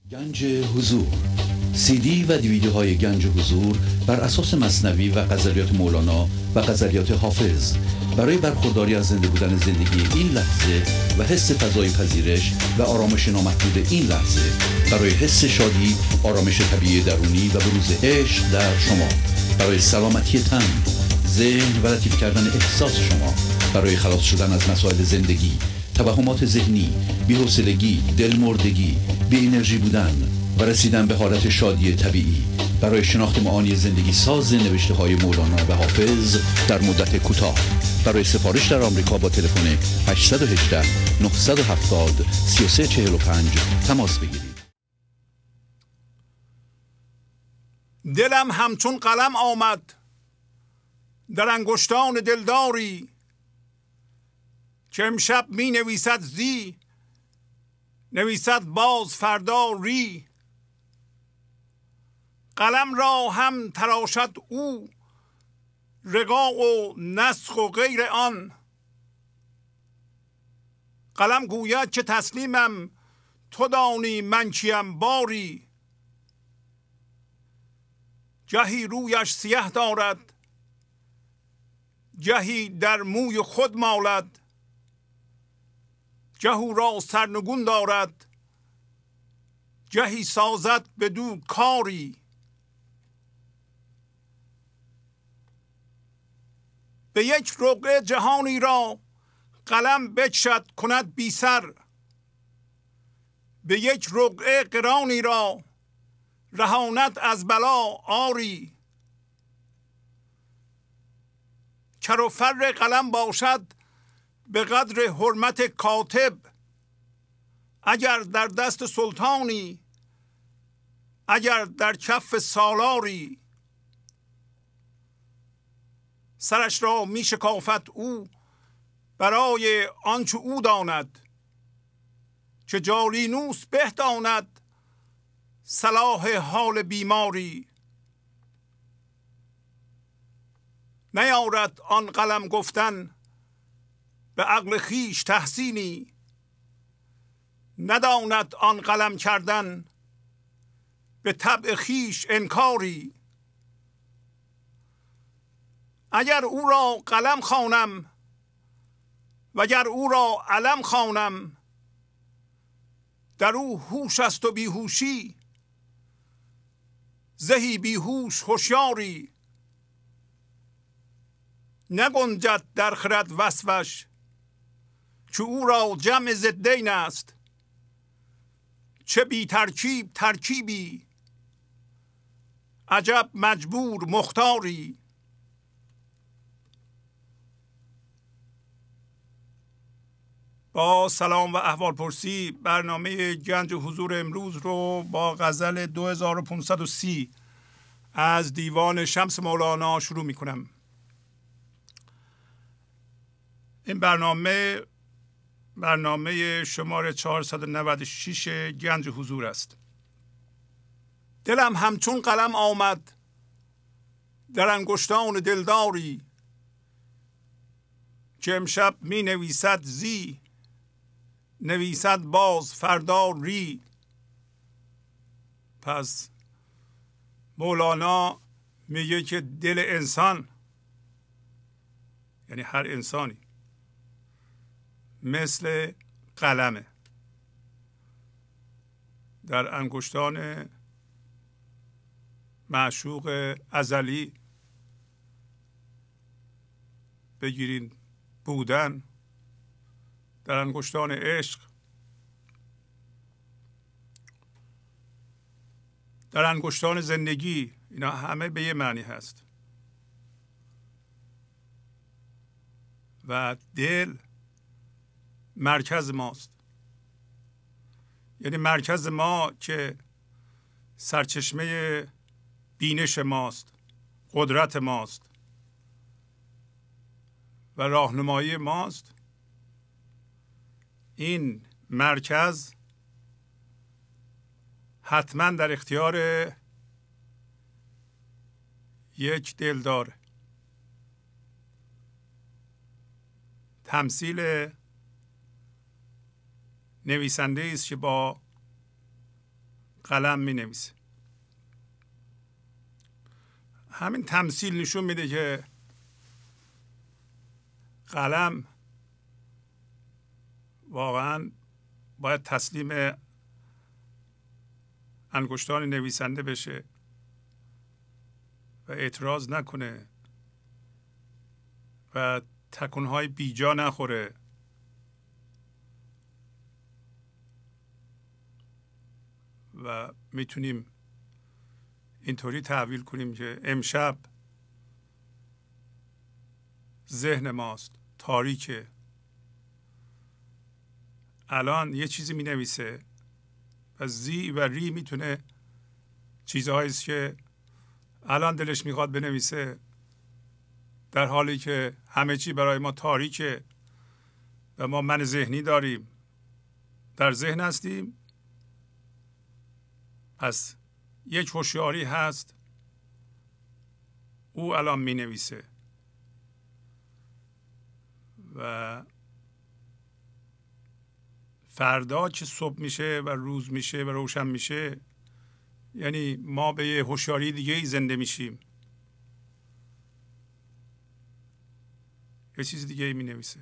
گنج حضور، سی دی و دیویدیوهای گنج حضور بر اساس مثنوی و غزلیات مولانا و غزلیات حافظ برای برخورداری از زنده بودن زندگی این لحظه و حس فضای پذیرش و آرامش نامحدود این لحظه، برای حس شادی، آرامش طبیعی درونی و بروز عشق در شما، برای سلامتی تن، ذهن و لطیف کردن احساس شما، برای خلاص شدن از مسائل زندگی، توهمات ذهنی، بی‌حوصلگی، دلمردگی، بی انرژی بودن و رسیدن به حالت شادی طبیعی، برای شناخت معانی زندگی ساز نوشته‌های مولانا و حافظ در مدت کوتاه. برای سفارش در آمریکا با تلفن 818 970 3345 تماس بگیرید. دلم همچون قلم آمد در انگشتان دلداری، که امشب می نویسد زی، نویسد باز فردا ری. قلم را هم تراشد او، رقاع و نسخ و غیر آن. قلم گوید که تسلیمم، تو دانی من کیم باری. گهی رویش سیه دارد، گهی در موی خود مالد. گهو را سرنگون دارد، گهی سازد بدو کاری. به یک رقعه جهانی را قلم بکشد کند بی سر. به یک رقعه قرانی را رهاند از بلا آری. کر و فر قلم باشد به قدر حرمت کاتب. اگر در دست سلطانی، اگر در کف سالاری. سرش را می شکافد او برای آنچه او داند، که جالینوس به داند صلاح حال بیماری. نیارد آن قلم گفتن به عقل خویش تحسینی. نداند آن قلم کردن به طبع خویش انکاری. اگر او را قلم خوانم وگر او را علم خوانم، در او هوش است و بیهوشی، زهی بیهوش هوشیاری. نگنجد در خرد وصفش، که او را جمع ضدین است. چه بی ترکیب ترکیبی، عجب مجبور مختاری. با سلام و احوال پرسی برنامه گنج حضور امروز رو با غزل 2530 از دیوان شمس مولانا شروع می کنم. این برنامه شماره 496 گنج حضور است. دلم همچون قلم آمد در انگشتان دلداری، که امشب می نویسد زی، نویسد باز فردا ری. پس مولانا میگه که دل انسان، یعنی هر انسانی، مثل قلمه در انگشتان معشوق ازلی. بگیرین بودن، در انگشتان عشق، در انگشتان زندگی، اینا همه به یه معنی هست. و دل مرکز ماست، یعنی مرکز ما که سرچشمه بینش ماست، قدرت ماست و راهنمایی ماست. این مرکز حتما در اختیار یک دلداره. تمثیل نویسنده است که با قلم می نویسه. همین تمثیل نشون میده که قلم واقعا باید تسلیم انگشتان نویسنده بشه و اعتراض نکنه و تکونهای بیجا نخوره. و میتونیم اینطوری تحویل کنیم که امشب ذهن ماست تاریکه، الان یه چیزی می نویسه و زی و ری میتونه چیزهایی است که الان دلش میخواد بنویسه، در حالی که همه چی برای ما تاریکه و ما من ذهنی داریم، در ذهن هستیم. پس یک هوشیاری هست، او الان می نویسه و فردا که صبح میشه و روز میشه و روشن میشه، یعنی ما به یه هوشیاری دیگه ای زنده میشیم، یه چیز دیگه ای می نویسه.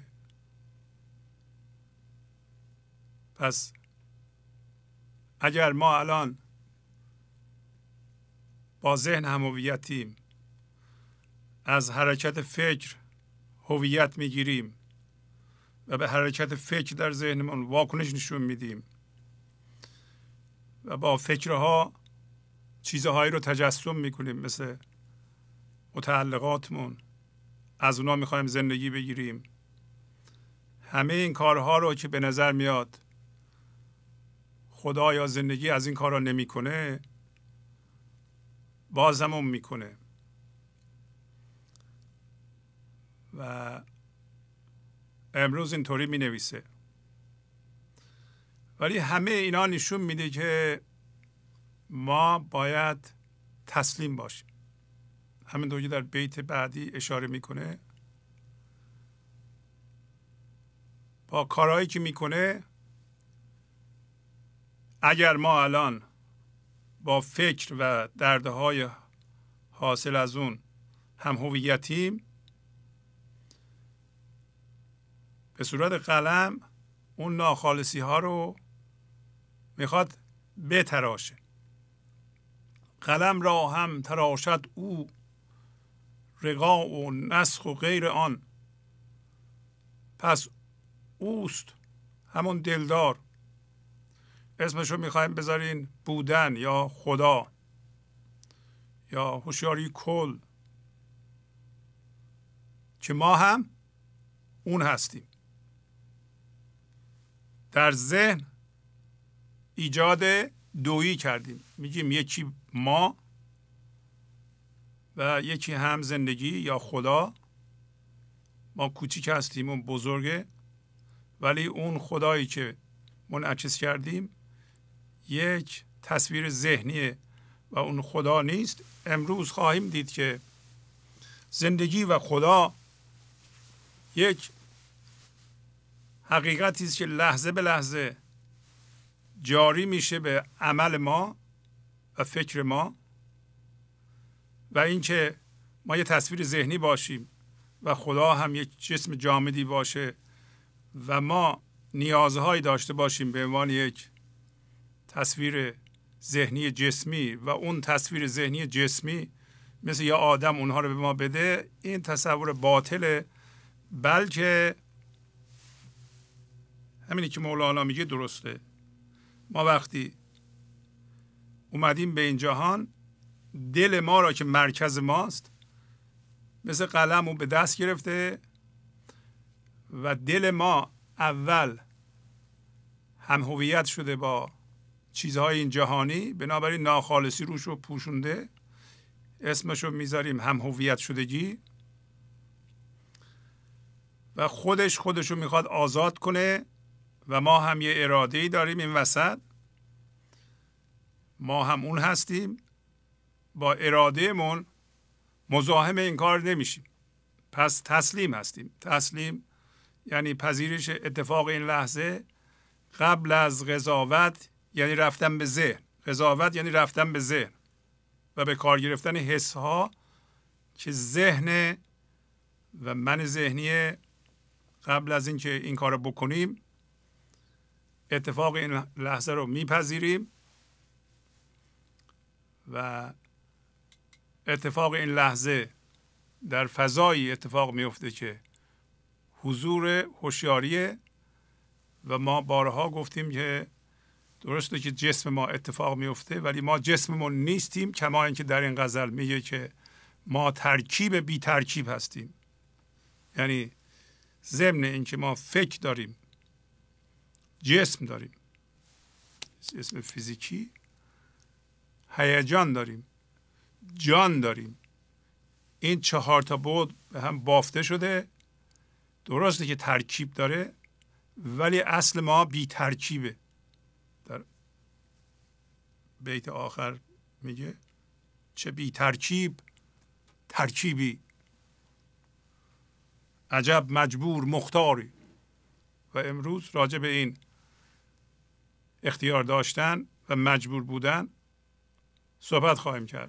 پس اگر ما الان با ذهن هم هویتیم، از حرکت فکر هویت میگیریم و به حرکت فکر در ذهنمون واکنش نشون میدیم و با فکرها چیزهایی رو تجسم میکنیم، مثل متعلقاتمون، از اونا میخوایم زندگی بگیریم. همه این کارها رو که به نظر میاد خدا یا زندگی از این کارها نمیکنه، بازمون میکنه. و امروز اینطوری می نویسه. ولی همه اینا نشون میده که ما باید تسلیم باشیم. همینطور که در بیت بعدی اشاره میکنه، با کارهایی که میکنه، اگر ما الان با فکر و دردهای حاصل از اون هم هویتیم، به صورت قلم اون ناخالصی ها رو میخواد بتراشه. قلم را هم تراشد او، رقاع و نسخ و غیر آن. پس اوست همون دلدار، اسمشو میخوایم بذارین بودن یا خدا یا هوشیاری کل، که ما هم اون هستیم. در ذهن ایجاد دویی کردیم، میگیم یکی ما و یکی هم زندگی یا خدا. ما کوچیک هستیم، اون بزرگه، ولی اون خدایی که منعکس کردیم یک تصویر ذهنیه و اون خدا نیست. امروز خواهیم دید که زندگی و خدا یک حقیقتی است که لحظه به لحظه جاری میشه به عمل ما و فکر ما، و اینکه ما یه تصویر ذهنی باشیم و خدا هم یک جسم جامدی باشه و ما نیازهایی داشته باشیم به عنوان یک تصویر ذهنی جسمی و اون تصویر ذهنی جسمی مثل یه آدم اونها رو به ما بده، این تصور باطله. بلکه همینی که مولانا میگه درسته. ما وقتی اومدیم به این جهان، دل ما را که مرکز ماست مثل قلم رو به دست گرفته و دل ما اول هم هویت شده با چیزهای این جهانی، بنابراین ناخالصی روش رو پوشونده، اسمشو میذاریم هم هویت شدگی، و خودشو میخواد آزاد کنه و ما هم یه اراده‌ای داریم این وسط، ما هم اون هستیم، با ارادهمون مزاحم این کار نمیشیم. پس تسلیم هستیم. تسلیم یعنی پذیرش اتفاق این لحظه قبل از قضاوت، یعنی رفتن به ذهن. قضاوت یعنی رفتن به ذهن و به کار گرفتن حس ها که ذهن و من ذهنی قبل از اینکه این کار رو بکنیم اتفاق این لحظه رو میپذیریم و اتفاق این لحظه در فضایی اتفاق میفته که حضور هوشیاریه و ما بارها گفتیم که درسته که جسم ما اتفاق میفته ولی ما جسممون نیستیم، کما اینکه در این غزل میگه که ما ترکیب بی ترکیب هستیم. یعنی ضمن اینکه ما فکر داریم، جسم داریم، جسم فیزیکی، هیجان داریم، جان داریم، این 4 تا بود به هم بافته شده. درسته که ترکیب داره ولی اصل ما بی ترکیبه. در بیت آخر میگه چه بی ترکیب ترکیبی، عجب مجبور مختاری. و امروز راجع به این اختیار داشتن و مجبور بودن صحبت خواهیم کرد.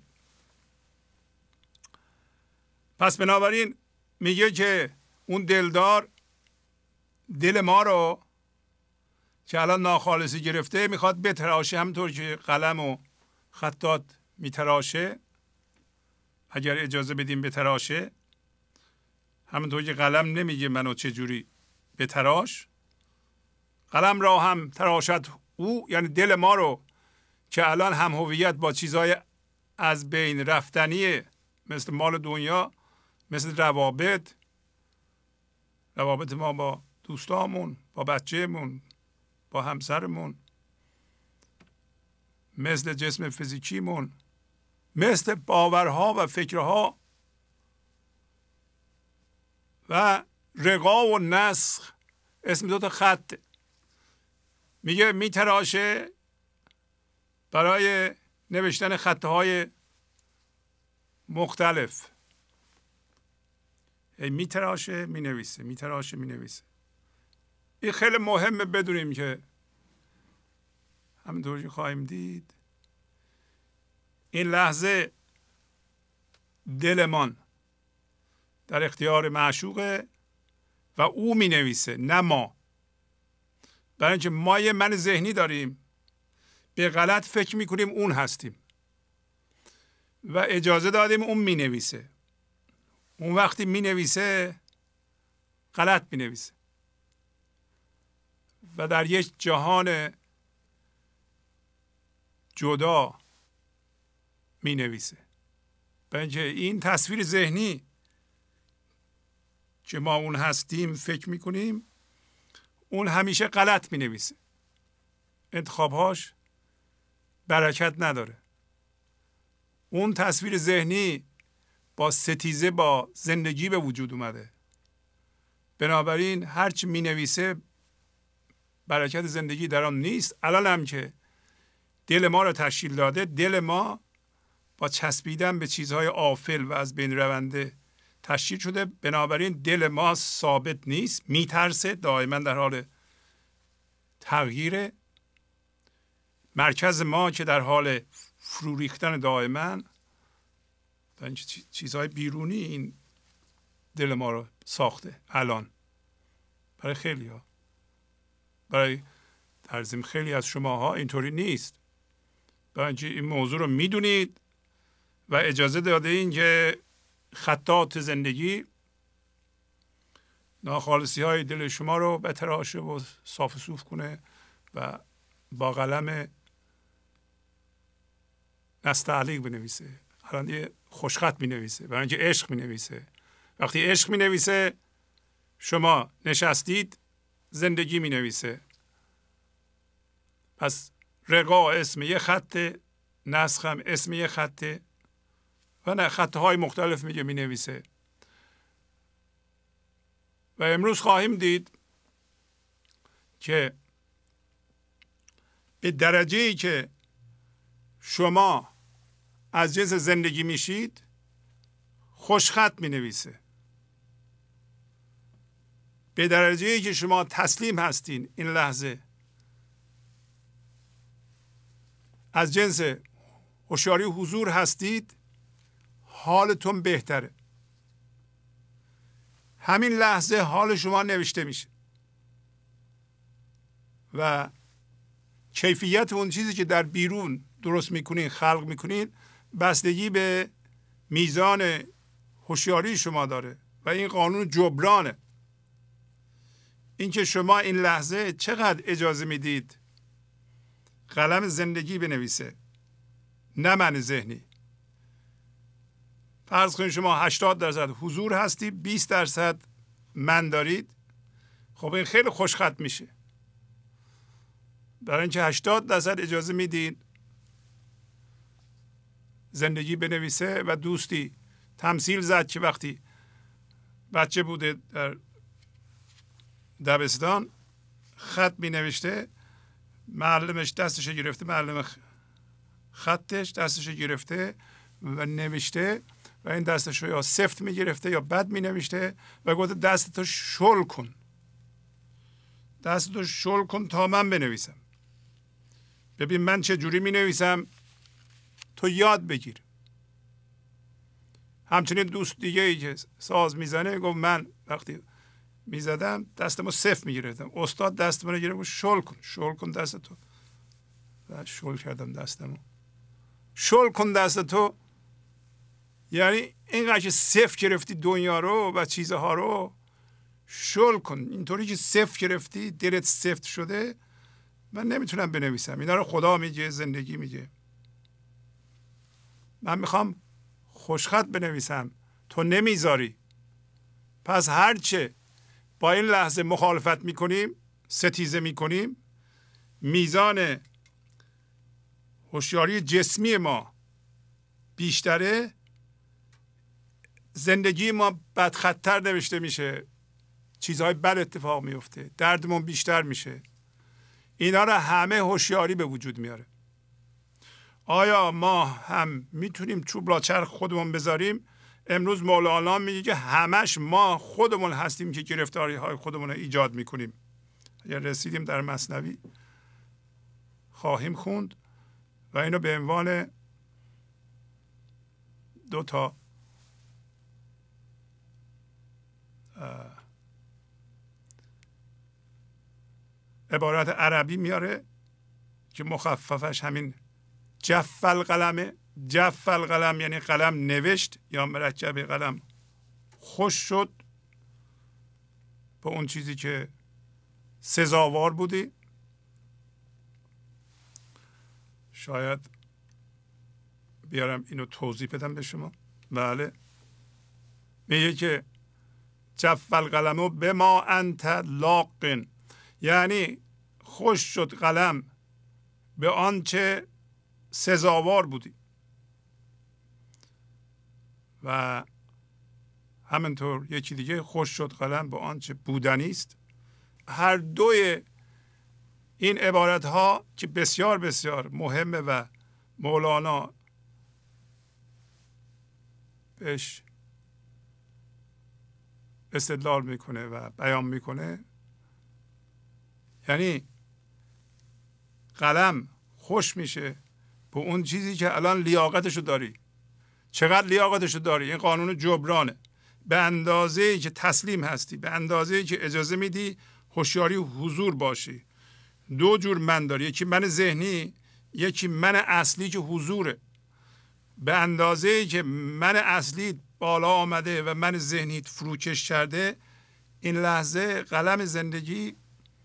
پس بنابراین میگه که اون دلدار دل ما رو که الان ناخالصی گرفته میخواد بتراشه، همونطور که قلم و خطاط میتراشه. اگر اجازه بدیم بتراشه، همونطور که قلم نمیگه منو چجوری بتراش، قلم را هم تراشد او، یعنی دل ما رو که الان هم هویت با چیزهای از بین رفتنی مثل مال دنیا، مثل روابط ما با دوستامون، با بچه‌مون، با همسرمون، مثل جسم فیزیکیمون، مثل باورها و فکرها و رقا و نسخ، اسم 2 تا خط. میگه میتراشه برای نوشتن خطهای مختلف. میتراشه مینویسه، میتراشه مینویسه. این خیلی مهمه بدونیم که همونطور که خواهیم دید این لحظه دلمان در اختیار معشوقه و او می نویسه نه ما. برای اینکه ما یه من ذهنی داریم، به غلط فکر میکنیم اون هستیم و اجازه دادیم اون می نویسه. اون وقتی می نویسه غلط می نویسه و در یک جهان جدا می نویسه. برای اینکه این تصویر ذهنی که ما اون هستیم فکر میکنیم، اون همیشه غلط می نویسه. انتخابهاش برکت نداره. اون تصویر ذهنی با ستیزه با زندگی به وجود اومده. بنابراین هرچی می نویسه برکت زندگی در آن نیست. الان هم که دل ما رو تشکیل داده، دل ما با چسبیدن به چیزهای آفل و از بین رونده تشکیل شده. بنابراین دل ما ثابت نیست، میترسه، دائما در حال تغییره. مرکز ما که در حال فرو ریختن دائما، در این چیزهای بیرونی این دل ما رو ساخته. الان برای خیلی ها، برای در ضمن خیلی از شماها اینطوری نیست. برای اینکه این موضوع رو میدونید و اجازه داده این که خطاط زندگی ناخالصی های دل شما رو بتراشه و صاف و صوف کنه و با قلم نستعلیق بنویسه. الان یه خوشخط می نویسه، برای اینکه عشق می نویسه. وقتی عشق می نویسه شما نشستید، زندگی می نویسه. پس رقا اسم یه خطه، نسخ هم اسم یه خطه و نه خطهای مختلف میگه می نویسه. و امروز خواهیم دید که به درجه‌ای که شما از جنس زندگی میشید خوشخط می نویسه. به درجه‌ای که شما تسلیم هستین این لحظه از جنس هوشیاری حضور هستید، حالتون بهتره. همین لحظه حال شما نوشته میشه و کیفیت اون چیزی که در بیرون درست میکنین، خلق میکنین، بستگی به میزان هوشیاری شما داره و این قانون جبرانه. اینکه شما این لحظه چقدر اجازه میدید قلم زندگی بنویسه، نه من ذهنی. فرض کنید شما 80% حضور هستی، 20% من دارید. خب این خیلی خوشخط میشه، برای اینکه 80% اجازه میدین زندگی بنویسه. و دوستی تمثیل زد که وقتی بچه بوده در دبستان خط می نوشته، معلمش دستش گرفته، معلم خطش دستش گرفته و نوشته و این دستش رو یا سفت می گرفته یا بد می نوشته و گفته دستتو شل کن، دستتو شل کن تا من بنویسم، ببین من چه جوری می نویسم، تو یاد بگیر. همچنین دوست دیگه ای که ساز میزنه گفت من وقتی میزدم دستمو صفر میگرفتم، استاد دستمو رو گرفت شل کن، شل کن دستتو، و شل کردم دستمو. شل کن دستتو یعنی اینقدر که صفر گرفتی دنیا رو و چیزها رو شل کن. اینطوری که صفر گرفتی دلت سفت شده، من نمیتونم بنویسم. اینا رو خدا میگه، زندگی میگه. من میخوام خوشخط بنویسم، تو نمیذاری. پس هرچه با این لحظه مخالفت میکنیم، ستیزه میکنیم، میزان هوشیاری جسمی ما بیشتره، زندگی ما بدخطر نوشته میشه، چیزهای بد اتفاق میفته، دردمون بیشتر میشه. اینا رو همه هوشیاری به وجود میاره. آیا ما هم میتونیم چوب را چرخ خودمون بذاریم؟ امروز مولانا میگه که همش ما خودمون هستیم که گرفتاری های خودمون رو ایجاد میکنیم. اگر رسیدیم در مثنوی خواهیم خوند و اینو به عنوان 2 عبارت عربی میاره که مخففش همین جف القلمه. جف القلم یعنی قلم نوشت یا مرکب قلم خوش شد به اون چیزی که سزاوار بودی. شاید بیارم اینو توضیح بدم به شما. بله، میگه که جف القلم به ما انت لاقن، یعنی خوش شد قلم به آنچه سزاوار بودی. و همینطور یکی دیگه خوش شد قلم به آنچه بودنی است. هر دوی این عبارت ها که بسیار بسیار مهمه و مولانا بهش استدلال میکنه و بیان میکنه، یعنی قلم خوش میشه به اون چیزی که الان لیاقتشو داری. چقدر لیاقتشو داری؟ این قانون جبرانه. به اندازه‌ای که تسلیم هستی، به اندازه‌ای که اجازه میدی هوشیاری حضور باشی. 2 جور من داری، یکی من ذهنی، یکی من اصلی که حضوره. به اندازه‌ای که من اصلی بالا آمده و من ذهنی فروکش کرده، این لحظه قلم زندگی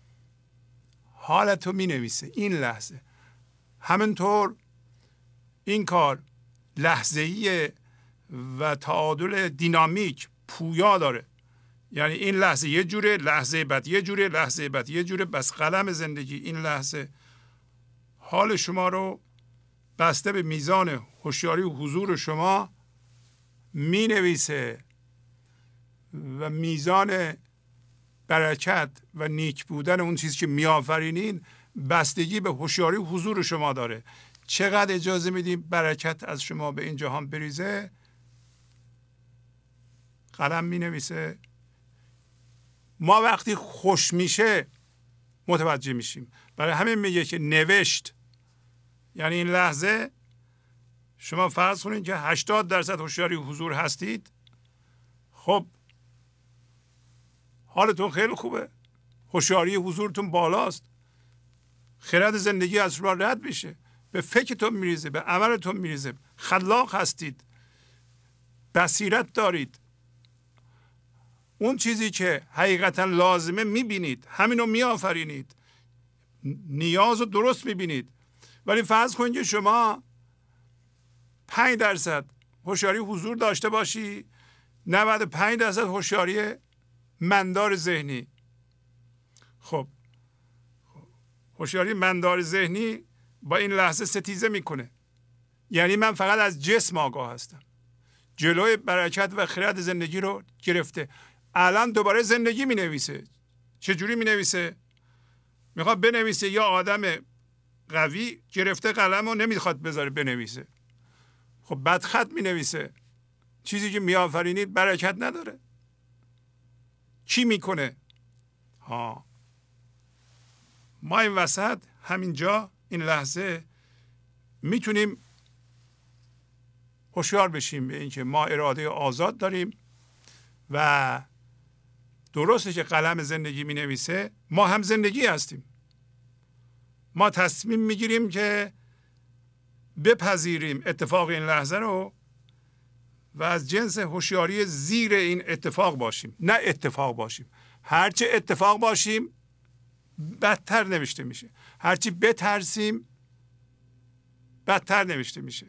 حالتو می نویسه. این لحظه همینطور این کار لحظه‌ایه و تعادل دینامیک پویا داره. یعنی این لحظه یه جوره، لحظه بعد یه جوره، لحظه بعد یه جوره. بس قلم زندگی این لحظه حال شما رو بسته به میزان هوشیاری و حضور شما می نویسه و میزان برکت و نیک بودن اون چیزی که می آفرینین بستگی به هوشیاری و حضور شما داره. چقدر اجازه میدیم برکت از شما به این جهان بریزه، قلم می نویسه. ما وقتی خوش میشه متوجه میشیم. برای همین میگه که نوشت یعنی این لحظه شما فرض کنید که 80% هوشیاری حضور هستید. خب حالتون خیلی خوبه، هوشیاری حضورتون بالاست، خرد زندگی از شما رد میشه، به فکرتون میریزه، به عملتون میریزه، خلاق هستید، بصیرت دارید، اون چیزی که حقیقتا لازمه میبینید، همینو میآفرینید، نیاز رو درست میبینید. ولی فرض کنید که شما 5% هوشیاری حضور داشته باشی، 95% هوشیاری مندار ذهنی. خب هوشیاری مندار ذهنی با این لحظه ستیزه میکنه، یعنی من فقط از جسم آگاه هستم، جلوی برکت و خرد زندگی رو گرفته. الان دوباره زندگی می نویسه. چجوری می نویسه؟ میخواد بنویسه، یا آدم قوی گرفته قلم و نمیخواد بذاره بنویسه، خب بدخط می نویسه، چیزی که می آفرینید برکت نداره. چی میکنه؟ ما این وسط همینجا این لحظه میتونیم هوشیار بشیم به اینکه ما اراده آزاد داریم و درسته که قلم زندگی می نویسه، ما هم زندگی هستیم. ما تصمیم میگیریم که بپذیریم اتفاق این لحظه رو و از جنس هوشیاری زیر این اتفاق باشیم، نه اتفاق باشیم. هرچه اتفاق باشیم بدتر نوشته میشه، هرچی بترسیم بدتر نوشته میشه،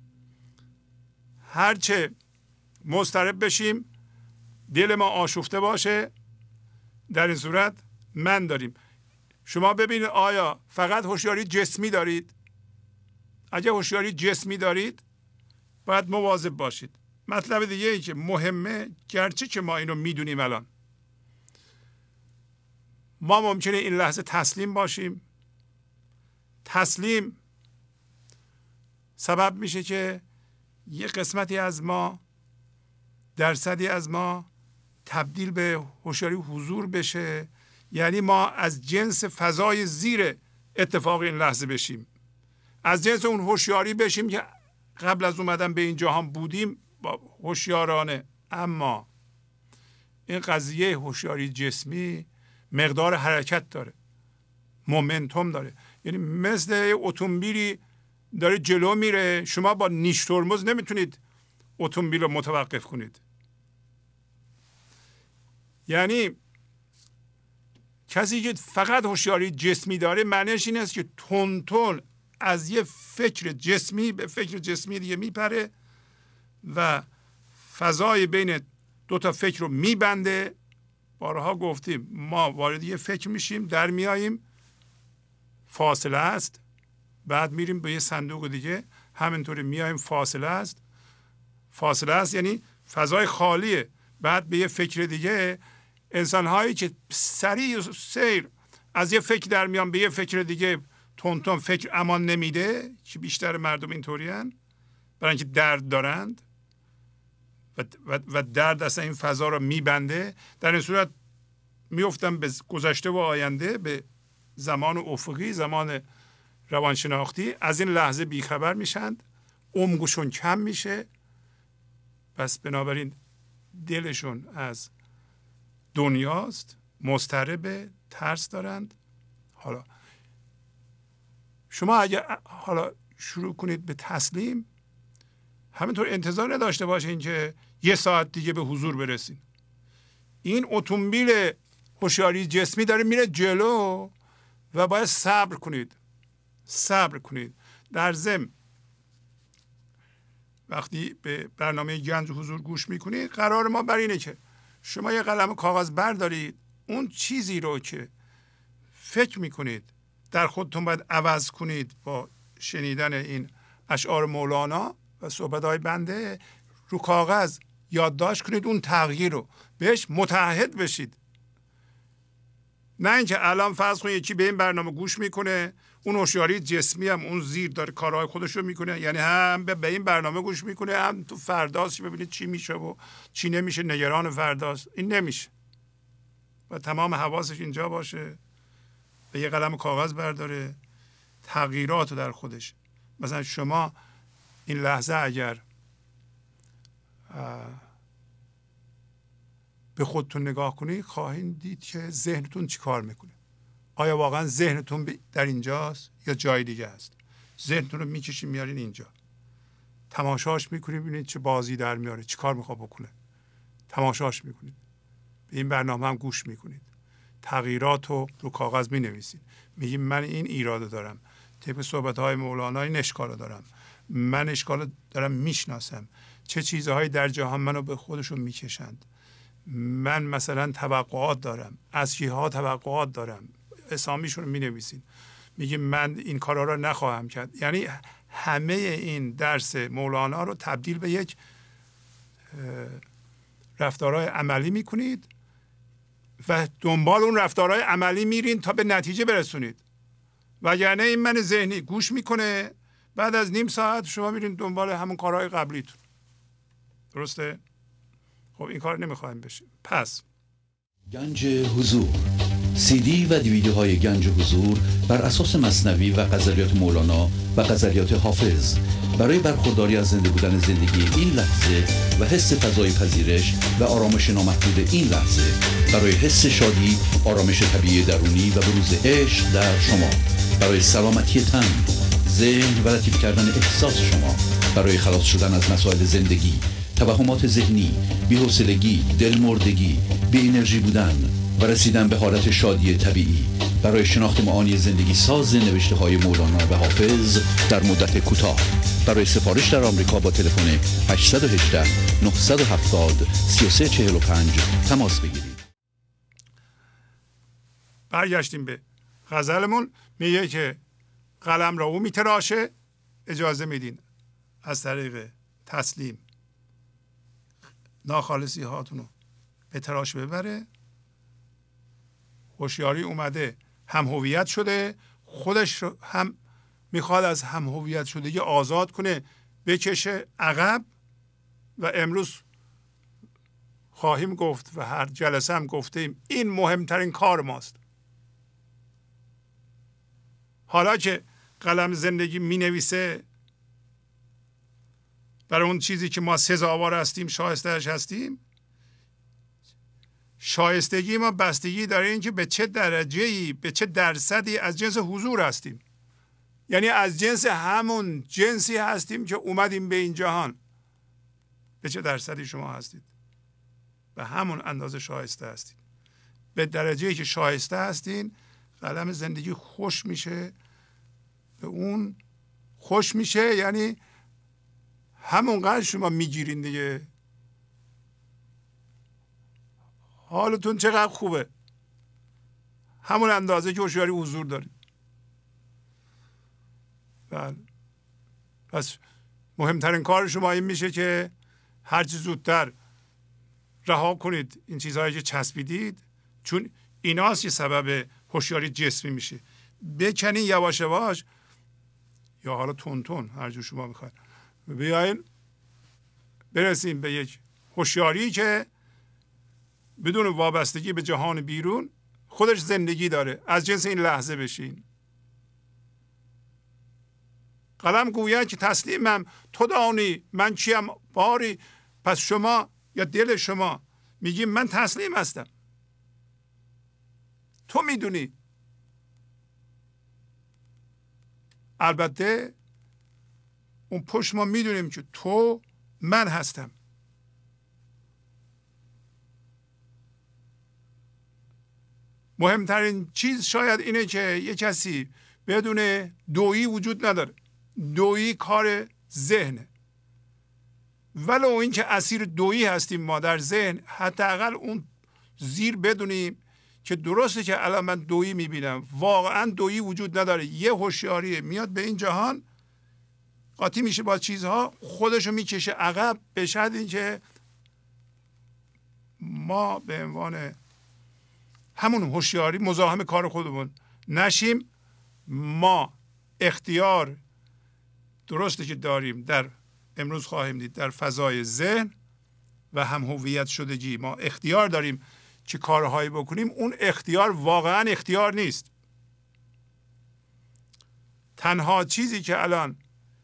هرچه مضطرب بشیم دل ما آشفته باشه، در این صورت من داریم. شما ببینید آیا فقط هوشیاری جسمی دارید؟ اگه هوشیاری جسمی دارید باید مواظب باشید. مطلب دیگه ای که مهمه، گرچه که ما اینو میدونیم الان، ما ممکنه این لحظه تسلیم باشیم. تسلیم سبب میشه که یه قسمتی از ما، درصدی از ما تبدیل به هوشیاری حضور بشه، یعنی ما از جنس فضای زیر اتفاق این لحظه بشیم، از جنس اون هوشیاری بشیم که قبل از اومدن به این جهان بودیم با هوشیارانه. اما این قضیه هوشیاری جسمی مقدار حرکت داره، مومنتوم داره، یعنی مثل اتومبیلی داره جلو میره، شما با نیش ترمز نمیتونید اتومبیل رو متوقف کنید. یعنی کسی که فقط هوشیاری جسمی داره معنیش این است که تون از یه فکر جسمی به فکر جسمی دیگه میپره و فضای بین دو تا فکر رو میبنده. بارها گفتیم ما وارد یه فکر میشیم، در میاییم، فاصله است، بعد میریم به یه صندوق دیگه، همینطوری میاییم، فاصله است یعنی فضای خالیه، بعد به یه فکر دیگه. انسان هایی که سریع سیر از یه فکر در میان به یه فکر دیگه، تون فکر امان نمیده، که بیشتر مردم اینطوری هن، برای اینکه درد دارند و درد اصلا این فضا رو میبنده. در این صورت میفتن به گذشته و آینده، به زمان افقی، زمان روانشناختی، از این لحظه بیخبر میشند، عمقشون کم میشه. پس بنابراین دلشون از دنیاست، مضطرب، ترس دارند. حالا شما اگه حالا شروع کنید به تسلیم، همینطور انتظار نداشته باشین که یه ساعت دیگه به حضور برسین. این اتومبیل هوشیاری جسمی داره میره جلو و باید صبر کنید. در ضمن وقتی به برنامه گنج حضور گوش میکنید، قرار ما بر اینه که شما یه قلم کاغذ بردارید، اون چیزی رو که فکر میکنید در خودتون باید عوض کنید با شنیدن این اشعار مولانا و صحبت‌های بنده، رو کاغذ یادداشت کنید اون تغییر رو، بهش متعهد بشید. نه اینکه الان فرض کنید یکی به این برنامه گوش میکنه، اون هوشیاری جسمی هم اون زیر داره کارهای خودش رو میکنه، یعنی هم به این برنامه گوش میکنه، هم تو فرداست ببینید چی میشه و چی نمیشه، نگران فرداست. این نمیشه. و تمام حواسش اینجا باشه، به یه قلم کاغذ برداره، تغییرات رو در خودش مثلا شما این لحظه اگر به خودتون نگاه کنید خواهید دید که ذهنتون چی کار میکنه. آیا واقعا ذهنتون در اینجاست یا جای دیگه است؟ ذهنتون رو میکشید میارین اینجا، تماشاش میکنید، ببینید چه بازی در میاره، چی کار میخواد بکنه، تماشاش میکنید، به این برنامه هم گوش میکنید، تغییرات رو کاغذ مینویسید، میگید من این ایراد دارم، طبق صحبت‌های مولانا این اشکال دارم، من اشکال دارم میشناسم، چه چیزهایی در جهان منو به خودشون میکشند، من مثلا توقعات دارم، از کیها توقعات دارم، اسامیشون رو مینویسید، میگه من این کارا رو نخواهم کرد. یعنی همه این درس مولانا رو تبدیل به یک رفتارهای عملی میکنید و دنبال اون رفتارهای عملی میرین تا به نتیجه برسونید. وگرنه این من ذهنی گوش میکنه، بعد از نیم ساعت شما میرین دنبال همون کارهای قبلیتون. درسته؟ خب این کار نمیخوایم بشه. پس گنج حضور، CD و دیویدیوهای گنج حضور بر اساس مثنوی و غزلیات مولانا و غزلیات حافظ برای برخورداری از زنده بودن زندگی این لحظه و حس فضای پذیرش و آرامش نامحدود این لحظه، برای حس شادی، آرامش طبیعی درونی و بروز عشق در شما، برای سلامتی تن، ذهن و لطیف کردن احساس شما، برای خلاص شدن از مسائل زندگی، توهمات ذهنی، بی‌حوصلگی، دلمردگی، بی انرژی بودن و رسیدن به حالت شادی طبیعی، برای شناخت معانی زندگی ساز نوشته های مولانا و حافظ در مدت کوتاه. برای سفارش در آمریکا با تلفن 818 970 3345 تماس بگیرید. برگشتیم به غزلمون. میگه که قلم را او میتراشه، اجازه میدین از طریق تسلیم ناخالصی هاتونو به تراش ببره. هوشیاری اومده هم هویت شده، خودش رو هم میخواد از هم هویت شدگی آزاد کنه، بکشه عقب. و امروز خواهیم گفت و هر جلسه هم گفتیم این مهمترین کار ماست. حالا که قلم زندگی می نویسه برای اون چیزی که ما سزاوار هستیم، شایسته‌اش هستیم، شایستگی ما بستگی داره این که به چه درجه‌ای، به چه درصدی از جنس حضور هستیم. یعنی از جنس همون جنسی هستیم که اومدیم به این جهان. به چه درصدی شما هستید؟ به همون اندازه شایسته هستید. به درجه‌ای که شایسته هستین قلم زندگی خوش میشه، به اون خوش میشه. یعنی همونقدر شما میگیرین دیگه. حالتون چقدر خوبه، همون اندازه که هوشیاری حضور دارید. بله. پس مهمترین کار شما این میشه که هرچی زودتر رها کنید این چیزهایی که چسبیدید، چون ایناست که سبب هوشیاری جسمی میشه. بکنین یواش یواش یا حالا تون تون، هر جو شما میخواید، بیاین برسیم به یک هوشیاری که بدون وابستگی به جهان بیرون خودش زندگی داره. از جنس این لحظه بشین. قلم گوید که تسلیمم، تو دانی من چیم باری. پس شما یا دل شما میگی من تسلیم هستم، تو میدونی. البته اون پشت ما میدونیم که تو من هستم. مهمترین چیز شاید اینه که یک کسی بدون دویی وجود نداره. دویی کار ذهنه. ولو این که اسیر دویی هستیم ما در ذهن، حداقل اون زیر بدونیم که درسته که الان من دویی میبینم، واقعا دویی وجود نداره. یه هوشیاری میاد به این جهان، قاطی میشه با چیزها، خودشو میکشه عقب، به شرط اینکه ما به عنوان همون هوشیاری مزاحم کار خودمون نشیم. ما اختیار درسته که داریم، در امروز خواهیم دید در فضای ذهن و هم هویت شدگی ما اختیار داریم که کارهایی بکنیم. اون اختیار واقعا اختیار نیست. تنها چیزی که الان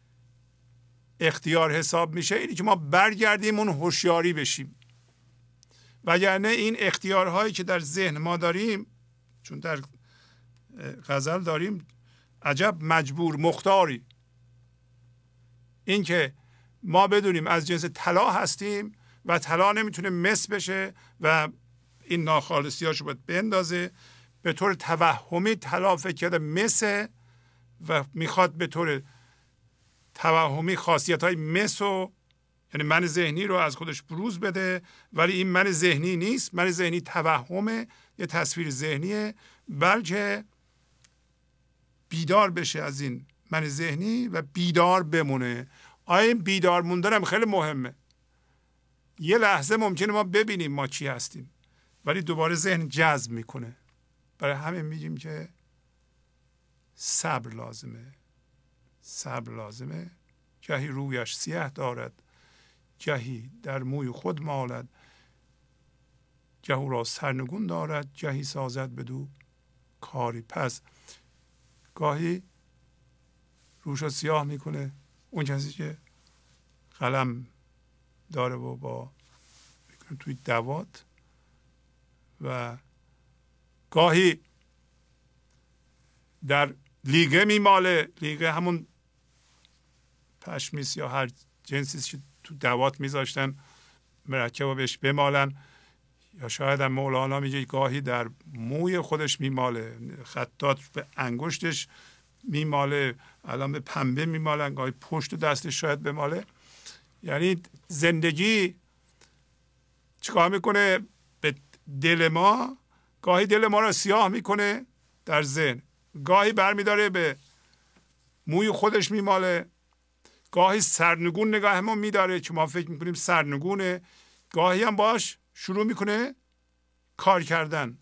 اختیار حساب میشه اینه که ما برگردیم اون هوشیاری بشیم. وگرنه این اختیارهایی که در ذهن ما داریم، چون در غزل داریم عجب مجبور مختاری، این که ما بدونیم از جنس طلا هستیم و طلا نمیتونه مس بشه و این ناخالصیاشو باید بندازه. به طور توهمی طلا فکر کرده مسه و میخواد به طور توهمی خاصیت های مسو، یعنی من ذهنی رو از خودش بروز بده، ولی این من ذهنی نیست. من ذهنی توهمه، یه تصویر ذهنیه، بلکه بیدار بشه از این من ذهنی و بیدار بمونه. آیا این بیدار موندن هم خیلی مهمه. یه لحظه ممکنه ما ببینیم ما چی هستیم ولی دوباره ذهن جذب میکنه. برای همین میگیم که صبر لازمه. صبر لازمه. گهی رویش سیاه دارد، گهی در موی خود مالد، گهی را سرنگون دارد، گهی سازد بدو کاری. پس گاهی روش رو سیاه میکنه اون کسی که قلم داره و با میکنه توی دوات، و گاهی در لیگه میماله. لیگه همون پشمیس یا هر جنسی که تو دوات میذاشتن مرکب رو بهش بمالن، یا شاید هم مولانا میگه گاهی در موی خودش میماله، خطات به انگشتش میماله، الان به پنبه میمالن، گاهی پشت دستش شاید بماله. یعنی زندگی چیکار میکنه به دل ما؟ گاهی دل ما رو سیاه میکنه در ذهن، گاهی برمیداره به موی خودش میماله، گاهی سرنگون نگاه ما میداره که ما فکر میکنیم سرنگونه، گاهی هم باش شروع میکنه کار کردن.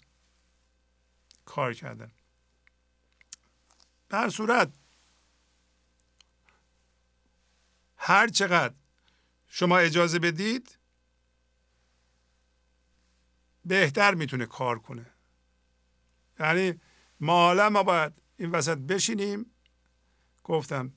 به هر صورت هر چقدر شما اجازه بدید بهتر میتونه کار کنه. یعنی ما باید این وسط بشینیم، گفتم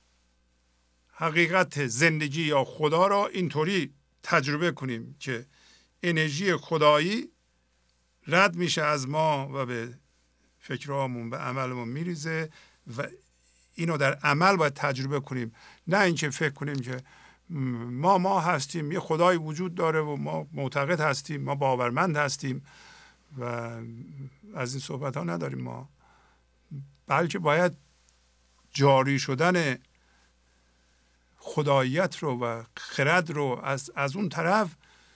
حقیقت زندگی یا خدا را اینطوری تجربه کنیم که انرژی خدایی رد میشه از ما و به فکرامون، به عملمون میریزه و اینو در عمل باید تجربه کنیم. نه اینکه فکر کنیم که ما هستیم، یه خدای وجود داره و ما معتقد هستیم، ما باورمند هستیم و از این صحبت ها نداریم ما. بلکه باید جاری شدن خداییت رو و خرد رو از اون طرف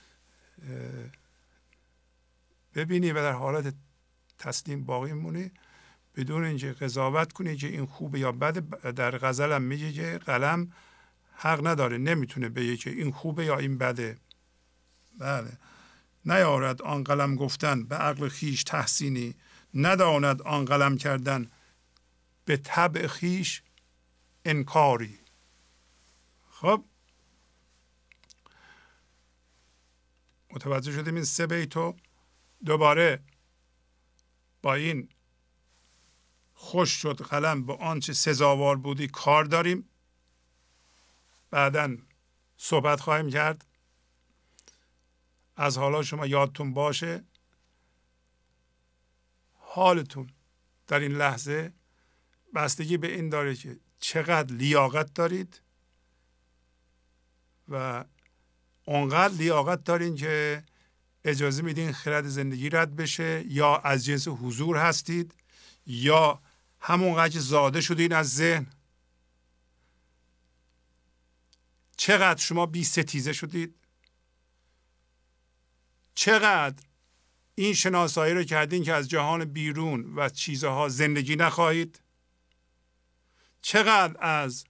ببینی و در حالت تسلیم باقی مونی، بدون اینکه قضاوت کنی که این خوبه یا بده. در غزل هم میگه که قلم حق نداره، نمیتونه بگه که این خوبه یا این بده. بله، نیارد آن قلم گفتن به عقل خیش تحسینی، نداند آن قلم کردن به طبع خیش انکاری. خب متوجه شدیم این سه بیتو؟ دوباره با این خوش شد قلم به آنچه سزاوار بودی کار داریم، بعداً صحبت خواهیم کرد. از حالا شما یادتون باشه حالتون در این لحظه بستگی به این داره که چقدر لیاقت دارید و اونقدر لیاقت دارین که اجازه میدین خرد زندگی رد بشه، یا از جنس حضور هستید، یا همونقدر که زاده شدین از ذهن. چقدر شما بی ستیزه شدید، چقدر این شناسایی رو کردین که از جهان بیرون و چیزها زندگی نخواهید، چقدر از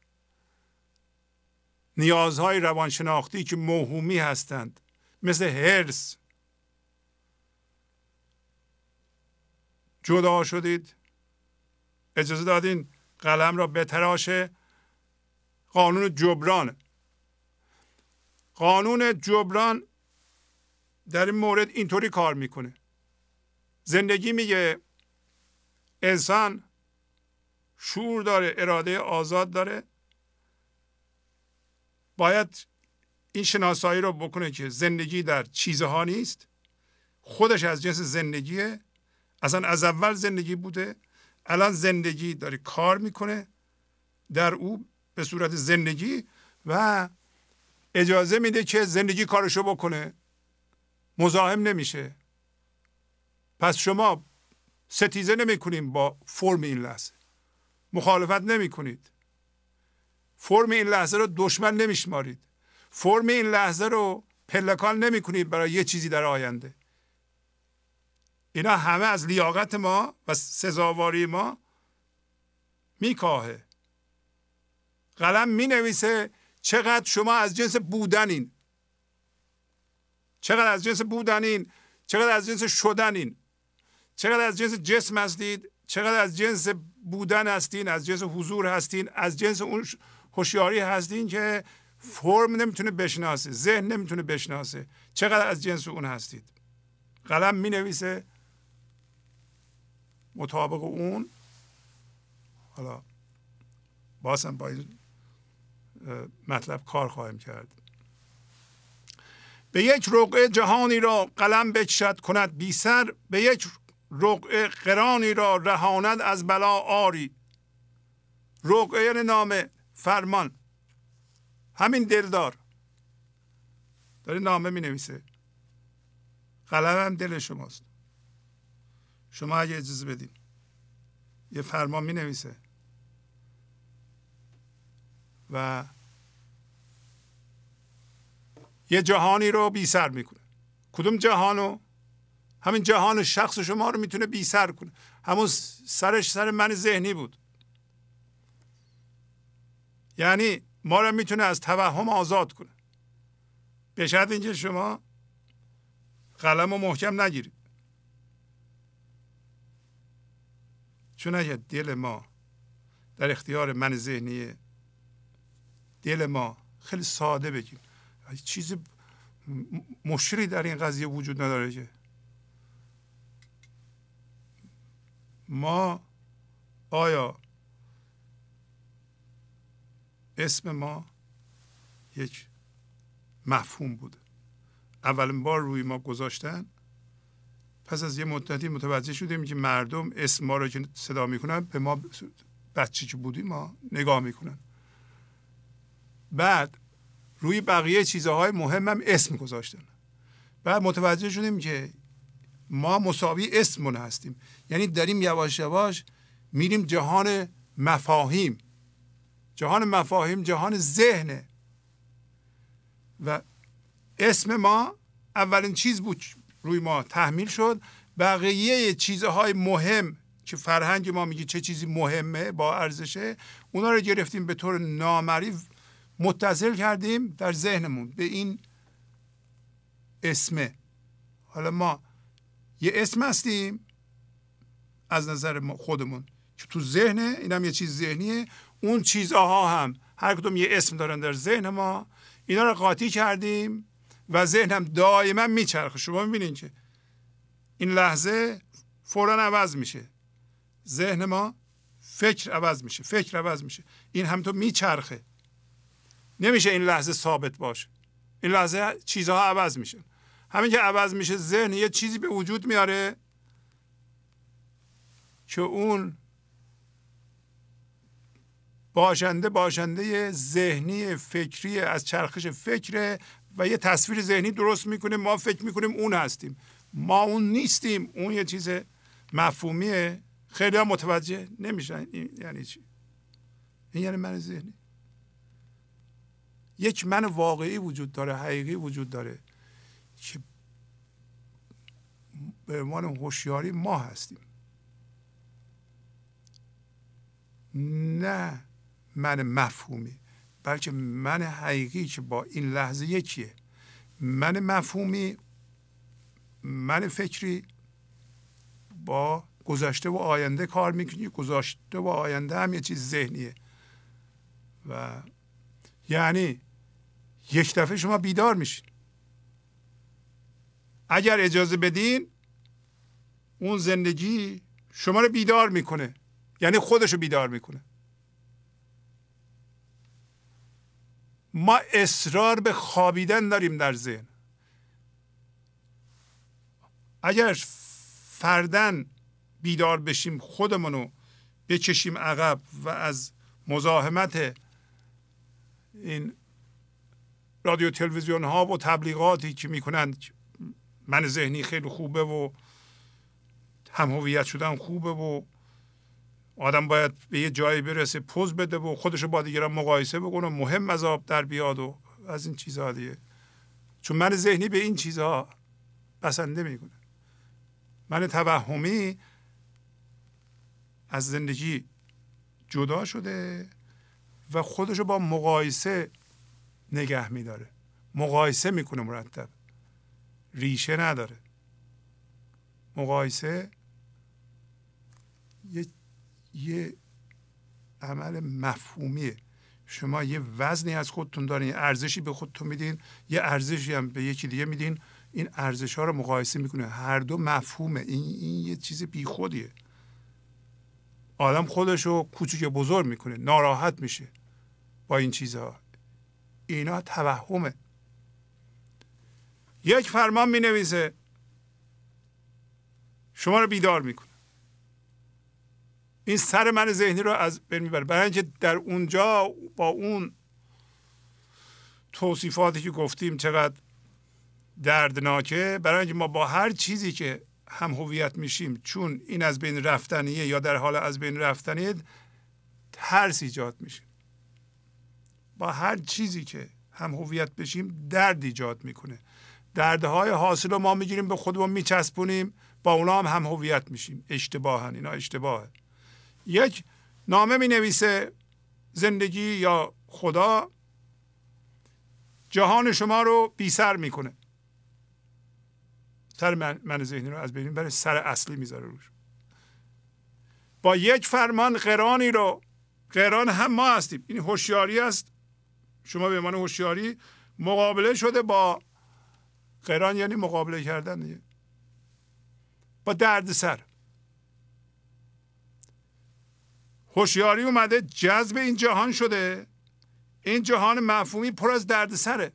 نیازهای روانشناختی که موهومی هستند مثل هرس جدا شدید، اجازه دادین قلم را بتراشه. قانون جبران، قانون جبران در این مورد اینطوری کار میکنه. زندگی میگه انسان شعور داره، اراده آزاد داره، باید این شناسایی رو بکنه که زندگی در چیزها نیست، خودش از جنس زندگیه، اصلا از اول زندگی بوده، الان زندگی داره کار میکنه در او به صورت زندگی و اجازه میده که زندگی کارشو بکنه، مزاحم نمیشه. پس شما ستیزه نمیکنیم با فرم این لحظه، مخالفت نمیکنید، فرم این لحظه رو دشمن نمیشمارید، فرم این لحظه رو پلکان نمیکنید برای یه چیزی در آینده. اینا همه از لیاقت ما و سزاواری ما میکاهه. قلم مینویسه چقدر شما از جنس بودنین، چقدر از جنس بودنین، چقدر از جنس شدنین، چقدر از جنس جسم هستید، چقدر از جنس بودن هستین، از جنس حضور هستین، از جنس اون هوشیاری هستین که فرم نمیتونه بشناسه، ذهن نمیتونه بشناسه، چقدر از جنس اون هستید. قلم مینویسه مطابق اون. حالا بازم با این مطلب کار خواهیم کرد. به یک رقعه جهانی را قلم بکشد کند بی سر، به یک رقعه قرانی را رهاند از بلا آری. رقعه یعنی نامه، فرمان، همین دلدار داره نامه می نویسه، قلم هم دل شماست. شما اگه اجازه بدین یه فرمان می نویسه و یه جهانی رو بی سر میکنه. کدوم جهانو؟ همین جهان شخص شما رو میتونه بی سر کنه. همون سرش سر من ذهنی بود، یعنی ما رو میتونه از توهم آزاد کنه، به شرط اینکه شما قلم رو محکم نگیرید. چون اگه دل ما در اختیار من ذهنیه، دل ما خیلی ساده بگیم، چیز مشکلی در این قضیه وجود نداره که ما آیا اسم ما یک مفهوم بوده، اولین بار روی ما گذاشتن، پس از یه مدتی متوجه شدیم که مردم اسم ما رو که صدا میکنن به ما بچه که بودیم ما نگاه میکنن، بعد روی بقیه چیزهای مهم هم اسم گذاشتن، بعد متوجه شدیم که ما مساوی اسممون هستیم، یعنی داریم یواش یواش میریم جهان مفاهیم. جهان مفاهیم جهان ذهنه و اسم ما اولین چیز بود روی ما تحمیل شد. بقیه چیزهای مهم که فرهنگ ما میگه چه چیزی مهمه با ارزشه، اونا رو گرفتیم به طور نامری متصل کردیم در ذهنمون به این اسمه. حالا ما یه اسم هستیم از نظر خودمون که تو ذهنه، این هم یه چیز ذهنیه، اون چیزها هم هر کدوم یه اسم دارن در ذهن ما، اینا رو قاطی کردیم و ذهن هم دائما میچرخه. شما میبینین که این لحظه فوراً عوض میشه، ذهن ما فکر عوض میشه، فکر عوض میشه، این هم تو میچرخه، نمیشه این لحظه ثابت باشه، این لحظه چیزها عوض میشه. همین که عوض میشه ذهن یه چیزی به وجود میاره که اون باشنده ذهنی فکری از چرخش فکره و یه تصویر ذهنی درست میکنه، ما فکر میکنیم اون هستیم، ما اون نیستیم، اون یه چیز مفهومیه. خیلی هم متوجه نمیشن این یعنی چی. این یعنی من ذهنی. یک من واقعی وجود داره، حقیقی وجود داره که به عنوان هوشیاری ما هستیم، نه من مفهومی، بلکه من حقیقی که با این لحظه یکیه. من مفهومی، من فکری با گذشته و آینده کار میکنی، گذشته و آینده هم یه چیز ذهنیه و یعنی یک دفعه شما بیدار میشین. اگر اجازه بدین اون زندگی شما رو بیدار میکنه، یعنی خودشو بیدار میکنه. ما اصرار به خوابیدن داریم در ذهن. اگر فرداً بیدار بشیم، خودمونو بکشیم عقب و از مزاحمت این رادیو تلویزیون ها و تبلیغاتی که میکنن من ذهنی خیلی خوبه و هم هویت شدن خوبه و آدم باید به یه جایی برسه پوز بده و خودشو با دیگران مقایسه بکنه، مهم از آب در بیاد و از این چیزها دیگه. چون من ذهنی به این چیزها بسنده میکنه. من توهمی از زندگی جدا شده و خودشو با مقایسه نگه میداره، مقایسه میکنه مرتب، ریشه نداره. مقایسه یه عمل مفهومیه. شما یه وزنی از خودتون دارین، یه ارزشی به خودتون میدین، یه ارزشی هم به یکی دیگه میدین، این ارزش ها رو مقایسه میکنه. هر دو مفهومه. این یه چیز بیخودیه. آدم خودشو کوچیک بزرگ میکنه، ناراحت میشه با این چیزها. اینا توهمه. یک فرمان مینویسه، شما رو بیدار میکنه. این سر من ذهنی رو از بین میبره. برای اینکه در اونجا با اون توصیفاتی که گفتیم چقدر دردناکه، برای اینکه ما با هر چیزی که هم هویت میشیم، چون این از بین رفتنیه یا در حال از بین رفتنیه، ترس ایجاد میشه. با هر چیزی که هم هویت بشیم درد ایجاد میکنه. دردهای حاصل رو ما میگیریم به خودمون میچسبونیم، با اونا هم هویت میشیم. اشتباهن، اینا اشتباهه. یک نامه می نویسه زندگی یا خدا، جهان شما رو بی سر میکنه. سر من ذهنی رو از بین برای سر اصلی میذاره روش. با یک فرمان قرانی رو، قران هم ما هستیم، این هوشیاری است. شما به عنوان هوشیاری مقابله شده با قران، یعنی مقابله کردن دیگه با دردسر. هوشیاری اومده جذب این جهان شده. این جهان مفهومی پر از دردسره.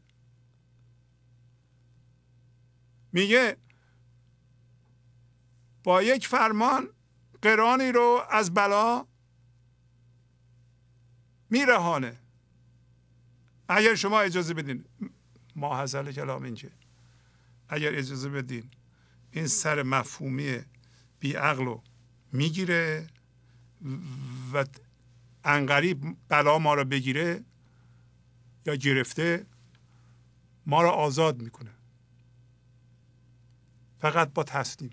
میگه با یک فرمان قرانی رو از بلا میرهانه. اگر شما اجازه بدین، ماحصل کلام اینجا، اگر اجازه بدین این سر مفهومی بی عقل رو میگیره و عنقریب بلا ما رو بگیره یا گرفته، ما رو آزاد میکنه. فقط با تسلیم.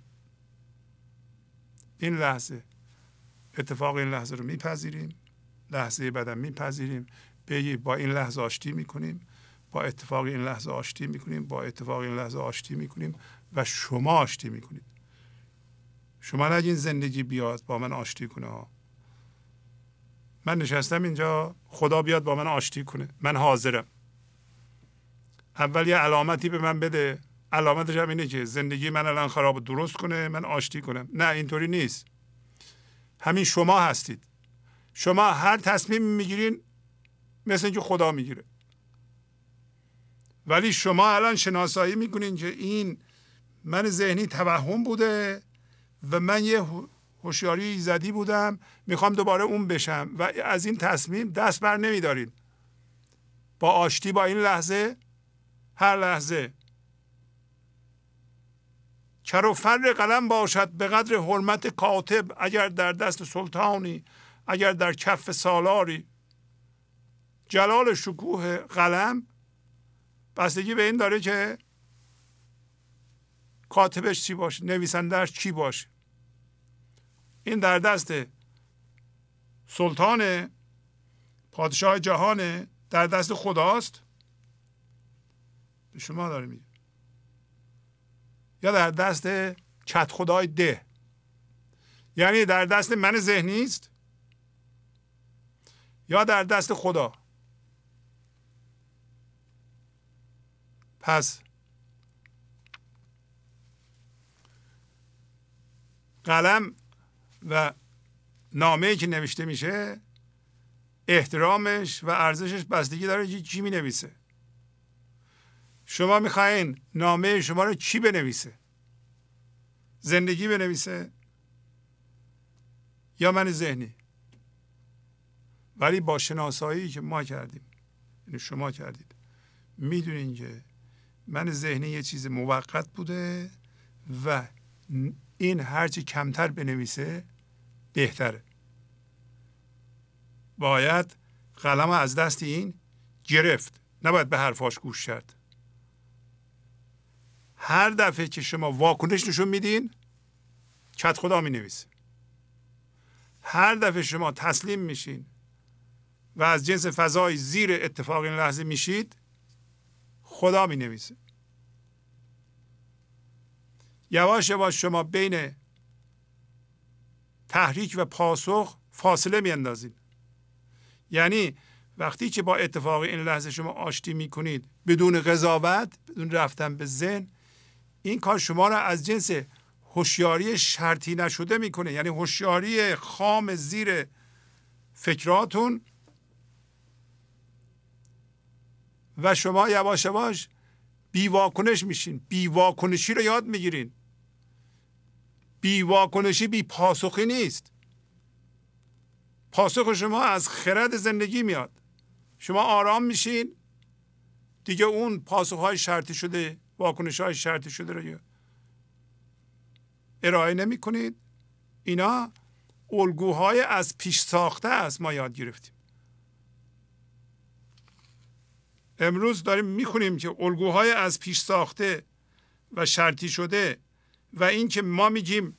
این لحظه اتفاق این لحظه رو میپذیریم، لحظه بعدم میپذیریم، با این لحظه آشتی میکنیم، با اتفاق این لحظه آشتی میکنیم، با اتفاق این لحظه آشتی میکنیم و شما آشتی میکنید. شما نگین زندگی بیاد با من آشتی کنه ها. من نشستم اینجا، خدا بیاد با من آشتی کنه، من حاضرم. اول یه علامتی به من بده. علامتش هم اینه که زندگی من الان خراب درست کنه، من آشتی کنم. نه، اینطوری نیست. همین شما هستید. شما هر تصمیم میگیرین مثل اینکه خدا میگیره. ولی شما الان شناسایی میکنین که این من ذهنی توهم بوده و من یه هوشیاری ایزدی بودم، میخوام دوباره اون بشم و از این تصمیم دست بر نمیدارین. با آشتی با این لحظه، هر لحظه کر و فر قلم باشد به قدر حرمت کاتب، اگر در دست سلطانی، اگر در کف سالاری. جلال شکوه قلم بستگی به این داره که کاتبش چی باشه، نویسندهش چی باشه. این در دست سلطان، پادشاه جهانه، در دست خداست. به شما داره میگه. یا در دست کت خدای ده، یعنی در دست من ذهنی است یا در دست خدا. پس قلم و نامه‌ای که نوشته میشه احترامش و ارزشش بستگی داره که کی می نویسه. شما میخواین نامه شما رو کی بنویسه؟ زندگی بنویسه یا من ذهنی؟ ولی با شناسایی که ما کردیم، یعنی شما کردید، میدونین که من ذهنی یه چیز موقت بوده و این هرچی کمتر بنویسه بهتره. باید قلم از دست این گرفت، نباید به حرفاش گوش کرد. هر دفعه که شما واکنش نشون میدین کت خدا می نویسه. هر دفعه شما تسلیم میشین و از جنس فضای زیر اتفاق این لحظه میشید خدا می نویسه. یواش یواش شما بین تحریک و پاسخ فاصله میاندازید. یعنی وقتی که با اتفاق این لحظه شما آشتی میکنید بدون قضاوت، بدون رفتن به ذهن، این کار شما را از جنس هوشیاری شرطی نشده میکنه. یعنی هوشیاری خام زیر فکراتون و شما یواش یواش بی واکنش میشین. بی واکنشی رو یاد میگیرین. بی واکنشی بی پاسخی نیست. پاسخ شما از خرد زندگی میاد. شما آرام میشین، دیگه اون پاسخهای شرطی شده، واکنشهای شرطی شده رو ارائه نمی کنید. اینا الگوهای از پیش ساخته است، ما یاد گرفتیم. امروز داریم میخونیم که الگوهای از پیش ساخته و شرطی شده و این که ما میگیم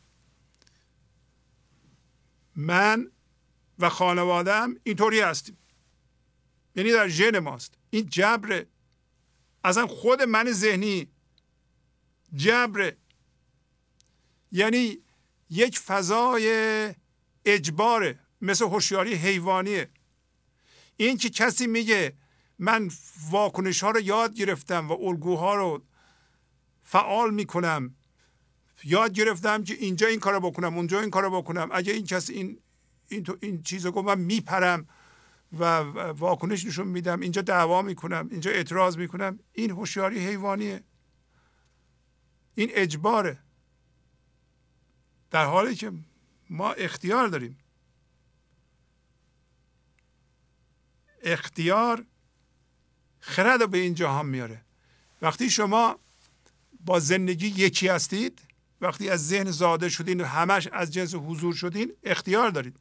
من و خانواده‌ام اینطوری هستیم، یعنی در ژن ماست. این جبره. اصلا خود من ذهنی جبره. یعنی یک فضای اجباره، مثل هوشیاری حیوانیه. این که کسی میگه من واکنش ها رو یاد گرفتم و الگوها رو فعال میکنم، یاد گرفتم که اینجا این کارو بکنم، اونجا این کارو بکنم، اگه این کسی این چیزو گفت من میپرم و واکنش نشون میدم، اینجا دعوا میکنم، اینجا اعتراض میکنم، این هوشیاری حیوانیه. این اجباره. در حالی که ما اختیار داریم. اختیار خرد رو به این جهان میاره. وقتی شما با زندگی یکی هستید، وقتی از ذهن زاده شدین و همش از جنس حضور شدین، اختیار دارید.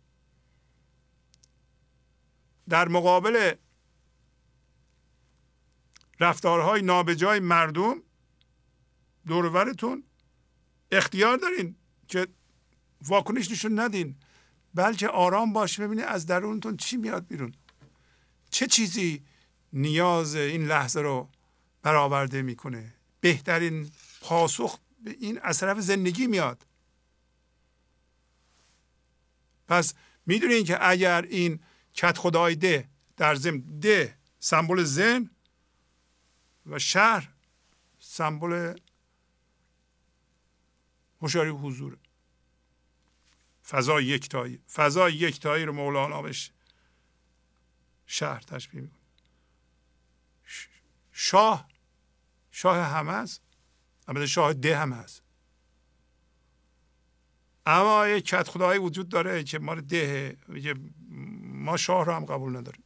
در مقابل رفتارهای نابجای مردم دور و برتون اختیار دارین که واکنش نشون ندین، بلکه آرام باش، ببینید از درونتون چی میاد بیرون، چه چیزی نیاز این لحظه رو برآورده میکنه. بهترین پاسخ به این از طرف زندگی میاد. پس میدونین که اگر این کت خدای ده در ضمن ده سمبل ذهن و شهر سمبل هوشیاری حضور، فضای یکتایی. فضای یکتایی رو مولانا بهش شهر تشبیه میکنه. شاه همه است، البته شاه ده هم هست، اما یک کت خدایی وجود داره که ما ده، میگه ما شاه رو هم قبول نداریم.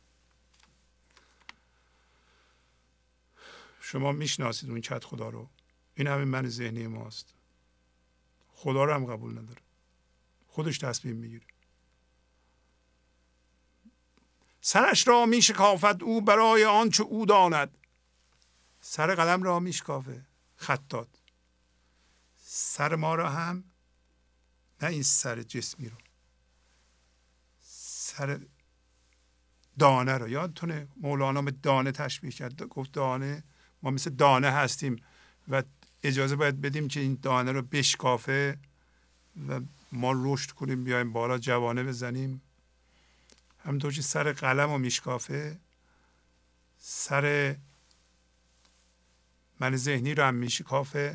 شما میشناسید اون کت خدا رو، این همین من ذهنی ماست. خدا رو هم قبول نداره، خودش تصمیم میگیره. سرش را میشکافد او برای آنچه او داند. سر قلم را میشکافه خطات. سر ما را هم، نه این سر جسمی رو، سر دانه رو. یادتونه مولانا به دانه تشبیه کرد، گفت دانه، ما مثل دانه هستیم و اجازه باید بدیم که این دانه رو بشکافه و ما رشد کنیم، بیایم بالا، جوانه بزنیم. همونطور که سر قلم رو میشکافه، سر من ذهنی رو هم میشکافه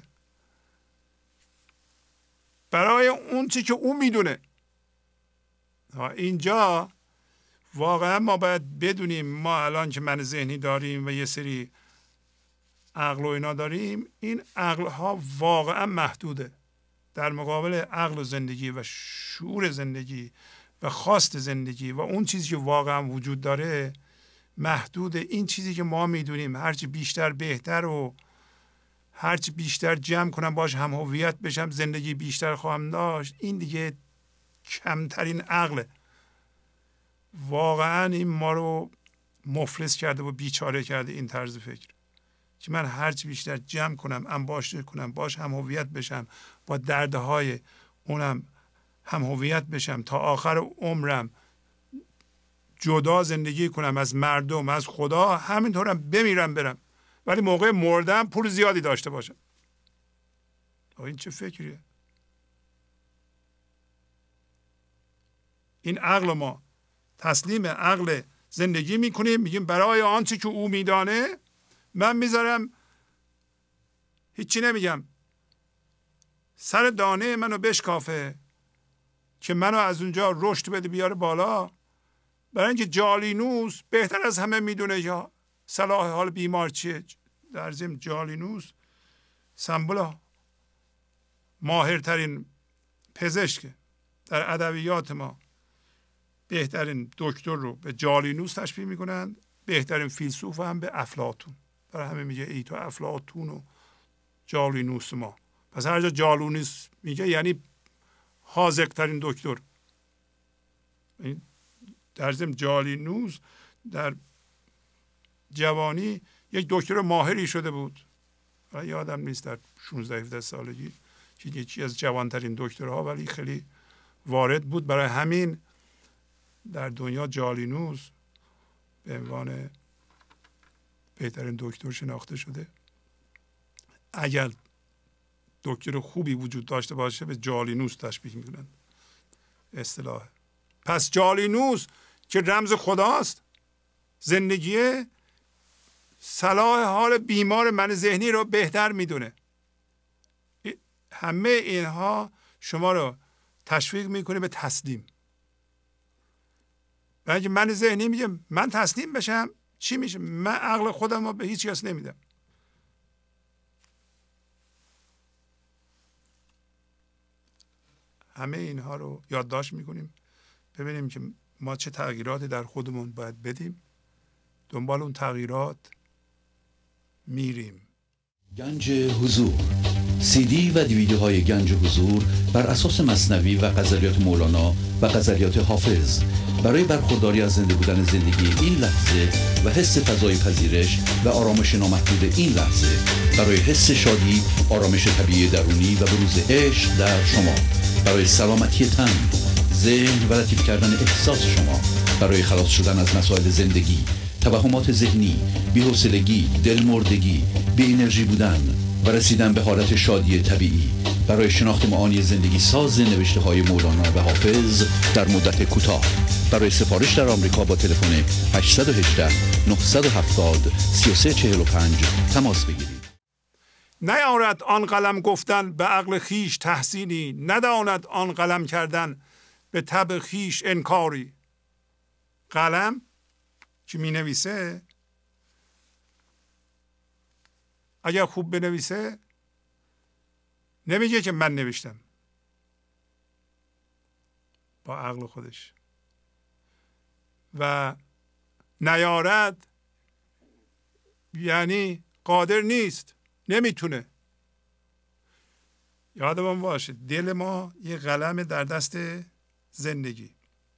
برای اون چی که او میدونه. اینجا واقعا ما باید بدونیم ما الان که من ذهنی داریم و یه سری عقل و اینا داریم، این عقل ها واقعا محدوده در مقابل عقل و زندگی و شعور زندگی و خواست زندگی و اون چیزی که واقعا وجود داره محدوده. این چیزی که ما میدونیم هرچی بیشتر بهتر و هرچی بیشتر جمع کنم باش هم هویت بشم زندگی بیشتر خواهم داشت، این دیگه کمترین عقله. واقعا این ما رو مفلس کرده و بیچاره کرده این طرز فکر که من هرچی بیشتر جمع کنم انباشته کنم باش هم هویت بشم با دردهای اونم هم هویت بشم تا آخر عمرم جدا زندگی کنم از مردم از خدا، همینطورم بمیرم برم ولی موقع مردم پول زیادی داشته باشم. این چه فکریه؟ این عقل ما تسلیم عقل زندگی میکنیم، میگیم برای آنچه که او میدانه من میذارم هیچی نمیگم، سر دانه منو بشکافه که منو از اونجا رشد بده بیاره بالا. برای اینکه جالینوس بهتر از همه میدونه یا صلاح حال بیمار چیه. در ضمن جالینوس سمبل ماهرترین پزشک در ادبیات ما. بهترین دکتر رو به جالینوس تشبیه میکنند، بهترین فیلسوف هم به افلاطون. برای همه میگه ای تو افلاطون و جالینوس ما. پس هر جا جالینوس میگه یعنی حاذق‌ترین دکتر. در ضمن جالینوس در جوانی یک دکتر ماهری شده بود. یادم نیست در 16-17 سالگی که یکی از جوانترین دکترها، ولی خیلی وارد بود. برای همین در دنیا جالینوس به عنوان بهترین دکتر شناخته شده. اگر دکتر خوبی وجود داشته باشه به جالینوس تشبیه میکنند اصطلاح. پس جالینوس که رمز خداست، زندگی صلاح حال بیمار من ذهنی رو بهتر میدونه. همه اینها شما رو تشویق میکنه به تسلیم. و اگه من ذهنی میگه من تسلیم بشم چی میشه؟ من عقل خودم رو به هیچ کس نمیدم. همه اینها رو یادداشت میکنیم ببینیم که ما چه تغییراتی در خودمون باید بدیم، دنبال اون تغییرات میریم. گنج حضور، CD و دیویدیوهای گنج حضور بر اساس مثنوی و غزلیات مولانا و غزلیات حافظ برای برخورداری از زنده بودن زندگی این لحظه و حس فضای پذیرش و آرامش نامحدود این لحظه، برای حس شادی، آرامش طبیعی درونی و بروز عشق در شما، برای سلامتی تن، ذهن و لطیف کردن احساس شما، برای خلاص شدن از مسائل زندگی، توهمات ذهنی، بی‌حوصلگی، دلمردگی، بی انرژی بودن و رسیدن به حالت شادی طبیعی، برای شناخت معانی زندگی ساز نوشته های مولانا و حافظ در مدت کوتاه. برای سفارش در آمریکا با تلفن 818 970 3345 تماس بگیرید. نیارد آن قلم گفتن به عقل خیش تحسینی، نداند آن قلم کردن به طبع خیش انکاری. قلم که می نویسه اگر خوب بنویسه نمیگه که من نوشتم با عقل خودش، و نیارد یعنی قادر نیست، نمیتونه. یادمون باشه دل ما یه قلم در دست زندگی.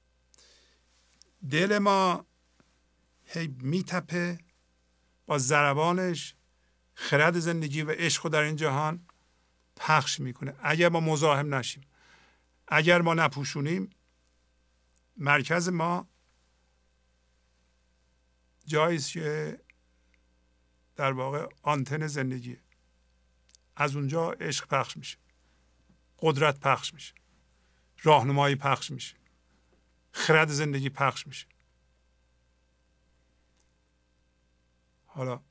دل ما هی میتپه با ضربانش خرد زندگی و عشق در این جهان پخش میکنه. اگر ما مزاحم نشیم، اگر ما نپوشونیم، مرکز ما جاییست که در واقع آنتن زندگی، از اونجا عشق پخش میشه، قدرت پخش میشه، راهنمایی پخش میشه، خرد زندگی پخش میشه. حالا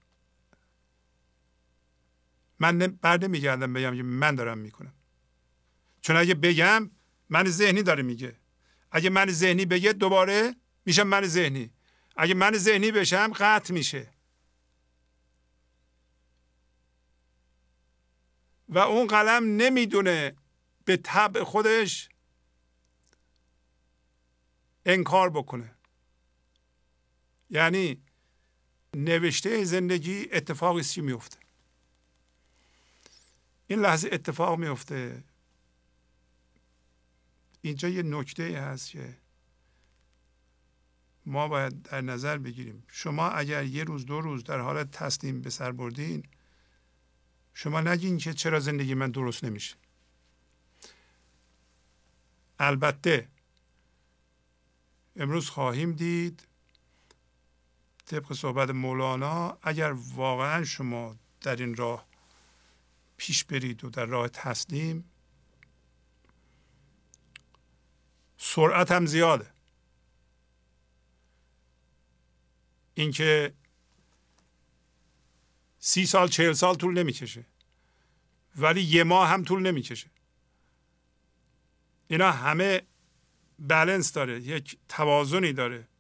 من بر نمیگردم بگم که من دارم میکنم، چون اگه بگم من ذهنی داره میگه. اگه من ذهنی بگه دوباره میشم من ذهنی. اگه من ذهنی بشم قطع میشه و اون قلم نمیدونه به طبع خودش انکار بکنه. یعنی نوشته زندگی اتفاقی چی میفته؟ این لحظه اتفاق میفته. اینجا یه نکته هست که ما باید در نظر بگیریم. شما اگر یه روز 2 روز در حالت تسلیم به سر بردین، شما نگین که چرا زندگی من درست نمیشه. البته امروز خواهیم دید طبق صحبت مولانا اگر واقعا شما در این راه پیش برید و در راه تسلیم، سرعت هم زیاده. اینکه 30 سال 40 سال طول نمیکشه، ولی 1 ماه هم طول نمیکشه. اینا همه بالانس داره، یک توازنی داره،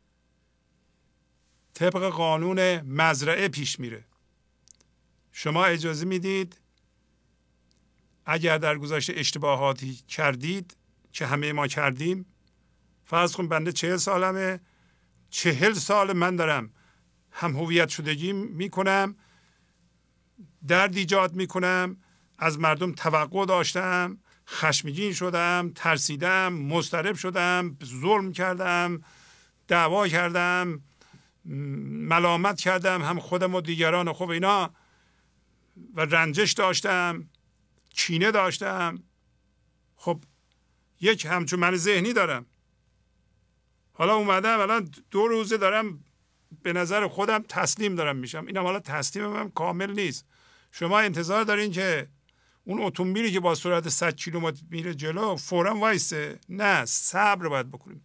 طبق قانون مزرعه پیش میره. شما اجازه میدید اگر در گذشته اشتباهاتی کردید که همه ما کردیم، فرض کن بنده 40 سالمه، 40 سال من دارم هم هویت شدگی میکنم، درد ایجاد میکنم، از مردم توقع داشتم، خشمگین شدم، ترسیدم، مضطرب شدم، ظلم کردم، دعوا کردم، ملامت کردم، هم خودم و دیگران. خب اینا و رنجش داشتم، کینه داشتم. خب یک همچون من ذهنی دارم. حالا اومدم الان 2 روزه دارم به نظر خودم تسلیم دارم میشم. اینم حالا تسلیمم هم کامل نیست. شما انتظار دارین که اون اتومبیلی که با سرعت 100 کیلومتر میره جلو فوراً وایسه؟ نه، صبر باید بکنیم.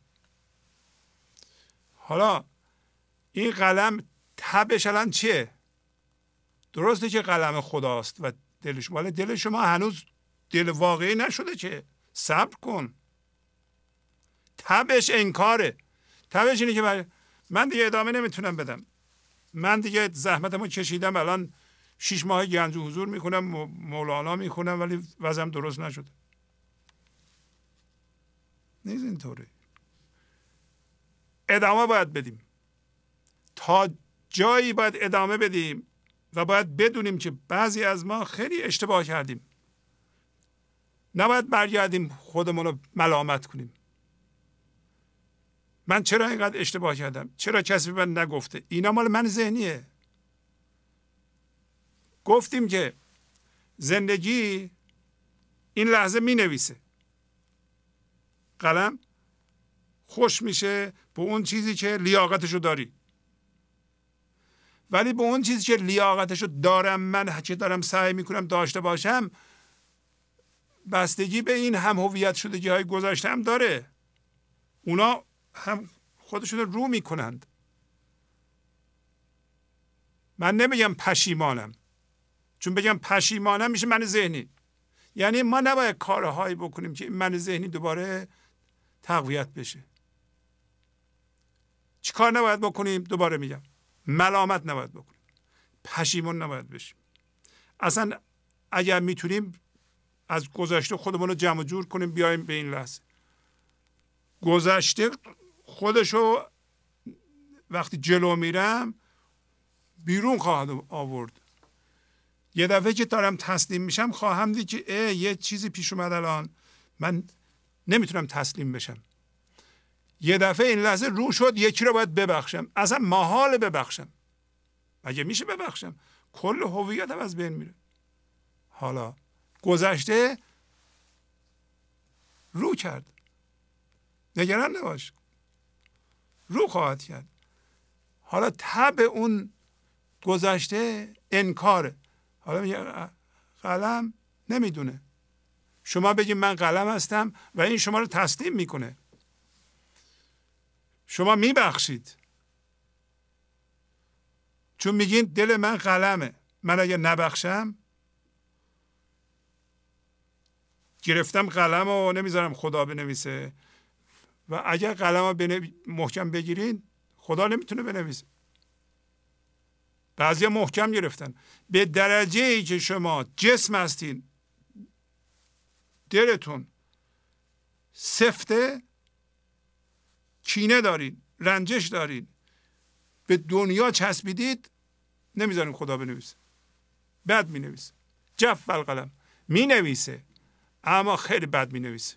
حالا این قلم تبش الان چیه؟ درسته که قلم خداست و دل شما، ولی دل شما هنوز دل واقعی نشده که. صبر کن. تبش انکاره. تبش اینه که من دیگه ادامه نمیتونم بدم. من دیگه زحمتمو کشیدم، الان 6 ماه گنج و حضور میکنم، مولانا میخونم، ولی وضعم درست نشده. نیست اینطوری. ادامه باید بدیم. تا جایی باید ادامه بدیم و باید بدونیم که بعضی از ما خیلی اشتباه کردیم. نباید برگردیم خودمون رو ملامت کنیم. من چرا اینقدر اشتباه کردم؟ چرا کسی به من نگفته؟ اینا مال من ذهنیه. گفتیم که زندگی این لحظه می نویسه. قلم خوش میشه به اون چیزی که لیاقتشو داری. ولی به اون چیزی که لیاقتشو دارم من که دارم سعی میکنم داشته باشم، بستگی به این هم هویت شدگی های گذشته هم داره. اونا هم خودشون رو میکنند. من نمیگم پشیمانم، چون بگم پشیمانم میشه من ذهنی. یعنی ما نباید کارهایی بکنیم که من ذهنی دوباره تقویت بشه. چی کار نباید بکنیم؟ دوباره میگم ملامت نباید بکنیم، پشیمان نباید بشیم. اصلا اگر میتونیم از گذشته خودمون رو جمع جور کنیم بیایم به این لحظه. گذشته خودشو وقتی جلو میرم بیرون خواهد آورد. یه دفعه که دارم تسلیم میشم خواهم دید که یه چیزی پیش اومد الان من نمیتونم تسلیم بشم. یه دفعه این لحظه رو شد یکی رو باید ببخشم. اصلا محال ببخشم. مگه میشه ببخشم؟ کل هویتم از بین میره. حالا گذشته رو کرد، نگران نباش، رو خواهد کرد. حالا طبع اون گذشته انکاره. حالا میگه قلم نمیدونه. شما بگید من قلم هستم و این شما رو تسلیم میکنه. شما میبخشید چون میگین دل من قلمه. من اگر نبخشم، گرفتم قلم و نمیذارم خدا بنویسه، و اگر قلم رو محکم بگیرین خدا نمیتونه بنویسه. بعضیا محکم گرفتن. به درجه ای که شما جسم هستین، دلتون سفته، کینه دارین، رنجش دارین، به دنیا چسبیدید، نمیذارین خدا بنویسه. بد مینویسه. جف القلم مینویسه اما خیلی بد مینویسه.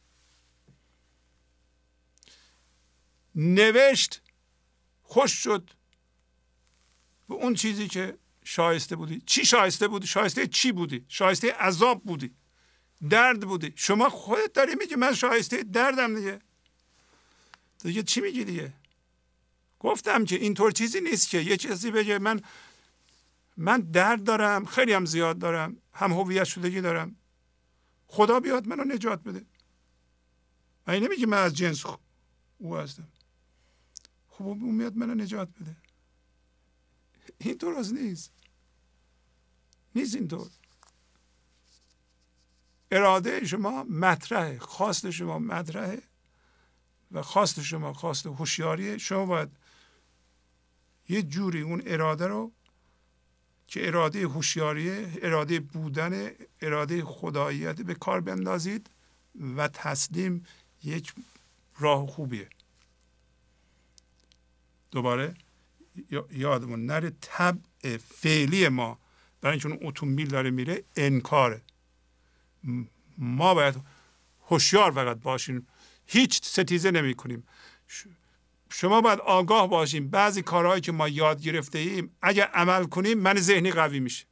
نوشت خوش شد به اون چیزی که شایسته بودی. چی شایسته بودی؟ شایسته چی بودی؟ شایسته عذاب بودی، درد بودی. شما خودت داری میگی من شایسته دردم دیگه چی میگی دیگه؟ گفتم که اینطور چیزی نیست که یه چیزی بگه من درد دارم، خیلی هم زیاد دارم، هم هویت شدگی دارم، خدا بیاد منو نجات بده. من نمیگی من از جنس او هستم، خب اون میاد منو نجات بده. اینطور از نیست اینطور. اراده شما مطرحه، خواست شما مطرحه و خواست شما خواست هوشیاریه. شما باید یه جوری اون اراده رو که اراده هوشیاریه، اراده بودن، اراده خداییت به کار بندازید و تسلیم یک راه خوبیه. دوباره یادمون نره طبع فعلی ما برای اینکه اون اتومبیل داره میره انکاره. ما باید هوشیار فقط باشیم، هیچ ستیزه نمی کنیم. شما باید آگاه باشیم بعضی کارهایی که ما یاد گرفته ایم اگر عمل کنیم من ذهنی قوی میشه.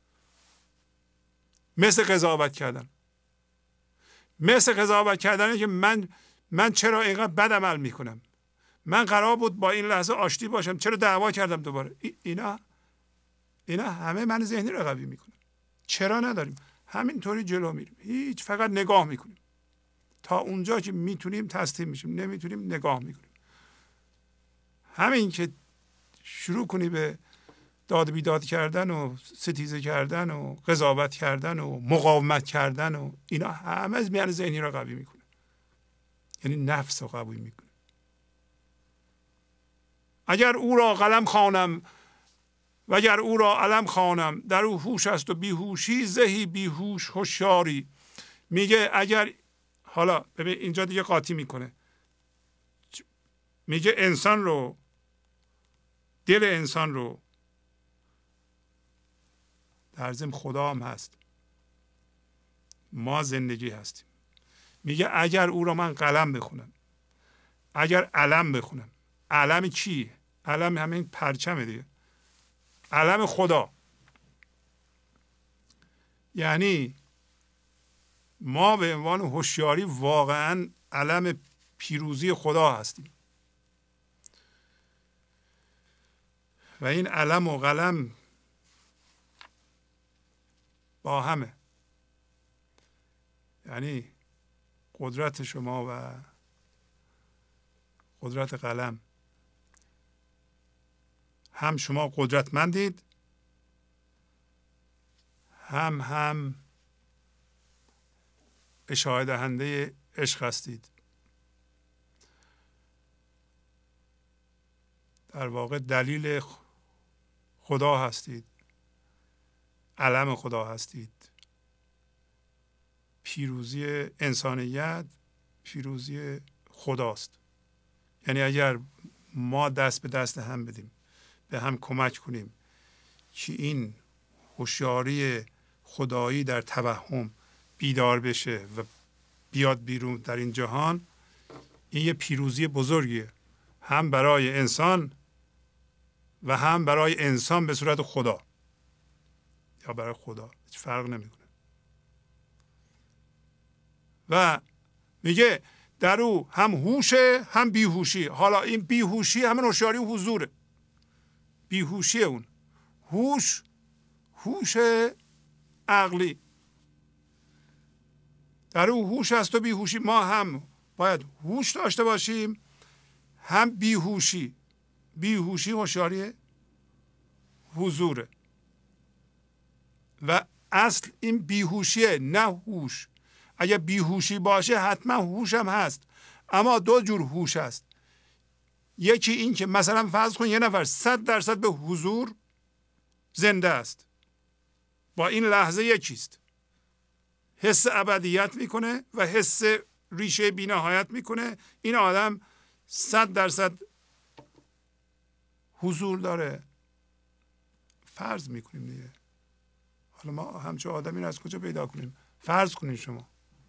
مثل قضاوت کردن. مثل قضاوت کردنه که من چرا اینقدر بد عمل میکنم، من قرار بود با این لحظه آشتی باشم، چرا دعوا کردم دوباره. اینا همه من ذهنی رو قوی میکنه. چرا نداریم؟ همینطوری جلو میریم، هیچ، فقط نگاه میکنیم. تا اونجا که میتونیم تسلیم میشیم، نمیتونیم نگاه میکنیم. همین که شروع کنی به داد بیداد کردن و ستیزه کردن و قضاوت کردن و مقاومت کردن و اینا همه از میان ذهنی رو قوی میکنه، یعنی نفس رو قوی میکنه. اگر او را قلم خوانم و اگر او را علم خوانم، در او هوش است و بیهوشی، زهی بیهوش هوشیاری. میگه اگر، حالا ببین اینجا دیگه قاطی میکنه، میگه انسان رو، دل انسان رو، در ضمن خدا هم هست، ما زندگی هستیم. میگه اگر او را من قلم بخونم، اگر علم بخونم. علم چی؟ علم همین پرچمه دیگه، علم خدا. یعنی ما به عنوان هوشیاری واقعا علم پیروزی خدا هستیم و این علم و قلم با همه، یعنی قدرت شما و قدرت قلم. هم شما قدرتمندید، هم اشاره دهنده عشق هستید. در واقع دلیل خدا هستید، علم خدا هستید. پیروزی انسانیت پیروزی خداست. یعنی اگر ما دست به دست هم بدیم، به هم کمک کنیم که این هوشیاری خدایی در توهم بیدار بشه و بیاد بیرون در این جهان، این یه پیروزی بزرگیه، هم برای انسان و هم برای انسان به صورت خدا یا برای خدا، هیچ فرق نمیکنه. و میگه در او هم هوشه هم بیهوشی. حالا این بیهوشی همون هوشیاری و حضوره. بیهوشی اون هوش عقلی. در او هوش است و بیهوشی. ما هم باید هوش داشته باشیم هم بیهوشی. بیهوشی هوشیاری حضوره و اصل این بیهوشیه، نه هوش. اگه بیهوشی باشه حتما هوش هم هست، اما دو جور هوش است. یکی این که مثلا فرض کن یه نفر 100% به حضور زنده است، با این لحظه یکیست، حس ابدیت میکنه و حس ریشه بی‌نهایت میکنه. این آدم 100% حضور داره. فرض میکنیم دیگه. حالا ما همچه آدمی رو از کجا پیدا کنیم؟ فرض کنید شما.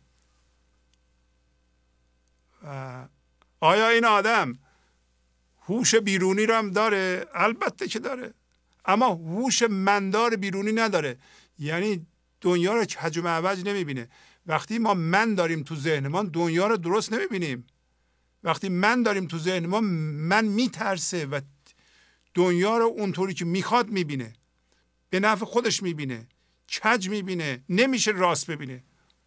آیا این آدم هوش بیرونی رو هم داره؟ البته که داره، اما هوش مندار بیرونی نداره. یعنی دنیا رو کج و معوج نمیبینه. وقتی ما من داریم تو ذهن ما، دنیا رو درست نمیبینیم. وقتی من داریم تو ذهن ما، من میترسه و دنیا رو اونطوری که میخواد میبینه، به نفع خودش میبینه، کج میبینه، نمیشه راست ببینه.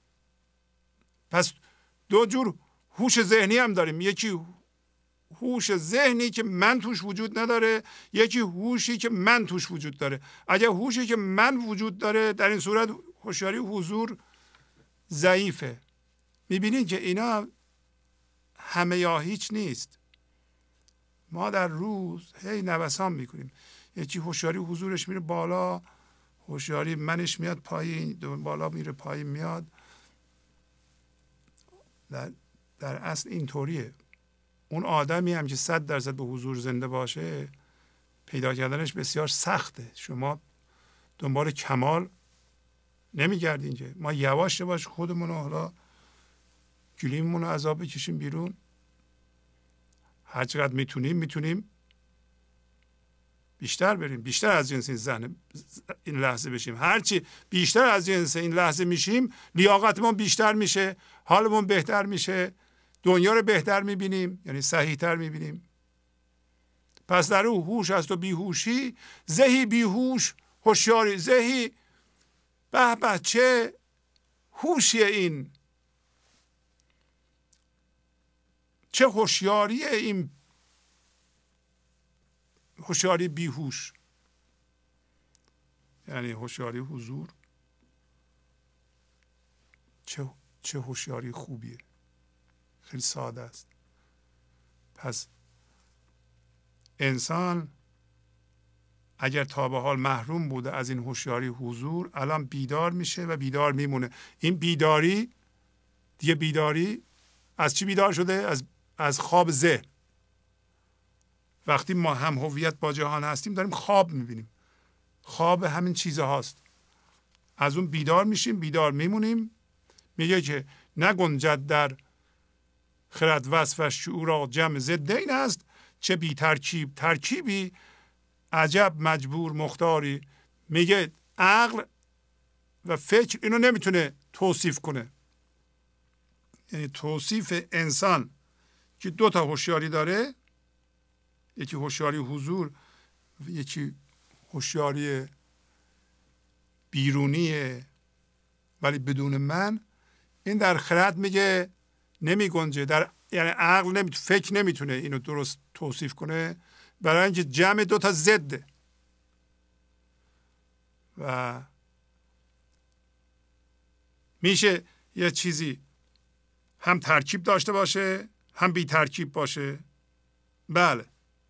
پس دو جور هوش ذهنی هم داریم. یکی هوش ذهنی که من توش وجود نداره، یکی هوشی که من توش وجود داره. اگر هوشی که من وجود داره، در این صورت هوشیاری حضور ضعیفه. میبینید که اینا همه یا هیچ نیست. ما در روز هی نوسان میکنیم. یکی هوشیاری حضورش میره بالا، هوشیاری منش میاد پایین، بالا میره پایین میاد. در اصل اینطوریه. اون آدمی هم که 100% به حضور زنده باشه، پیدا کردنش بسیار سخته. شما دنبال کمال نمیگردین که. ما یواش یواش خودمون رو حالا گلیممون رو عذاب بکشیم بیرون. هر چقدر میتونیم بیشتر بریم، بیشتر از جنس این لحظه بشیم. هرچی بیشتر از جنس این لحظه میشیم، لیاقتمون بیشتر میشه، حالمون بهتر میشه، دنیا رو بهتر میبینیم، یعنی صحیحتر میبینیم. پس در او هوش است و بیهوشی، زهی بیهوش هوشیاری. زهی، به به چه هوشیه این، چه هوشیاریه این هوشیاری بیهوش، یعنی هوشیاری حضور. چه هوشیاری خوبیه. خیلی ساده است. پس انسان اگر تا به حال محروم بوده از این هوشیاری حضور، الان بیدار میشه و بیدار میمونه. این بیداری دیگه، بیداری از چی بیدار شده؟ از خواب ذهن. وقتی ما هم هویت با جهان هستیم، داریم خواب میبینیم. خواب همین چیزهاست. از اون بیدار میشیم، بیدار میمونیم. میگه که نگنجد در خرد وصفش شعورا جمع ضدین است، چه بی ترکیب ترکیبی عجب مجبور مختاری. میگه عقل و فکر اینو نمیتونه توصیف کنه. یعنی توصیف انسان که دو تا هوشیاری داره، یکی هوشیاری حضور و یکی هوشیاری بیرونیه ولی بدون من، این در خرد میگه نمی گنجه. یعنی عقل فکر نمیتونه اینو درست توصیف کنه، برای اینکه جمع دو تا ضده و میشه یه چیزی هم ترکیب داشته باشه هم بی ترکیب باشه. بله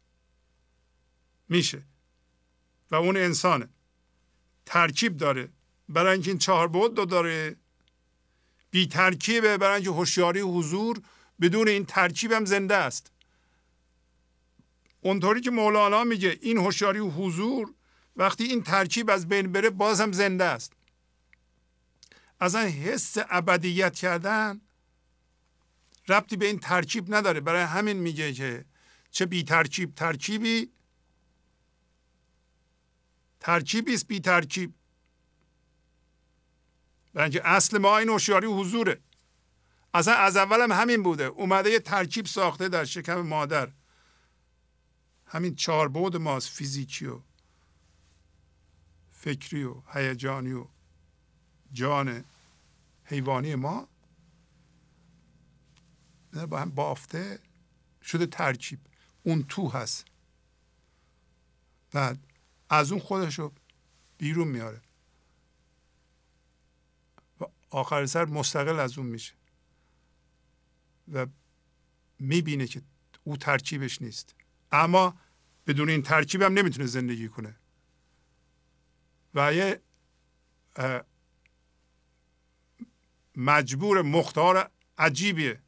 میشه. و اون انسانه ترکیب داره برای اینکه این 4 بعد رو داره، بی ترکیبه برای اینکه هوشیاری حضور بدون این ترکیب هم زنده است. اونطوری که مولانا میگه این هوشیاری حضور وقتی این ترکیب از بین بره باز هم زنده است. اصلا حس ابدیت کردن ربطی به این ترکیب نداره. برای همین میگه که چه بی ترکیب ترکیبی، ترکیبی است بی ترکیب. برای اینکه اصل ما این هوشیاری حضوره. اصلا از اول هم همین بوده. اومده یه ترکیب ساخته در شکم مادر. همین 4 بعد ماست، فیزیکی و فکری و هیجانی و جان حیوانی ما با هم بافته شده ترکیب. اون تو هست. بعد از اون خودشو بیرون میاره و آخر سر مستقل از اون میشه و میبینه که او ترکیبش نیست، اما بدون این ترکیب هم نمیتونه زندگی کنه و یه مجبور مختار عجیبیه.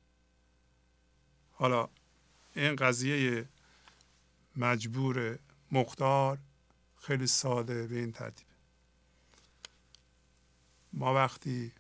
حالا این قضیه مجبور مختار خیلی ساده به این ترتیب. ما وقتی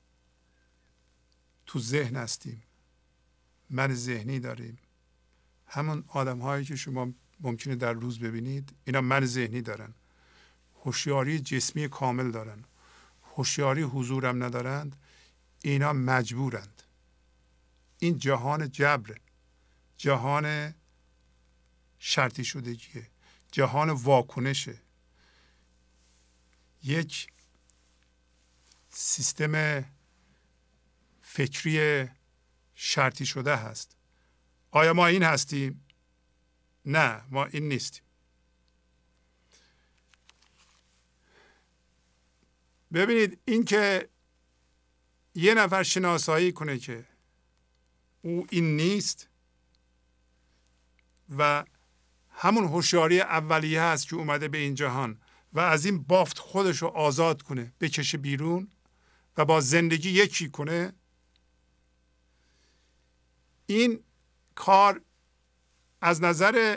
تو ذهن هستیم، من ذهنی داریم، همون آدم هایی که شما ممکنه در روز ببینید اینا من ذهنی دارن، هوشیاری جسمی کامل دارن، هوشیاری حضورم ندارند، اینا مجبورند. این جهان جبر، جهان شرطی شدگیه، جهان واکنشه، یک سیستم فکری شرطی شده هست. آیا ما این هستیم؟ نه، ما این نیستیم. ببینید این که یه نفر شناسایی کنه که او این نیست و همون هوشیاری اولیه هست که اومده به این جهان و از این بافت خودش رو آزاد کنه، بکشه بیرون و با زندگی یکی کنه، این کار از نظر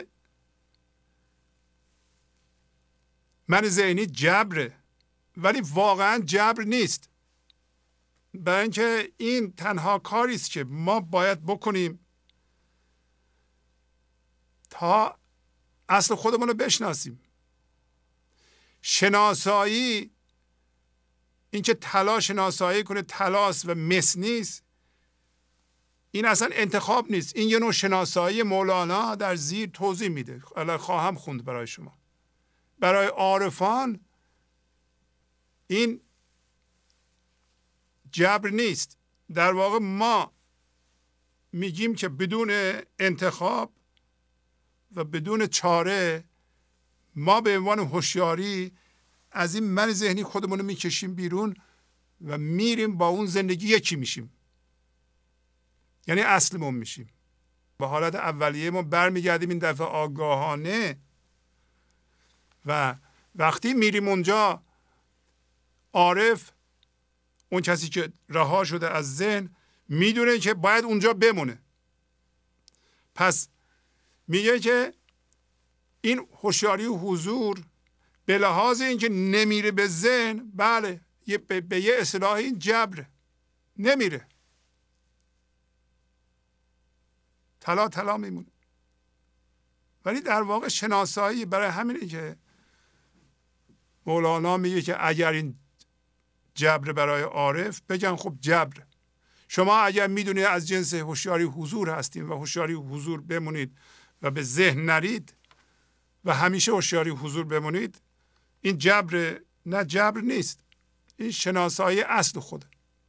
من ذهنی جبره، ولی واقعا جبر نیست. برای اینکه این تنها کاری است که ما باید بکنیم تا اصل خودمون رو بشناسیم. شناسایی، اینکه طلا شناسایی کنه طلاست و مس نیست، این اصلا انتخاب نیست. این یه نوع شناسایی مولانا در زیر توضیح میده، الان خواهم خوند برای شما. برای عارفان این جبر نیست. در واقع ما میگیم که بدون انتخاب و بدون چاره ما به عنوان هوشیاری از این من ذهنی خودمون رو میکشیم بیرون و میریم با اون زندگی یکی میشیم، یعنی اصلمون میشیم. به حالت اولیه ما برمیگردیم این دفعه آگاهانه و وقتی میریم اونجا، عارف، اون کسی که رها شده از ذهن، میدونه که باید اونجا بمونه. پس میگه که این هوشیاری و حضور به لحاظ اینکه نمیره به ذهن، بله به یه اصطلاح این جبره، نمیره، طلا میمونه. ولی در واقع شناسایی، برای همینه که مولانا میگه که اگر این جبر برای عارف، بگن خب جبر. شما اگر میدونید از جنس هوشیاری حضور هستیم و هوشیاری حضور بمونید و به ذهن نرید و همیشه هوشیاری حضور بمونید، این جبر. نه، جبر نیست، این شناسایی اصل خوده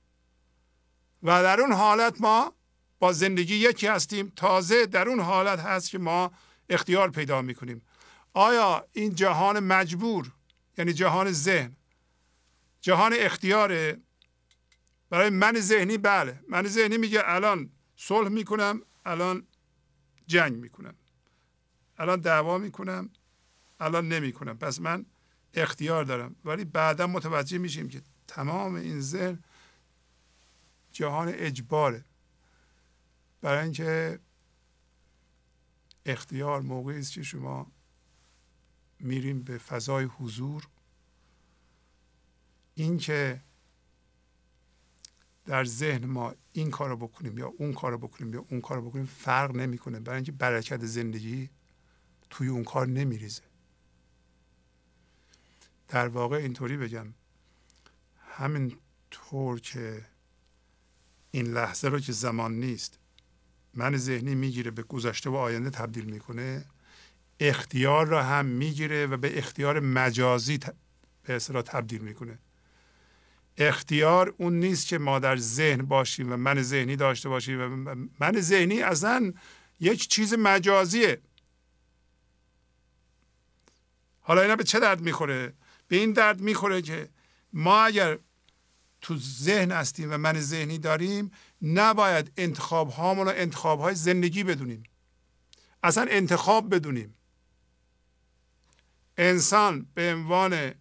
و در اون حالت ما با زندگی یکی هستیم. تازه در اون حالت هست که ما اختیار پیدا میکنیم. آیا این جهان مجبور، یعنی جهان ذهن، جهان اختیاره برای من ذهنی؟ بله، من ذهنی میگه الان صلح میکنم، الان جنگ میکنم، الان دعوا میکنم، الان نمیکنم، پس من اختیار دارم. ولی بعدا متوجه میشیم که تمام این ذهن جهان اجباره، برای اینکه اختیار موقعی است که شما میریم به فضای حضور. این که در ذهن ما این کارو بکنیم یا اون کارو بکنیم یا اون کارو بکنیم فرق نمیکنه، برای اینکه برکت زندگی توی اون کار نمیریزه. در واقع اینطوری بگم، همین طور که این لحظه رو که زمان نیست من ذهنی میگیره به گذشته و آینده تبدیل میکنه، اختیار را هم میگیره و به اختیار مجازی به اصطلاح تبدیل میکنه. اختیار اون نیست که ما در ذهن باشیم و من ذهنی داشته باشیم و من ذهنی اصلا یک چیز مجازیه. حالا اینا به چه درد میخوره؟ به این درد میخوره که ما اگر تو ذهن هستیم و من ذهنی داریم، نباید انتخاب هامون رو انتخاب های زندگی بدونیم، اصلا انتخاب بدونیم. انسان به عنوان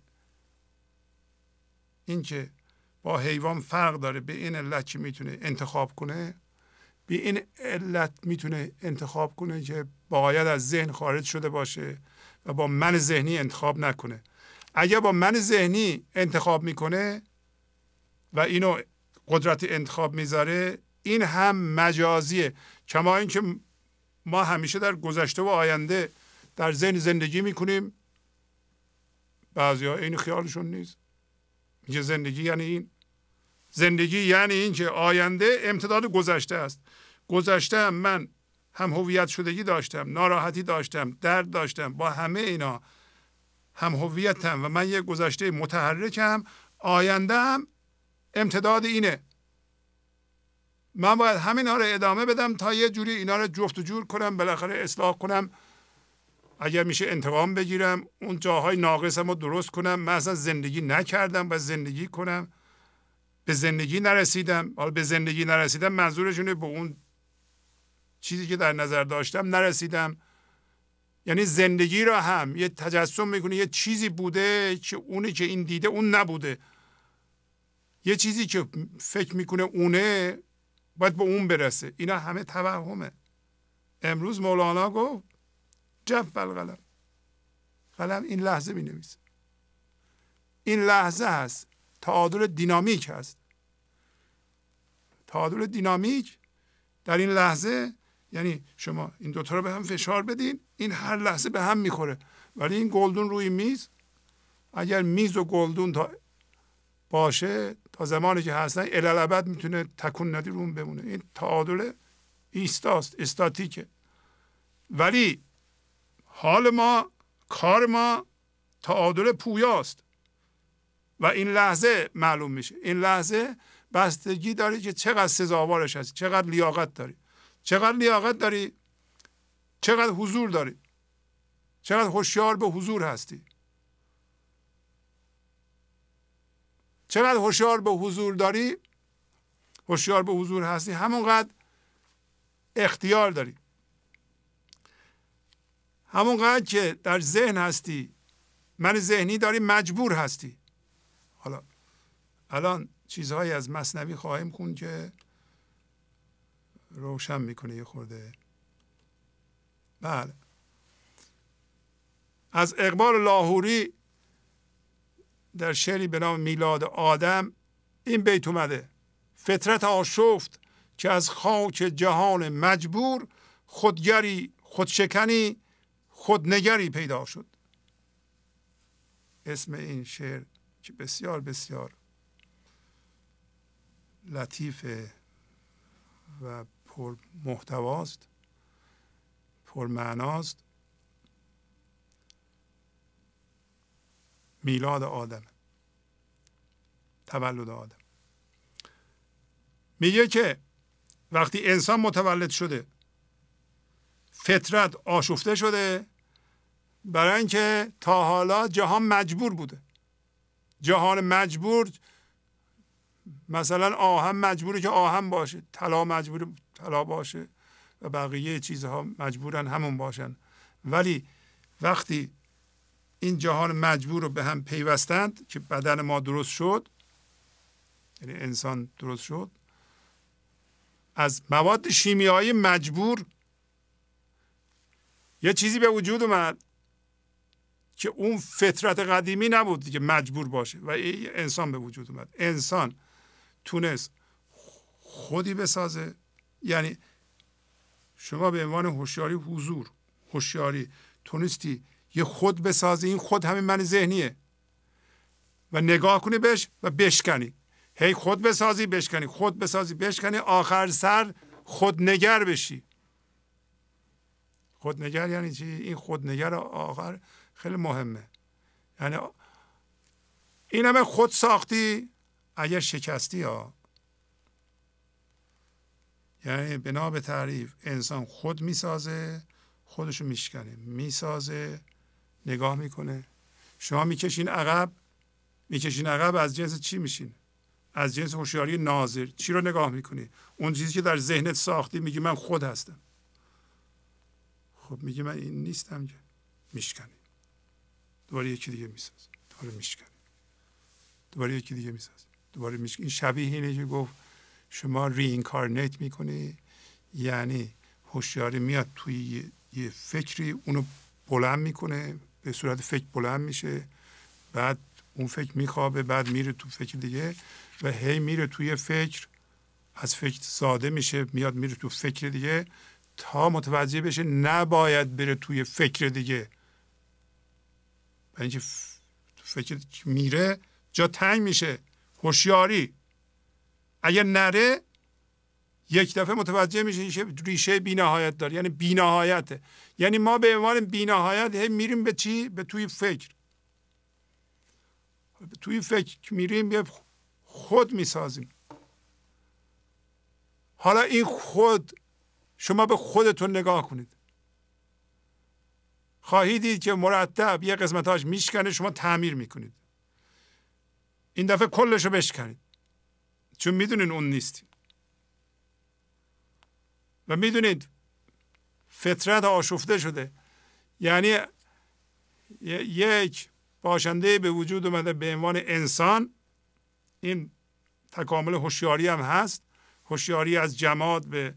اینکه با حیوان فرق داره، به این علت که میتونه انتخاب کنه، به این علت میتونه انتخاب کنه که باید از ذهن خارج شده باشه و با من ذهنی انتخاب نکنه. اگر با من ذهنی انتخاب میکنه و اینو قدرت انتخاب میذاره، این هم مجازیه. کما اینکه ما همیشه در گذشته و آینده در ذهن زندگی میکنیم، بعضیا این خیالشون نیست، میگه زندگی یعنی این. زندگی یعنی این که آینده امتداد گذشته است. گذشته هم من هم هویت شدگی داشتم، ناراحتی داشتم، درد داشتم، با همه اینا هم هویتم و من یک گذشته متحرکم. آینده هم امتداد اینه. من باید همینا رو ادامه بدم تا یه جوری اینا رو جفت و جور کنم، بالاخره اصلاح کنم، اگر میشه انتقام بگیرم، اون جاهای ناقصم رو درست کنم. من اصلا زندگی نکردم و زندگی کنم، به زندگی نرسیدم. حالا به زندگی نرسیدم منظورشونه به اون چیزی که در نظر داشتم نرسیدم. یعنی زندگی را هم یه تجسم میکنه، یه چیزی بوده که اونی که این دیده اون نبوده، یه چیزی که فکر میکنه اونه باید به اون برسه. اینا همه توهمه. امروز مولانا گفت جف القلم، قلم این لحظه می نویسه. این لحظه هست، تعادل دینامیک هست. تعادل دینامیک در این لحظه یعنی شما این دوتا رو به هم فشار بدین، این هر لحظه به هم میخوره. ولی این گلدون روی میز، اگر میز و گلدون تا باشه تا زمانی که هستن الالبد میتونه تکون ندی روم بمونه. این تعادل ایستاست، استاتیکه. ولی حال ما، کار ما تعادل پویاست و این لحظه معلوم میشه. این لحظه بستگی داره که چقدر سزاوارش هستی، چقدر لیاقت داری، چقدر لیاقت داری، چقدر حضور داری، چقدر هوشیار به حضور هستی. چقدر هوشیار به حضور داری، هوشیار به حضور هستی، همونقدر اختیار داری. همونقدر که در ذهن هستی، من ذهنی داری، مجبور هستی. حالا الان چیزهایی از مثنوی خواهیم خوند که روشن میکنه یه خورده. بله، از اقبال لاهوری در شعری به نام میلاد آدم این بیت اومده: فطرت آشفت که از خاک جهان مجبور، خودگری خودشکنی خودنگری پیدا شد. اسم این شعر که بسیار بسیار لطیفه و پر محتواست، پر معناست. میلاد آدم، تولد آدم. میگه که وقتی انسان متولد شده، فطرت آشفته شده، برای اینکه تا حالا جهان مجبور بوده. جهان مجبور، مثلا آهن مجبوره که آهن باشه، طلا مجبوره طلا باشه و بقیه چیزها مجبورن همون باشن. ولی وقتی این جهان مجبور رو به هم پیوستند که بدن ما درست شد، یعنی انسان درست شد، از مواد شیمیایی مجبور یه چیزی به وجود اومد که اون فطرت قدیمی نبود دیگه مجبور باشه و انسان به وجود اومد. انسان تونست خودی بسازه. یعنی شما به عنوان هوشیاری حضور، هوشیاری تونستی یه خود بسازی. این خود همین من ذهنیه و نگاه کنی بهش و بشکنی. هی خود بسازی بشکنی، خود بسازی بشکنی، آخر سر خودنگر بشی. خودنگر یعنی چی؟ این خودنگر آخر خیلی مهمه. یعنی این همه خود ساختی، اگر شکستی ها، یعنی بنا به تعریف انسان خود میسازه، خودشو میشکنه، میسازه، نگاه میکنه. شما میکشین عقب، میکشین عقب، از جنس چی میشین؟ از جنس هوشیاری ناظر. چی رو نگاه میکنی؟ اون چیزی که در ذهنت ساختی، میگی من خود هستم. خب میگی من این نیستم که، میشکنی، دوباره یکی دیگه میسازی، دوباره میشکنی، دوباره یکی دیگه میسازی، دوباره میشکنی. این شبیه اینه که گفت شما رینکارنیت میکنی، یعنی هوشیاری میاد توی یه فکری، اونو بلند میکنه، به صورت فکر بلند میشه، بعد اون فکر میخوابه، بعد میره تو فکر دیگه و هی میره توی فکر، از فکر ساده میشه، میاد میره تو فکر دیگه تا متوجه بشه نباید بره توی فکر دیگه. و اینکه تو فکر میره جا تنگ میشه. هوشیاری اگر نره یک دفعه متوجه میشه ریشه بی‌نهایت داره، یعنی بی‌نهایته. یعنی ما به عنوان بی‌نهایت هی میریم به چی؟ به توی فکر. توی فکر میریم یه خود میسازیم. حالا این خود، شما به خودتون نگاه کنید، خواهید دید که مرتب یه قسمتاش میشکنه، شما تعمیر میکنید. این دفعه کلش رو بشکنید، چون میدونین اون نیستید و میدونید فطرت آشفته شده. یعنی یک باشنده به وجود اومده به عنوان انسان. این تکامل هوشیاری هم هست. هوشیاری از جماد به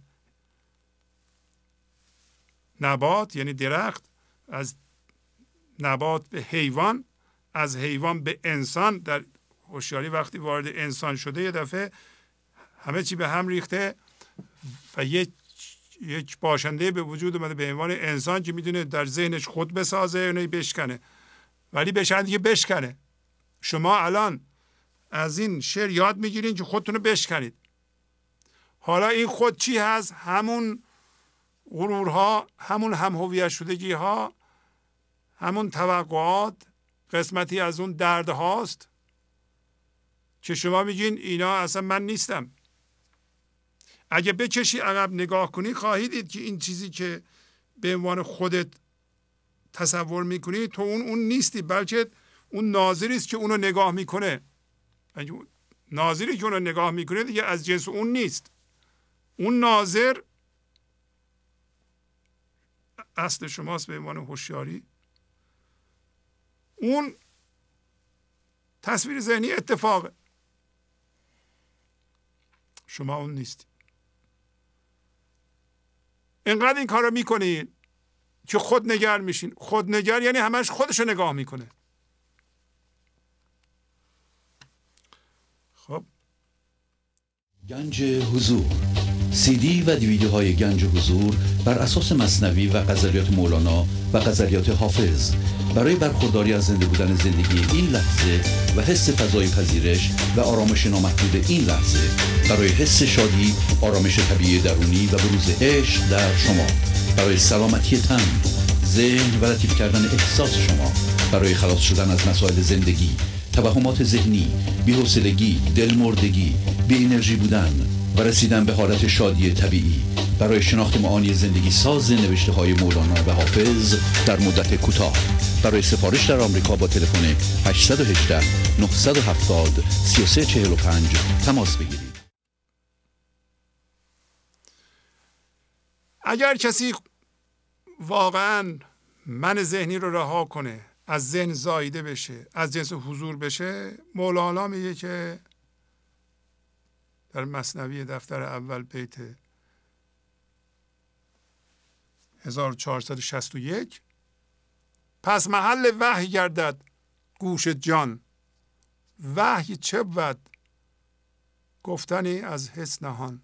نبات یعنی درخت، از نبات به حیوان، از حیوان به انسان. در هوشیاری وقتی وارد انسان شده یه دفعه همه چی به هم ریخته و یک باشنده به وجود اومده به عنوان انسان که میتونه در ذهنش خود بسازه، اونایی بشکنه، ولی به شرطی که بشکنه. شما الان از این شعر یاد میگیرین که خودتون رو بشکنید. حالا این خود چی هست؟ همون غرورها، همون هم هویت شدگی ها، همون توقعات، قسمتی از اون درد هاست که شما میگین اینا اصلا من نیستم. اگه بکشی عقب نگاه کنی خواهید دید که این چیزی که به عنوان خودت تصور میکنی تو اون نیستی، بلکه اون ناظری است که اونو نگاه میکنه. ناظری که اونو نگاه میکنه دیگه از جنس اون نیست. اون ناظر اصل شماست به عنوان هوشیاری. اون تصویر ذهنی اتفاقه، شما اون نیستی. اینقدر این کار رو میکنین که خودنگر میشین. خودنگر یعنی همش خودشو نگاه میکنه. خب گنج حضور، CD و دیویدیوهای گنج حضور بر اساس مثنوی و غزلیات مولانا و غزلیات حافظ برای برخورداری از زنده بودن زندگی این لحظه و حس فضای پذیرش و آرامش نامحدود این لحظه، برای حس شادی، آرامش طبیعی درونی و بروز عشق در شما، برای سلامتی تن، ذهن و لطیف کردن احساس شما، برای خلاص شدن از مسائل زندگی، توهمات ذهنی، بی‌حوصلگی، دلمردگی، بی انرژی بودن و رسیدن به حالت شادی طبیعی، برای شناخت معانی زندگی ساز نوشته های مولانا و حافظ در مدت کوتاه. برای سفارش در آمریکا با تلفن 818 970 3345 تماس بگیرید. اگر کسی واقعا من ذهنی رو رها کنه، از ذهن زایده بشه، از جنس حضور بشه، مولانا میگه که در مثنوی دفتر اول بیت 1461 پس محل وحی گردد گوش جان، وحی چه بود گفتنی از حس نهان.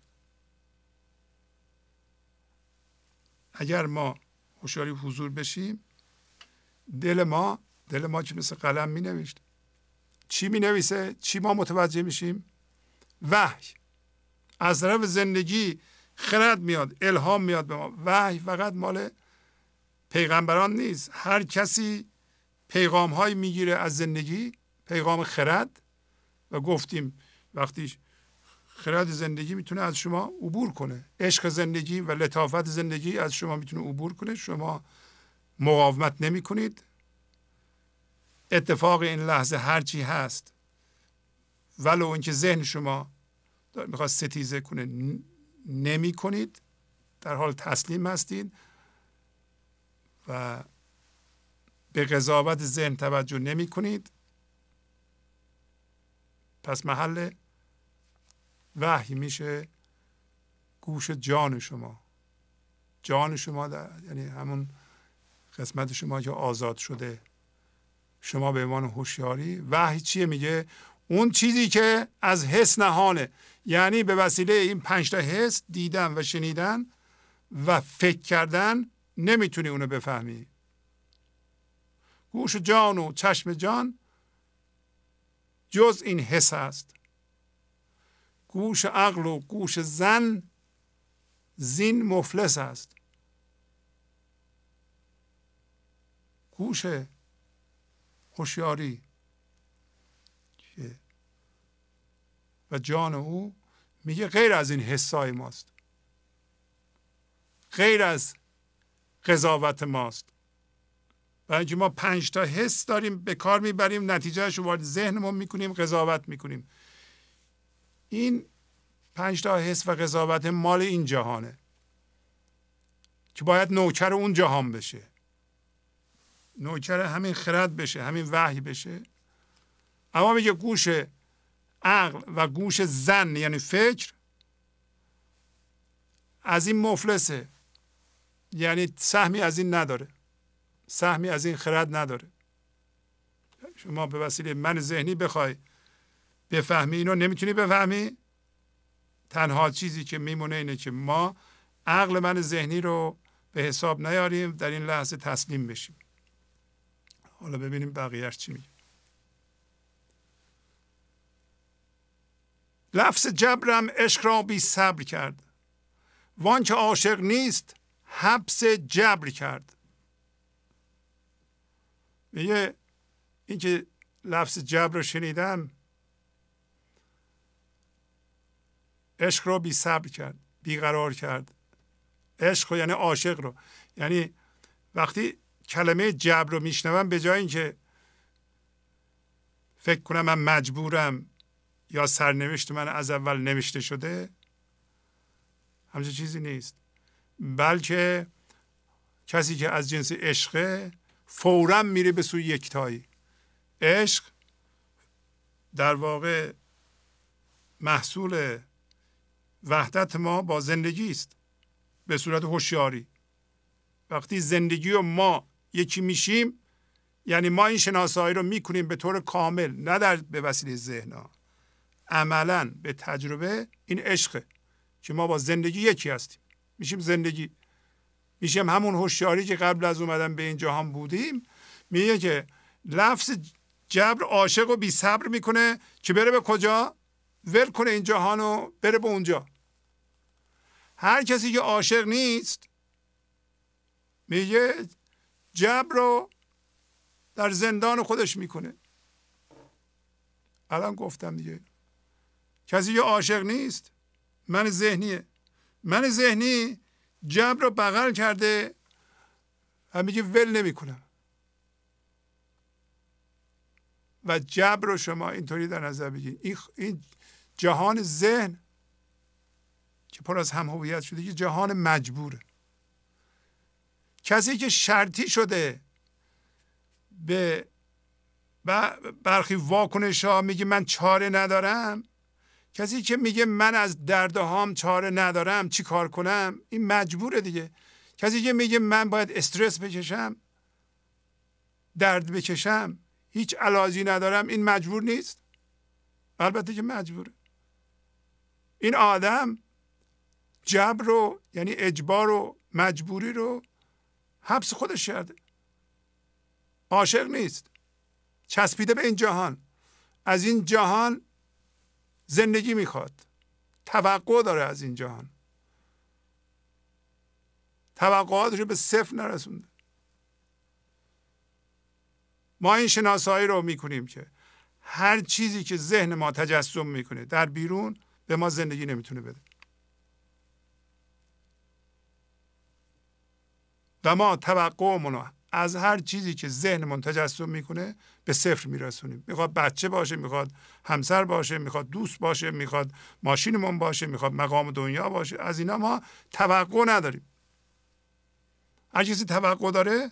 اگر ما هوشیاری حضور بشیم، دل ما که مثل قلم می نوشت، چی می نویسه؟ چی ما متوجه میشیم؟ وحی از طرف زندگی، خرد میاد، الهام میاد به ما. وحی فقط مال پیغمبران نیست، هر کسی پیغام های میگیره از زندگی، پیغام خرد. و گفتیم وقتی خرد زندگی میتونه از شما عبور کنه، عشق زندگی و لطافت زندگی از شما میتونه عبور کنه، شما مقاومت نمی کنید. اتفاق این لحظه هرچی هست ولو اینکه ذهن شما میخواد ستیزه کنه نمی کنید، در حال تسلیم هستید و به قضاوت ذهن توجه نمی کنید. پس محل وحی میشه گوش جان شما. جان شما یعنی همون قسمت شما که آزاد شده، شما به عنوان هوشیاری. وحی چیه؟ میگه اون چیزی که از حس نهانه، یعنی به وسیله این 5 تا حس، دیدن و شنیدن و فکر کردن، نمیتونی اونو بفهمی. گوش جان و چشم جان جز این حس است. گوش عقل و گوش زن زین مفلس است. گوش هوشیاری و جان او میگه غیر از این حسای ماست، غیر از قضاوت ماست. برای اینکه ما 5 تا حس داریم به کار میبریم، نتیجهش رو وارد ذهنمون میکنیم، قضاوت میکنیم. این 5 تا حس و قضاوت مال این جهانه که باید نوکر اون جهان بشه، نوکر همین خرد بشه، همین وحی بشه. اما میگه گوش عقل و گوش زن یعنی فکر از این مفلسه، یعنی سهمی از این نداره، سهمی از این خرد نداره. شما به وسیله من ذهنی بخوای بفهمی اینو نمیتونی بفهمی. تنها چیزی که میمونه اینه که ما عقل من ذهنی رو به حساب نیاریم، در این لحظه تسلیم بشیم. حالا ببینیم بقیهش چی میگه. لفظ جبرم عشق را بی صبر کرد، وان که عاشق نیست حبس جبر کرد. میگه این که لفظ جبر رو شنیدم، عشق رو بی صبر کرد، بیقرار کرد. عشق رو یعنی عاشق رو، یعنی وقتی کلمه جبر رو میشنوم، به جای اینکه فکر کنم من مجبورم یا سرنوشت من از اول نوشته شده، همچین چیزی نیست. بلکه کسی که از جنس عشقه فوراً میره به سوی یکتایی. عشق در واقع محصول وحدت ما با زندگی است به صورت هوشیاری. وقتی زندگی و ما یکی میشیم، یعنی ما این شناسایی رو میکنیم به طور کامل، نه به وسیله ذهنها، عملاً به تجربه. این عشقه که ما با زندگی یکی هستیم، میشیم زندگی، میشیم همون هوشیاری که قبل از اومدن به این جهان بودیم. میگه که لفظ جبر عاشق و بی صبر میکنه که بره به کجا؟ ول کنه این جهان و بره به اونجا. هر کسی که عاشق نیست، میگه جبر رو در زندان خودش میکنه. الان گفتم دیگه، کسی که عاشق نیست من ذهنیه. من ذهنی جبر رو بغل کرده و میگه ول نمیکنم. و جبر رو شما اینطوری در نظر بگیرید، این جهان ذهن که پر از هم هویت شده یه جهان مجبوره. کسی که شرطی شده به برخی واکنش ها میگه من چاره ندارم، کسی که میگه من از دردهام چاره ندارم چی کار کنم، این مجبوره دیگه. کسی که میگه من باید استرس بکشم، درد بکشم، هیچ علاجی ندارم، این مجبور نیست؟ البته که مجبوره. این آدم جبر رو یعنی اجبار و مجبوری رو حبس خودش کرده. عاشق نیست، چسبیده به این جهان، از این جهان زندگی میخواد، توقع داره از این جهان، توقعاتش رو به صفر نرسونده. ما این شناسایی رو میکنیم که هر چیزی که ذهن ما تجسم میکنه در بیرون به ما زندگی نمیتونه بده. و ما توقعمون رو از هر چیزی که ذهنمون تجسم میکنه به صفر میرسونیم. میخواد بچه باشه، میخواد همسر باشه، میخواد دوست باشه، میخواد ماشینمون باشه، میخواد مقام دنیا باشه. از اینا ما توقع نداریم. هر کسی توقع داره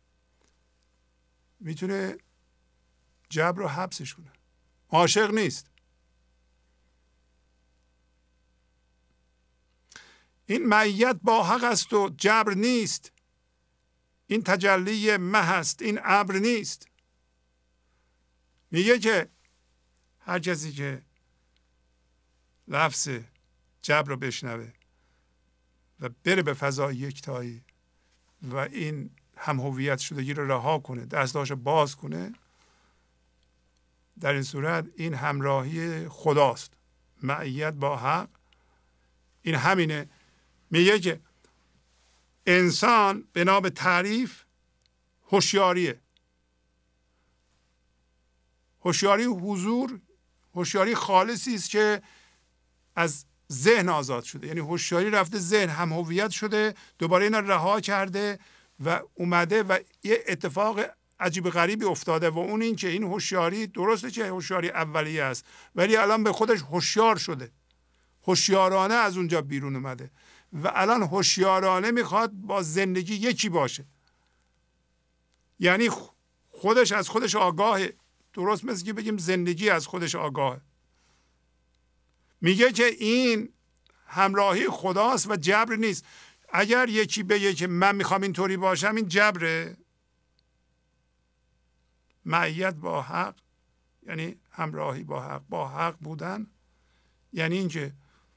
میتونه جبر رو حبسش کنه. عاشق نیست. این معیت با حق است و جبر نیست. این تجلی مه است، این ابر نیست. میگه که هر کسی که لفظ جبر رو بشنوه و بره به فضای یکتایی و این هم هویت شدگی رو رها کنه، دستاشو باز کنه، در این صورت این همراهی خداست. معیت با حق این همینه. میگه که انسان بنا به تعریف هوشیاریه. هوشیاری حضور، هوشیاری خالصی است که از ذهن آزاد شده. یعنی هوشیاری رفته ذهن هم هویت شده، دوباره اینا رها کرده و اومده و یه اتفاق عجیب غریبی افتاده و اون این که این هوشیاری درسته که هوشیاری اولیه است ولی الان به خودش هوشیار شده. هوشیارانه از اونجا بیرون اومده و الان هوشیارانه میخواد با زندگی یکی باشه. یعنی خودش از خودش آگاهه. درست مثل که بگیم زندگی از خودش آگاهه. میگه که این همراهی خداست و جبر نیست. اگر یکی بگه که من میخوام اینطوری باشم، این جبره. معیت با حق یعنی همراهی با حق. با حق بودن یعنی اینکه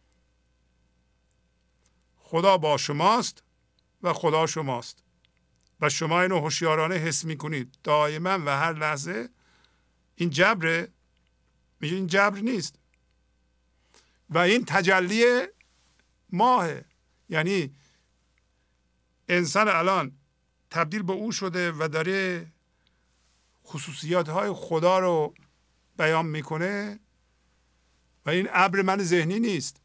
خدا با شماست و خدا شماست و شما اینو هوشیارانه حس میکنید دائما و هر لحظه. این جبره. میگه این جبر نیست و این تجلی ماهه. یعنی انسان الان تبدیل به او شده و داره خصوصیات های خدا رو بیان میکنه و این ابر من ذهنی نیست.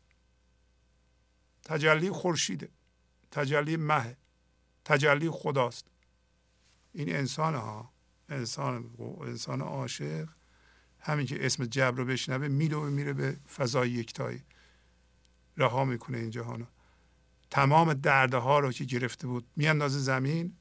تجلی خورشیده، تجلی مه، تجلی خداست. این انسان ها، انسان عاشق همین که اسم جبر رو بشنوه میره به فضای یکتایی، رها میکنه این جهانو. تمام دردها رو که گرفته بود میاندازه زمین.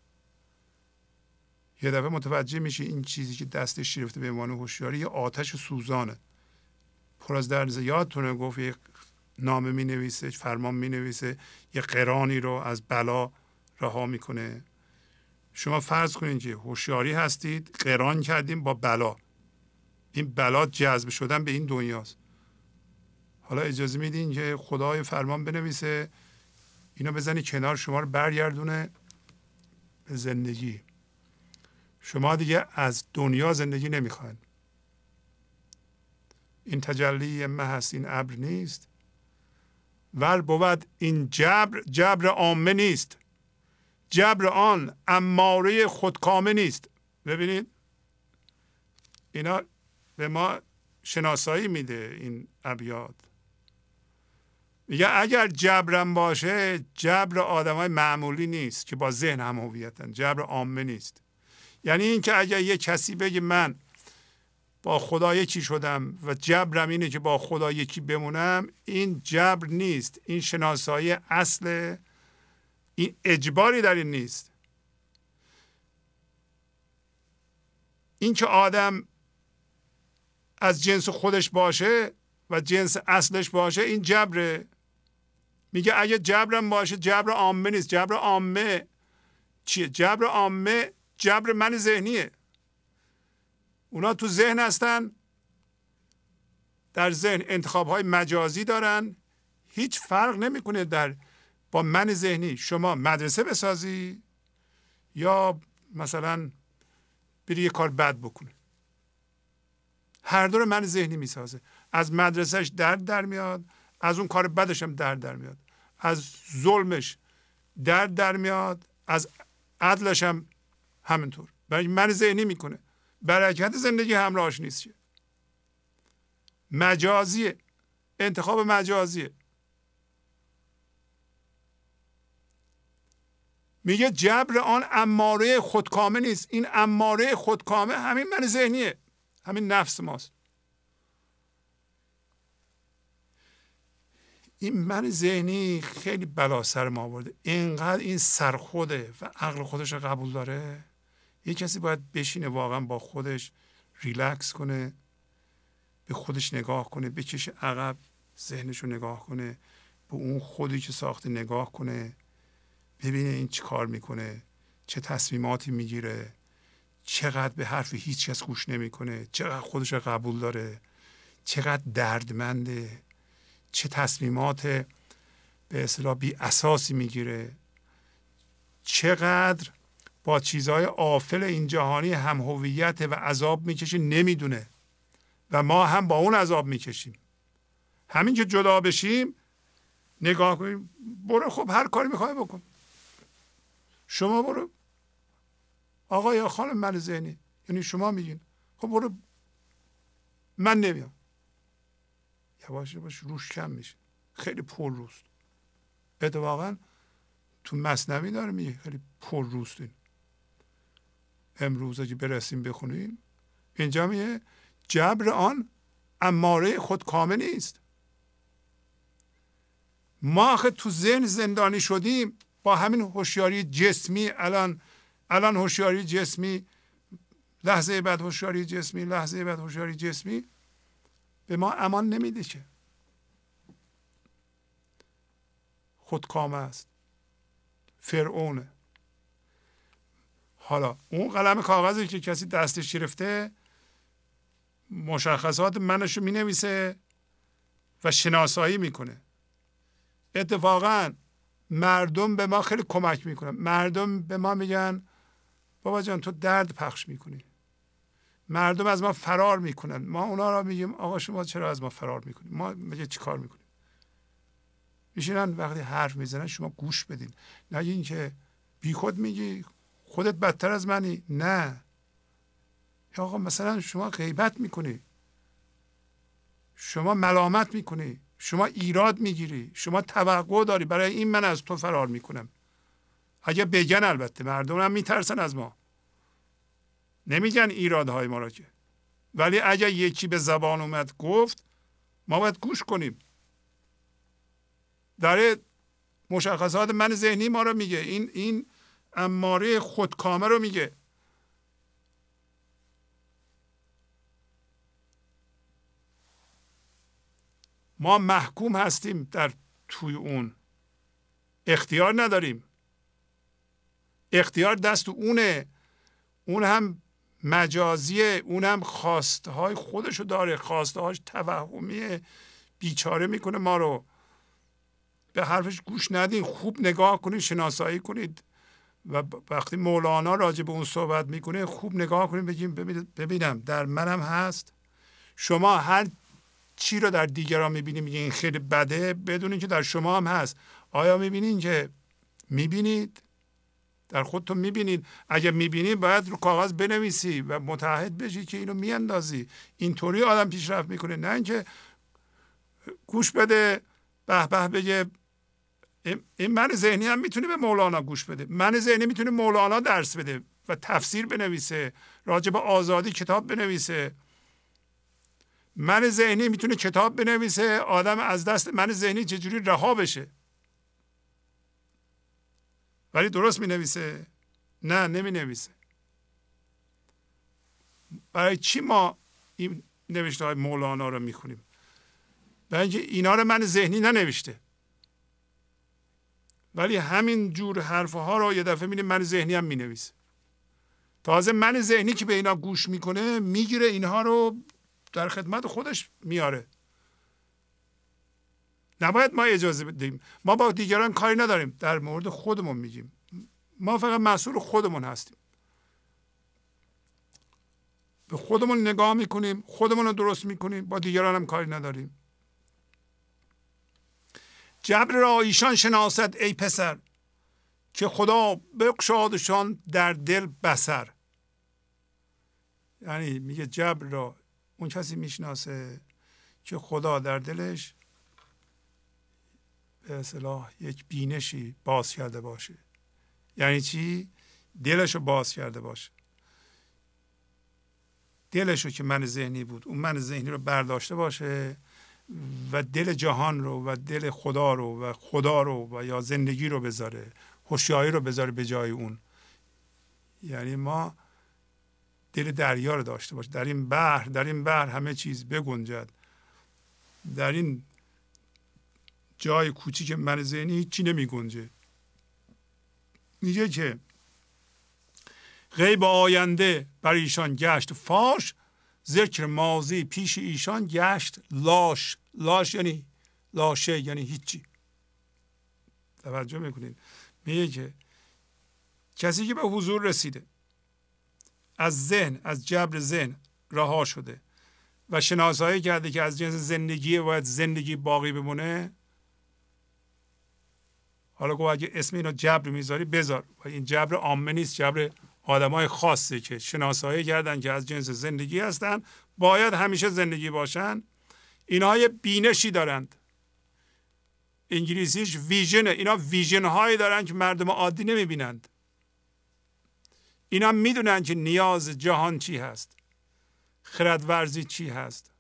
یه دفعه متوجه میشه این چیزی که دستش گرفته به عنوان هوشیاری یه آتش سوزانه، پر از درد. یادتونه گفت یه نامه می نویسه، فرمان می نویسه، یه قرانی رو از بلا رها میکنه. شما فرض کنید که هوشیاری هستید، قران کردیم با بلا. این بلا جذب شدن به این دنیاست. حالا اجازه میدین که خدای فرمان بنویسه اینو بزنی کنار، شما رو برگردونه به زندگی. شما دیگه از دنیا زندگی نمیخواین. این تجلی مه هست، این ابر نیست. ول بود این جبر عامه نیست. جبر آن اماره خودکامه نیست. ببینید اینا به ما شناسایی میده. این ابیات میگه اگر جبرم باشه، جبر آدمای معمولی نیست که با ذهن هم هویتن. جبر عامه نیست. یعنی این که اگر یه کسی بگه من با خدا یکی شدم و جبرم اینه که با خدا یکی بمونم، این جبر نیست. این شناسایی اصل، این اجباری در این نیست. این که آدم از جنس خودش باشه و جنس اصلش باشه، این جبره. میگه اگه جبرم باشه، جبر عامه نیست. جبر عامه چیه؟ جبر عامه جبر من ذهنیه. اونا تو ذهن هستن، در ذهن انتخاب‌های مجازی دارن. هیچ فرق نمیکنه با من ذهنی شما مدرسه بسازی یا مثلا بری یه کار بد بکنه. هر دو رو من ذهنی میسازه. از مدرسهش درد در میاد، از اون کار بدش هم درد در میاد، از ظلمش درد در میاد، از عدلش هم همینطور. برای من ذهنی میکنه. برکت زندگی همراهش نیست. مجازیه، انتخاب مجازیه. میگه جبر آن اماره خودکامه نیست. این اماره خودکامه همین من ذهنیه، همین نفس ماست. این من ذهنی خیلی بلا سر ما آورده. اینقدر این سرخوده و عقل خودش رو قبول داره. یه کسی باید بشینه واقعا با خودش ریلکس کنه، به خودش نگاه کنه، بکشه عقب، ذهنش رو نگاه کنه، به اون خودی که ساخته نگاه کنه، ببینه این چی کار میکنه، چه تصمیماتی میگیره، چقدر به حرف هیچ کس گوش نمیکنه، چقدر خودش رو قبول داره، چقدر دردمنده، چه تصمیمات به اصطلاح بی اساسی میگیره، چقدر با چیزهای آفل این جهانی هم هویت و عذاب میکشه نمیدونه و ما هم با اون عذاب میکشیم. همین که جدا بشیم نگاه کنیم، برو خب هر کاری میخوای بکن، شما برو آقا یا خانم من ذهنی، یعنی شما میگین خب برو، من نمیام، یواش یواش روش کم میشه، خیلی پر روست. اتفاقا تو مثنوی داره میگه خیلی پر روستین. امروز اگه برسیم بخونیم اینجا میگه جبر آن اماره خودکامه نیست. ما آخه تو ذهن زندانی شدیم با همین هوشیاری جسمی. الان هوشیاری جسمی، لحظه بعد هوشیاری جسمی، لحظه بعد هوشیاری جسمی به ما امان نمیده که. خودکامه است، فرعونه. حالا اون قلم کاغذی که کسی دستش گرفته مشخصات منشو می نویسه و شناسایی میکنه. اتفاقا مردم به ما خیلی کمک میکنن. مردم به ما میگن بابا جان تو درد پخش میکنی. مردم از ما فرار میکنن. ما اونا را میگیم آقا شما چرا از ما فرار میکنید؟ ما میگه چی کار میکنیم؟ میشینن وقتی حرف میزنن شما گوش بدین. نه اینکه بیخود میگی خودت بدتر از منی. نه آقا مثلا شما غیبت میکنی، شما ملامت میکنی، شما ایراد میگیری، شما توقع داری، برای این من از تو فرار میکنم. اگه بگن، البته مردم هم میترسن از ما، نمیگن ایرادهای ما را که، ولی اگه یکی به زبان اومد گفت ما باید گوش کنیم. داره مشخصات من ذهنی ما رو میگه، این اماره خودکامه رو میگه. ما محکوم هستیم در توی اون، اختیار نداریم. اختیار دست اونه، اون هم مجازیه، اون هم خواسته های خودشو داره، خواسته هاش توهمیه، بیچاره میکنه ما رو. به حرفش گوش ندین، خوب نگاه کنید، شناسایی کنید و وقتی مولانا راجع به اون صحبت میکنه خوب نگاه کنید، بگیم ببینم در منم هست. شما هر چی رو در دیگران میبینید میگه این خیلی بده، بدونید که در شما هم هست. آیا میبینید که میبینید؟ در خودتون میبینید؟ اگه میبینید باید رو کاغذ بنویسی و متعهد بشی که اینو میاندازی. اینطوری آدم پیشرفت میکنه، نه اینکه گوش بده به به بگه. این من ذهنی هم میتونه به مولانا گوش بده. من ذهنی میتونه مولانا درس بده و تفسیر بنویسه، راجع به آزادی کتاب بنویسه. من ذهنی میتونه کتاب بنویسه آدم از دست من ذهنی چجوری رها بشه. ولی درست مینویسه؟ نه، نمینویسه. برای چی ما این نوشته های مولانا رو میخونیم؟ برای اینکه اینا رو من ذهنی ننوشته، ولی همین جور حرفها رو یه دفعه میبینیم من ذهنی هم مینویسه. تازه من ذهنی که به اینا گوش میکنه میگیره اینها رو در خدمت خودش میاره. نباید ما اجازه بدیم. ما با دیگران کاری نداریم، در مورد خودمون میگیم. ما فقط مسئول خودمون هستیم. به خودمون نگاه میکنیم، خودمون رو درست میکنیم، با دیگران هم کاری نداریم. جبر را ایشان شناسد ای پسر، که خدا بگشادشان در دل بصر. یعنی میگه جبر را اون کسی میشناسه که خدا در دلش به اصطلاح یک بینشی باز کرده باشه، یعنی چی؟ دلشو باز کرده باشه. دلشو که من ذهنی بود، اون من ذهنی رو برداشته باشه و دل جهان رو و دل خدا رو و یا زندگی رو بذاره، هوشیاری رو بذاره به جای اون. یعنی ما دل دریا رو داشته باشه. در این بحر همه چیز بگنجد. در این جای کوچیک من ذهنی هیچی نمی گنجه. میگه که غیب آینده بر ایشان گشت فاش، ذکر ماضی پیش ایشان گشت لاش. لاش یعنی لاشه، یعنی هیچی. توجه میکنید؟ میگه که کسی که به حضور رسیده، از ذهن، از جبر ذهن رها شده و شناسایی کرده که از جنس زندگی باید زندگی باقی بمونه. حالا گفت اگه اسم اینو جبر میذاری بذار، و این جبر عامه نیست، جبر آدمای خاصه که شناسایی کردن که از جنس زندگی هستن، باید همیشه زندگی باشن. اینها یه بینشی دارند، انگلیسیش ویژنه. اینا ویژن هایی دارن که مردم عادی نمیبینند. اینا میدونن که نیاز جهان چی هست، خردورزی چی هست.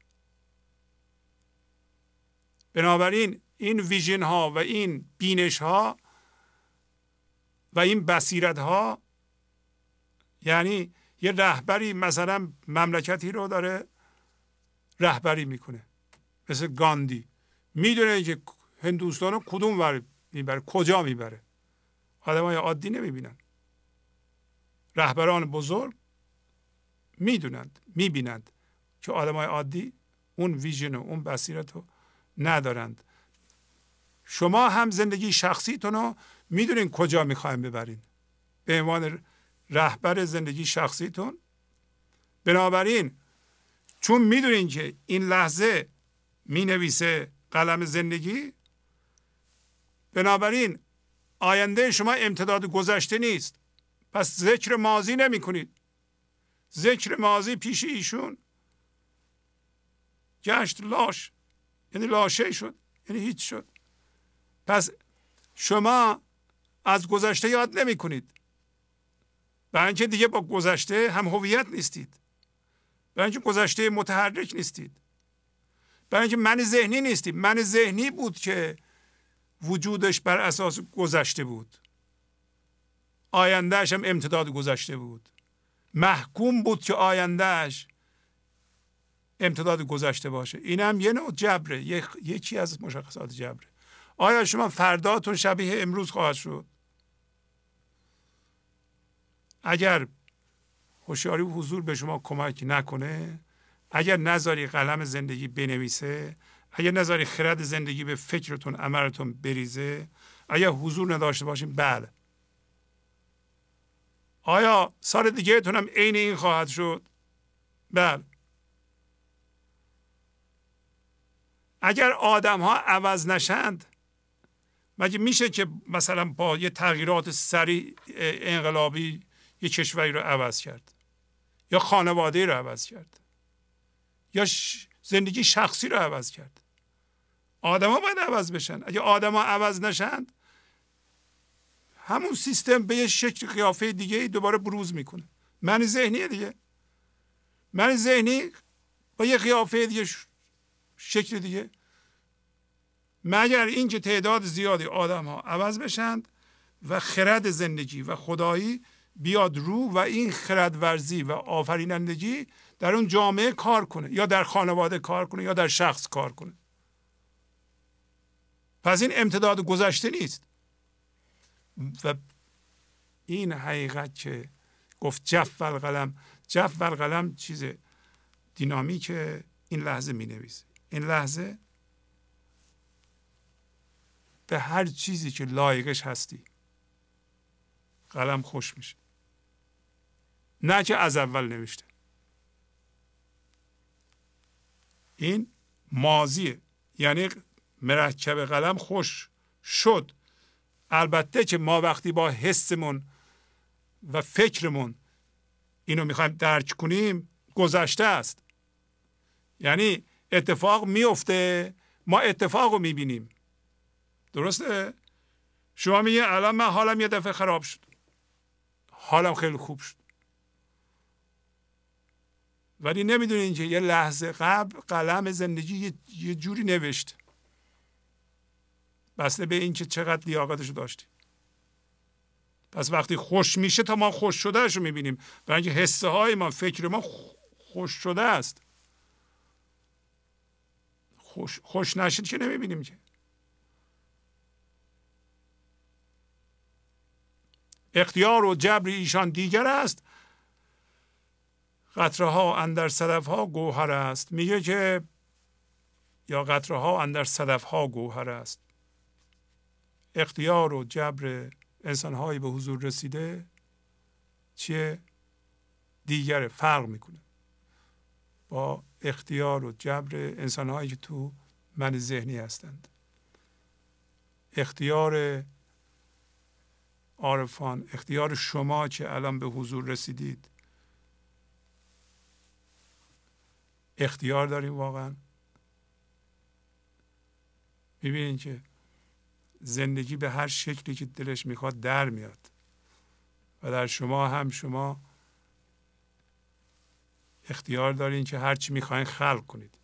بنابراین این ویژن ها و این بینش ها و این بصیرت ها، یعنی یه رهبری مثلا مملکتی رو داره رهبری میکنه، مثل گاندی، میدونه که هندوستان رو کدوم ور میبره، کجا میبره. آدمای عادی نمیبینن. رهبران بزرگ میبینند که آدمای عادی اون ویژن و اون بصیرت رو ندارند. شما هم زندگی شخصیتون رو میدونین کجا میخواین ببرین به عنوان رهبر زندگی شخصیتون. بنابراین چون میدونین که این لحظه مینویسه قلم زندگی، بنابراین آینده شما امتداد گذشته نیست. پس ذکر ماضی نمی کنید. ذکر ماضی پیش ایشون گشت لاش، یعنی لاشه شد، یعنی هیچ شد. پس شما از گذشته یاد نمی کنید، برای اینکه دیگه با گذشته هم هویت نیستید، برای اینکه گذشته متحرک نیستید، برای اینکه من ذهنی نیستید. من ذهنی بود که وجودش بر اساس گذشته بود، آیندهش هم امتداد گذشته بود. محکوم بود که آیندهش امتداد گذشته باشه. این هم یه نوع جبره، یکی از مشخصات جبره. آیا شما فرداتون شبیه امروز خواهد شد؟ اگر هوشیاری و حضور به شما کمک نکنه، اگر نذاری قلم زندگی بنویسه، اگر نذاری خرد زندگی به فکرتون، عملتون بریزه، اگر حضور نداشته باشین، بله. آیا سال دیگه تون هم عین این خواهد شد؟ بله. اگر آدم ها عوض نشند، مگه میشه که مثلا با یه تغییرات سریع انقلابی یه کشوری رو عوض کرد، یا خانواده رو عوض کرد، یا زندگی شخصی رو عوض کرد؟ آدم ها باید عوض بشن. اگه آدم ها عوض نشند، همون سیستم به یه شکل قیافه دیگه دوباره بروز میکنه. من ذهنیه دیگه. من ذهنی با یه قیافه دیگه، شکل دیگه. مگر اینکه تعداد زیادی آدم ها عوض بشند و خرد زندگی و خدایی بیاد رو و این خرد ورزی و آفرینندگی در اون جامعه کار کنه، یا در خانواده کار کنه، یا در شخص کار کنه. پس این امتداد گذشته نیست. و این حقیقت که گفت جف القلم چیز دینامیک این لحظه می نویسه. این لحظه به هر چیزی که لایقش هستی قلم خوش میشه، نه که از اول نوشته. این ماضیه، یعنی مرکب قلم خوش شد. البته که ما وقتی با حسمون و فکرمون اینو میخوایم درک کنیم، گذشته است. یعنی اتفاق میفته، ما اتفاق رو میبینیم. درسته؟ شما میگه الان من حالم یه دفعه خراب شد، حالم خیلی خوب شد. ولی نمیدونین که یه لحظه قبل قلم زندگی یه جوری نوشت، بسته به این که چقدر لیاقتشو داشتی. پس وقتی خوش میشه تا ما خوش شدهش رو میبینیم، برای اینکه حسه های ما، فکر ما خوش شده است. خوش نشد که نمیبینیم که. اختیار و جبر ایشان دیگر است، قطره ها اندر صدف ها گوهر است. میگه که یا قطره ها اندر صدف ها گوهر است. اختیار و جبر انسان های به حضور رسیده چیه؟ دیگره، فرق میکنه با اختیار و جبر انسان هایی که تو من ذهنی هستند. اختیار عارفان، اختیار شما که الان به حضور رسیدید، اختیار داریم واقعا. میبینین که زندگی به هر شکلی که دلش میخواد در میاد و در شما هم شما اختیار دارین که هر چی میخواین خلق کنید.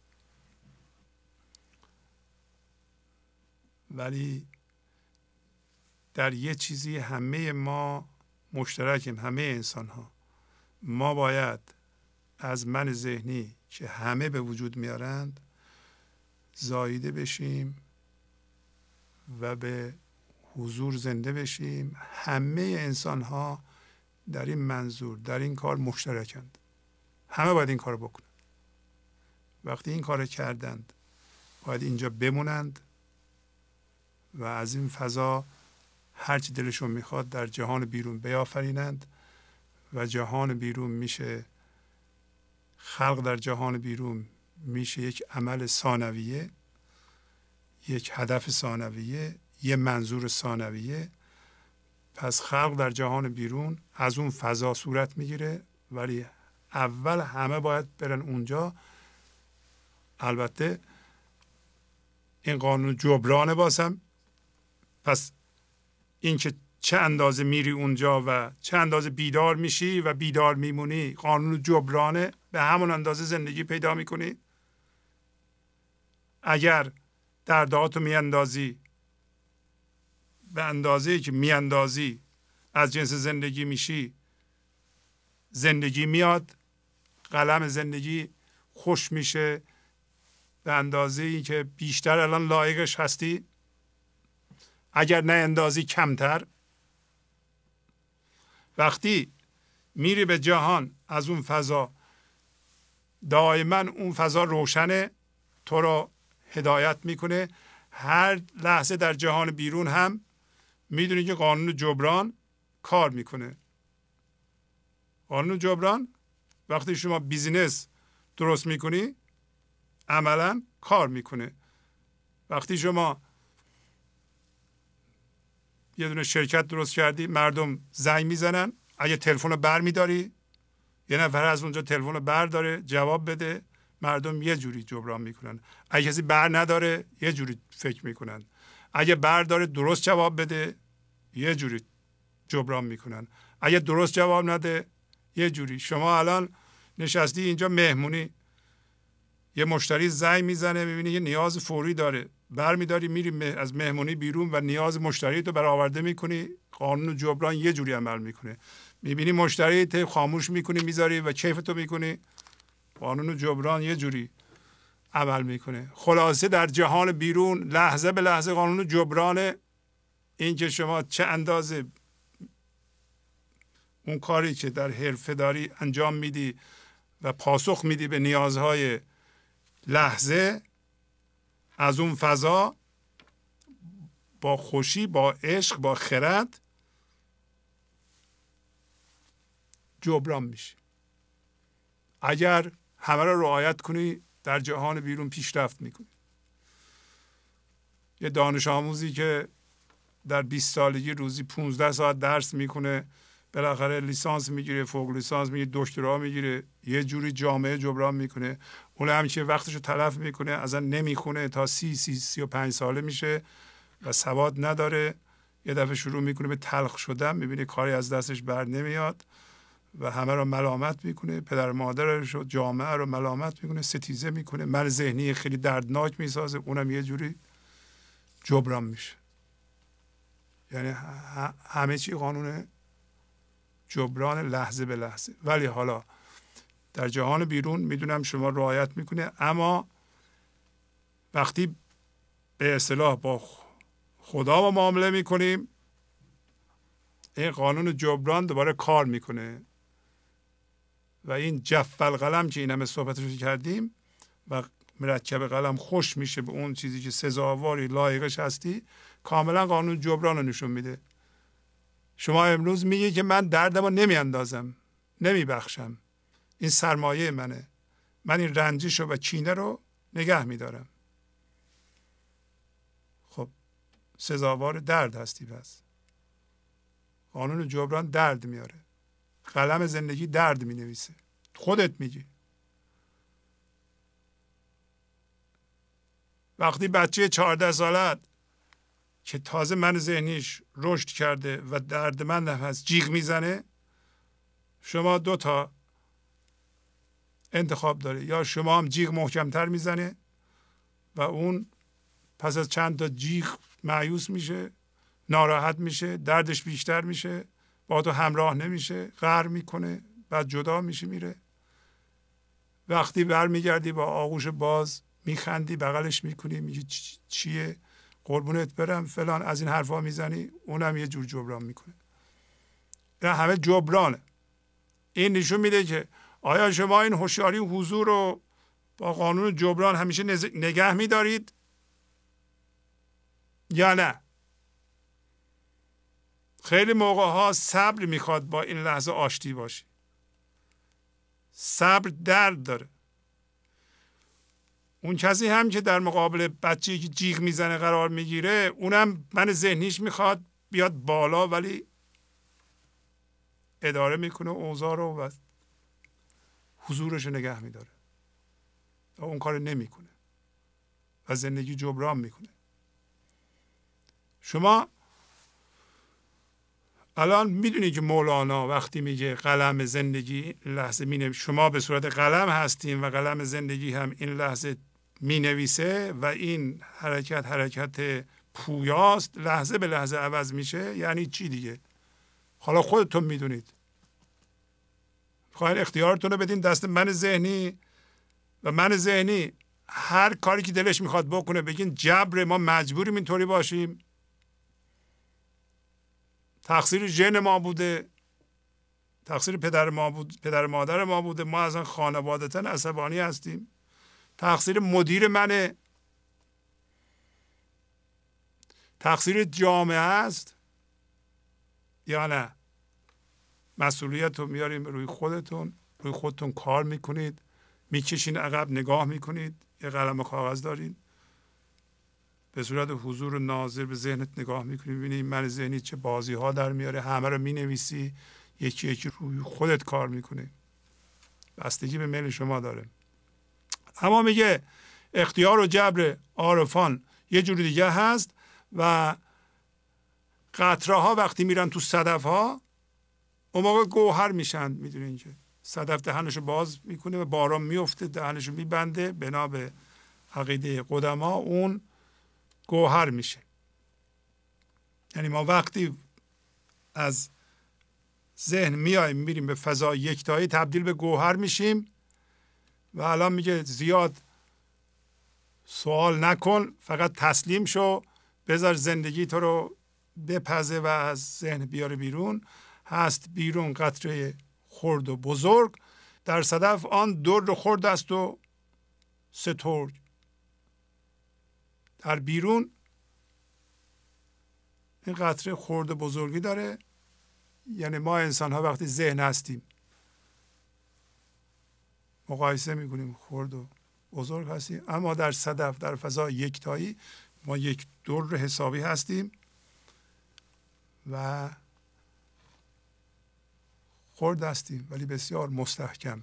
ولی در یه چیزی همه ما مشترکیم، همه انسان ها. ما باید از من ذهنی که همه به وجود میارند زاییده بشیم و به حضور زنده بشیم. همه انسان ها در این منظور، در این کار مشترکند. همه باید این کار بکنند. وقتی این کار کردند باید اینجا بمونند و از این فضا هرچی دلشون میخواد در جهان بیرون بیافرینند و جهان بیرون میشه، خلق در جهان بیرون میشه یک عمل ثانویه، یک هدف ثانویه، یه منظور ثانویه. پس خلق در جهان بیرون از اون فضا صورت میگیره، ولی اول همه باید برن اونجا. البته این قانون جبرانه باسم. پس این که چه اندازه میری اونجا و چه اندازه بیدار میشی و بیدار میمونی، قانون جبرانه، به همون اندازه زندگی پیدا میکنی. اگر دردهاتو میاندازی به اندازه‌ای که میاندازی از جنس زندگی میشی، زندگی میاد، قلم زندگی خوش میشه به اندازه‌ای که بیشتر الان لایقش هستی. اگر نه اندازی کمتر. وقتی میری به جهان از اون فضا، دائما اون فضا روشنه، تو رو هدایت میکنه. هر لحظه در جهان بیرون هم میدونی که قانون جبران کار میکنه. قانون جبران وقتی شما بیزینس درست میکنی عملا کار میکنه. وقتی شما یه دونه شرکت درست کردی، مردم زنگ میزنن، اگه تلفن رو بر میداری، یه نفر از اونجا تلفن رو بر داره جواب بده، مردم یه جوری جبران میکنن. اگه کسی بر نداره یه جوری فکر میکنن. اگه بر داره درست جواب بده یه جوری جبران میکنن. اگه درست جواب نده یه جوری. شما الان نشستی اینجا مهمونی، یه مشتری زنگ میزنه، میبینی یه نیاز فوری داره، برمیداری میری از مهمونی بیرون و نیاز مشتری تو برآورده میکنی. قانون جبران یه جوری عمل میکنه. میبینی مشتری تو خاموش میکنی میذاری و کیفتو میکنی. قانون جبران یه جوری عمل میکنه. خلاصه در جهان بیرون لحظه به لحظه قانون جبرانه. این که شما چه اندازه اون کاری که در حرفه داری انجام میدی و پاسخ میدی به نیازهای لحظه، از اون فضا با خوشی، با عشق، با خرد جبران میشی. اگر همه رو رعایت کنی در جهان بیرون پیشرفت میکنی. یه دانش آموزی که در 20 سالگی روزی 15 ساعت درس میکنه، بالاخره لیسانس میگیره، فوق لیسانس میگیره، دکترا میگیره، یه جوری جامعه جبران میکنه. اون هم که وقتشو تلف میکنه، اصلا نمیخونه تا 35 ساله میشه و سواد نداره، یه دفعه شروع میکنه به تلخ شدن، میبینه کاری از دستش بر نمیاد و همه رو ملامت میکنه، پدر مادرش و جامعه رو ملامت میکنه، ستیزه میکنه، من ذهنی خیلی دردناک میسازه، اونم یه جوری جبران میشه. یعنی همه چی قانون جبران لحظه به لحظه. ولی حالا در جهان بیرون میدونم شما رعایت میکنه، اما وقتی به اصطلاح با خدا ما معامله میکنیم، این قانون جبران دوباره کار میکنه و این جف القلم که این همه صحبتش کردیم و مرکب قلم خوش میشه به اون چیزی که سزاواری لایقش هستی، کاملا قانون جبران رو نشون میده. شما امروز میگی که من دردمو نمیاندازم، نمیبخشم، این سرمایه منه، من این رنجش و کینه رو نگه میدارم. خب سزاوار درد هستی. پس قانون جبران درد میاره، قلم زندگی درد مینویسه، خودت میگی. وقتی بچه 14 سالت که تازه من ذهنیش رشد کرده و دردمند هم هست جیغ میزنه، شما 2 تا انتخاب داره، یا شما هم جیغ محکمتر میزنه و اون پس از چند تا جیغ مایوس میشه، ناراحت میشه، دردش بیشتر میشه، با تو همراه نمیشه، قهر میکنه، بعد جدا میشه میره. وقتی برمیگردی با آغوش باز میخندی، بغلش میکنی، میگی چیه، قربونت برم فلان، از این حرفا میزنی، اونم یه جور جبران میکنه. این همه جبرانه. این نشون میده که آیا شما این هوشیاری حضور رو با قانون جبران همیشه نگه میدارید یا نه؟ خیلی موقع ها صبر میخواد با این لحظه آشتی باشی. صبر درد داره. اون کسی هم که در مقابل بچه‌ای که جیغ میزنه قرار میگیره، اونم من ذهنیش میخواد بیاد بالا، ولی اداره میکنه اوضاع رو و حضورش رو نگه میداره و اون کار نمیکنه و زندگی جبران میکنه. شما الان میدونی که مولانا وقتی میگه قلم زندگی لحظه مینویسه، شما به صورت قلم هستین و قلم زندگی هم این لحظه مینویسه و این حرکت پویاست، لحظه به لحظه عوض میشه. یعنی چی دیگه؟ حالا خودتون میدونید. خواهید اختیارتون رو بدین دست من ذهنی و من ذهنی هر کاری که دلش میخواد بکنه. بگین جبر، ما مجبوریم اینطوری باشیم، تقصیر ژن ما بوده، تقصیر پدر ما بود، پدر مادر ما بوده، ما اصلا خانوادتا عصبانی هستیم، تقصیر مدیر منه، تقصیر جامعه است یا نه؟ مسئولیت رو میاریم روی خودتون، روی خودتون کار میکنید، میکشین عقب، نگاه میکنید، یه قلم و کاغذ دارین، به صورت حضور ناظر به ذهنت نگاه میکنی، میبینی من ذهنی چه بازی ها در میاره، همه رو مینویسی، یکی یکی روی خودت کار میکنی. بستگی به میل شما داره. اما میگه اختیار و جبر عارفان یه جور دیگه هست و قطره ها وقتی میرن تو صدف ها اون موقع گوهر میشن. میدونین که صدف دهنشو باز میکنه و باران میفته، دهنشو میبنده، بنا به عقیده قدما اون گوهر میشه. یعنی ما وقتی از ذهن میایم میریم به فضای یکتایی تبدیل به گوهر میشیم. و الان میگه زیاد سوال نکن، فقط تسلیم شو، بذار زندگی تو رو بپزه و از ذهن بیاره بیرون. هست بیرون قطره خرد و بزرگ، در صدف آن در خرد است و سترگ. در بیرون این قطره خرد و بزرگی داره. یعنی ما انسان ها وقتی ذهن هستیم مقایسه میکنیم، خرد و بزرگ هستیم، اما در صدف، در فضای یکتایی ما یک در حسابی هستیم و خرد هستیم ولی بسیار مستحکم.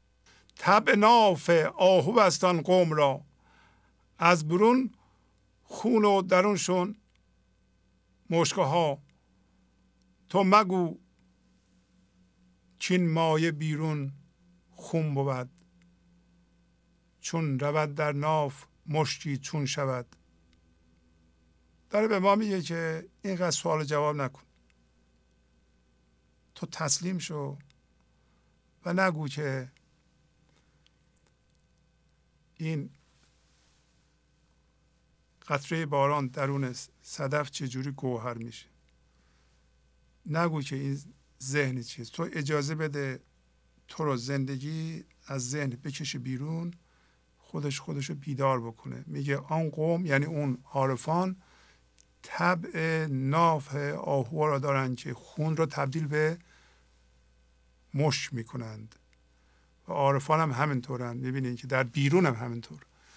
طبع ناف آهو است آن قوم را، از برون خون و درونشون مشکه ها. تو مگو چین مایه بیرون خون بود، چون رود در ناف مشتی چون شود. داره به ما میگه که اینقدر سوال جواب نکن، تو تسلیم شو و نگو که این قطره باران درون صدف چجوری گوهر میشه. نگو که این ذهن چیست. تو اجازه بده تو رو زندگی از ذهن بکشه بیرون، خودشو بیدار بکنه. میگه آن قوم، یعنی اون عارفان، طبع ناف آهو را دارند که خون را تبدیل به مشک میکنند. و عارفان هم همینطورن. میبینید که در بیرون هم همینطور.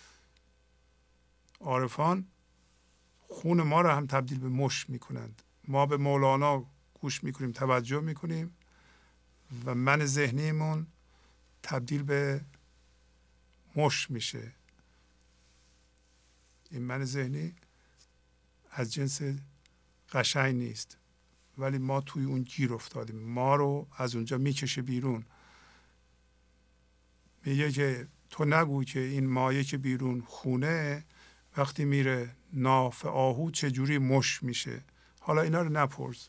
عارفان خون ما را هم تبدیل به مشک میکنند. ما به مولانا گوش میکنیم، توجه میکنیم و من ذهنیمون تبدیل به مشک میشه. این من ذهنی از جنس قشنگ نیست، ولی ما توی اون گیر افتادیم. ما رو از اونجا میکشه بیرون. میگه که تو نگو که این مایه که بیرون خونه، وقتی میره ناف آهو چجوری مشک میشه. حالا اینا رو نپرس،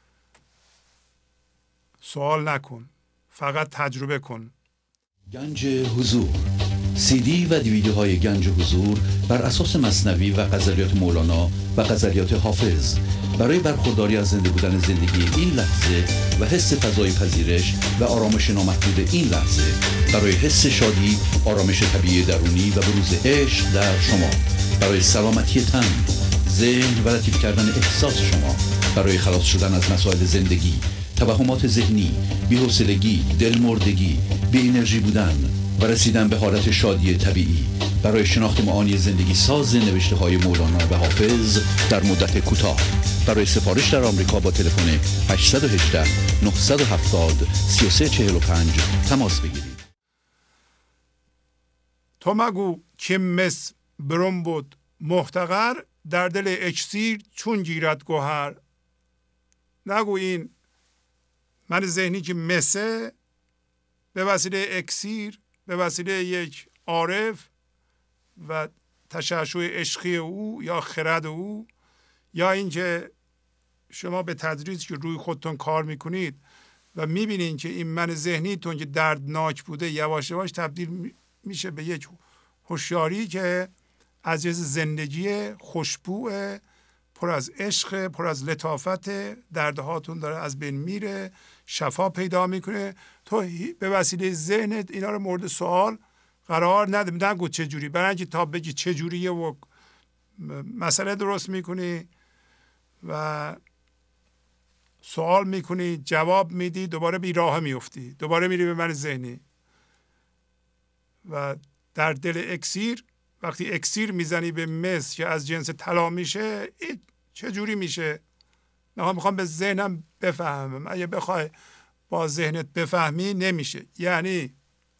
سوال نکن، فقط تجربه کن. گنج حضور، CD و دیویدیوهای گنج حضور بر اساس مثنوی و غزلیات مولانا و غزلیات حافظ برای برخورداری از زنده بودن زندگی این لحظه و حس فضای پذیرش و آرامش نامحدود این لحظه، برای حس شادی، آرامش طبیعی درونی و بروز عشق در شما، برای سلامتی تن، ذهن و لطیف کردن احساس شما، برای خلاص شدن از مسائل زندگی، توهمات ذهنی، بی‌حوصلگی، دلمردگی، بی انرژی بودن و رسیدن به حالت شادی طبیعی، برای شناخت معانی زندگی ساز نوشته های مولانا و حافظ در مدت کوتاه. برای سفارش در آمریکا با تلفن 818 970 3345 تماس بگیرید. تو مگو که مس برون بود محتقر، در دل اکسیر چون گیرد گوهر. نگو این من ذهنی که مسه به وسیله اکسیر، به وسیله یک عارف و تشعشع عشقی او یا خرد او، یا اینکه شما به تدریج که روی خودتون کار میکنید و میبینید که این من ذهنیتون که دردناک بوده یواش یواش تبدیل میشه به یک هوشیاری که از جنس زندگی خوشبو، پر از عشق، پر از لطافت، دردهاتون داره از بین میره، شفا پیدا میکنه. تو به وسیله ذهنت اینا رو مورد سوال قرار نده. نگو چجوری، برای اینکه تا بگی چجوریه و مسئله درست میکنی و سوال میکنی، جواب میدی، دوباره بیراه میفتی، دوباره میری به من ذهنی. و در دل اکسیر، وقتی اکسیر میزنی به مس که از جنس طلا میشه، چجوری میشه؟ میخوام به ذهنم بفهمم. اگه بخوای با ذهنت بفهمی نمیشه. یعنی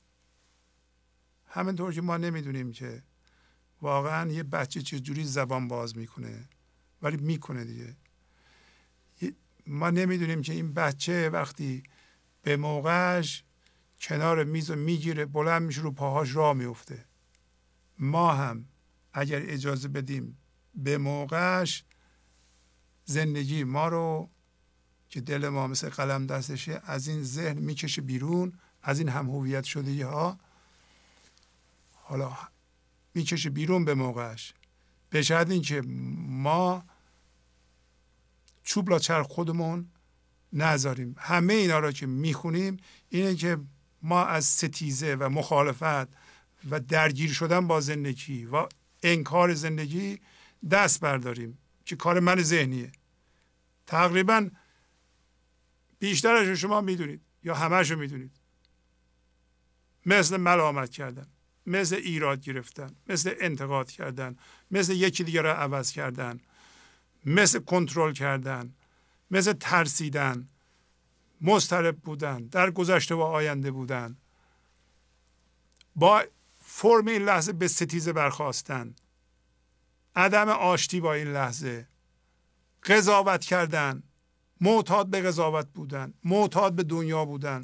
همینطور که ما نمیدونیم که واقعا یه بچه چجوری زبان باز میکنه، ولی میکنه دیگه. ما نمیدونیم که این بچه وقتی به موقعش کنار میز رو میگیره، بلند میشه، رو پاهاش راه میفته. ما هم اگر اجازه بدیم به موقعش زندگی ما رو که دل ما مثل قلم دستشه از این ذهن میکشه بیرون، از این هم هویت شدگی ها، حالا میکشه بیرون به موقعش. به شرط اینکه ما چوب لاچرخ خودمون نذاریم. همه اینا رو که میخونیم اینه که ما از ستیزه و مخالفت و درگیر شدن با زندگی و انکار زندگی دست برداریم که کار من ذهنیه. تقریبا بیشترش شما میدونید یا همه‌شو میدونید. مثل ملامت کردن، مثل ایراد گرفتن، مثل انتقاد کردن، مثل یکی دیگه را عوض کردن، مثل کنترل کردن، مثل ترسیدن، مضطرب بودن، در گذشته و آینده بودن، با فرم این لحظه به ستیزه برخاستن. عدم آشتی با این لحظه، قضاوت کردن، معتاد به قضاوت بودن، معتاد به دنیا بودن،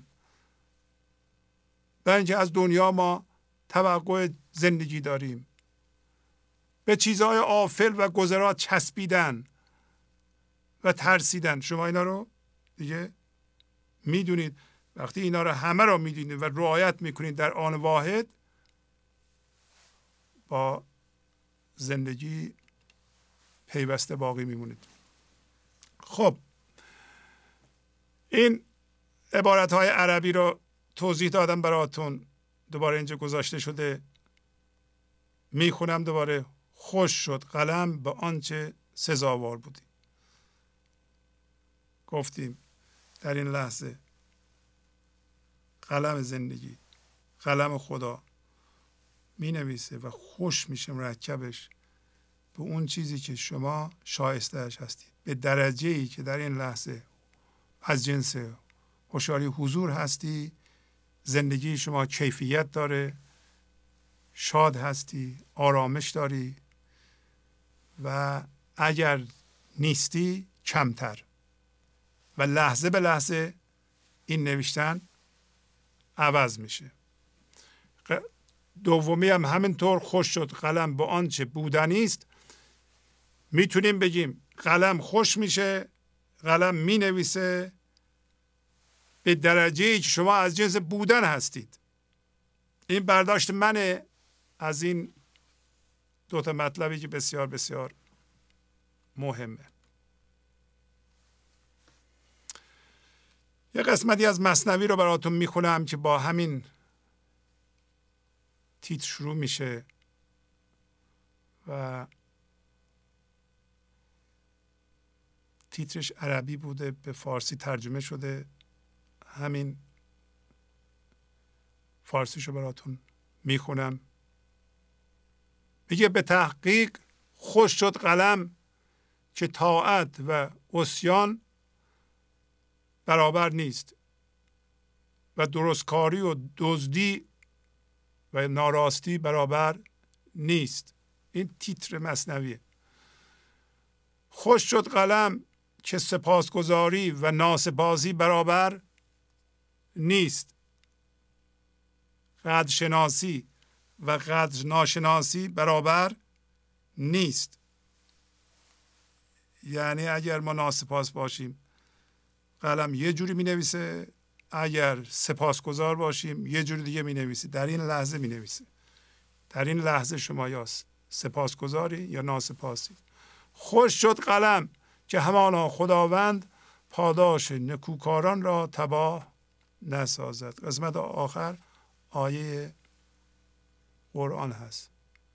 برای اینکه از دنیا ما توقع زندگی داریم، به چیزهای آفل و گذرات چسبیدن و ترسیدن. شما اینا رو دیگه میدونید. وقتی اینا رو همه رو میدونید و رعایت میکنید در آن واحد، با زندگی پیوسته باقی میمونید. خب این عبارتهای عربی رو توضیح دادم براتون، دوباره اینجا گذاشته شده، میخونم دوباره. خوش شد قلم به آنچه سزاوار بودی. گفتیم در این لحظه قلم زندگی، قلم خدا می نویسه و خوش میشه مرکبش به اون چیزی که شما شایستهش هستید، به درجه‌ای که در این لحظه از جنس هوشیاری حضور هستی، زندگی شما کیفیت داره، شاد هستی، آرامش داری، و اگر نیستی کمتر. و لحظه به لحظه این نوشتن عوض میشه. دومی هم همینطور، خوش شد قلم به آنچه بودنی است. میتونیم بگیم قلم خوش میشه، قلم مینویسه به درجه‌ای که شما از جنس بودن هستید. این برداشت منه از این دو تا مطلبی که بسیار بسیار مهمه. یه قسمتی از مثنوی رو براتون میخونم که با همین تیتر شروع میشه و تیترش عربی بوده، به فارسی ترجمه شده. همین فارسیشو براتون میخونم. میگه به تحقیق خوش شد قلم که طاعت و عصیان برابر نیست و درستکاری و دزدی و ناراستی برابر نیست. این تیتر مثنویه. خوش شد قلم که سپاسگزاری و ناسپاسی برابر نیست. قدرشناسی و قدر ناشناسی برابر نیست. یعنی اگر ما ناسپاس باشیم قلم یه جوری می نویسه، اگر سپاسگزار باشیم یه جوری دیگه می نویسه. در این لحظه می نویسه. در این لحظه شما یا سپاسگزاری یا ناسپاسی. خوش شد قلم که همانا خداوند پاداش نکوکاران را تباه نسازد. قسمت آخر آیه قرآن هست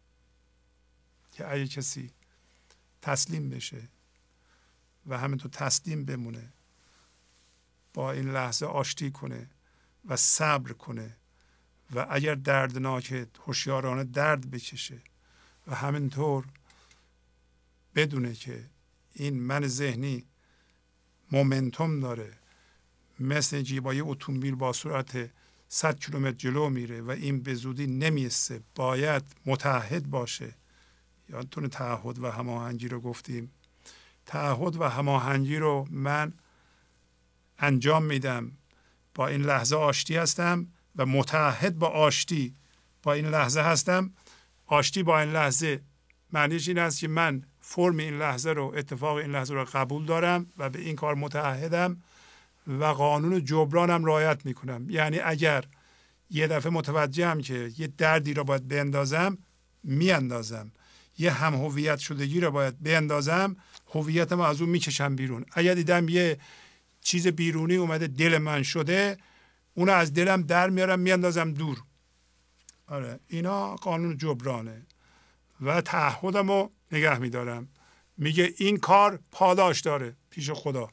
که اگه کسی تسلیم بشه و همینطور تسلیم بمونه، با این لحظه آشتی کنه و صبر کنه و اگر دردناکه هوشیارانه درد بکشه و همینطور بدونه که این من ذهنی مومنتوم داره، مثل اینکه با یه اتومبیل با سرعت 100 کیلومتر جلو میره و این به زودی نمیسته، باید متعهد باشه. یادتونه تعهد و هماهنگی رو گفتیم. تعهد و هماهنگی رو من انجام میدم، با این لحظه آشتی هستم و متعهد با آشتی با این لحظه هستم. آشتی با این لحظه معنیش این است که من فرم این لحظه رو، اتفاق این لحظه رو قبول دارم و به این کار متعهدم و قانون جبرانم رعایت میکنم. یعنی اگر یه دفعه متوجهم که یه دردی رو باید بیندازم، میاندازم. یه هم هویت شدگی رو باید بیندازم، هویتم از اون میکشم بیرون. اگر دیدم یه چیز بیرونی اومده دل من شده، اونو از دلم در میارم میاندازم دور. آره، اینا قانون جبرانه و تعهدم رو نگه میدارم. میگه این کار پاداش داره پیش خدا.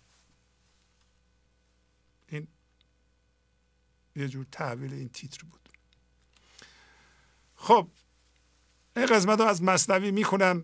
این یه جور تحویل این تیتر بود. خب این قسمت رو از مثنوی میخونم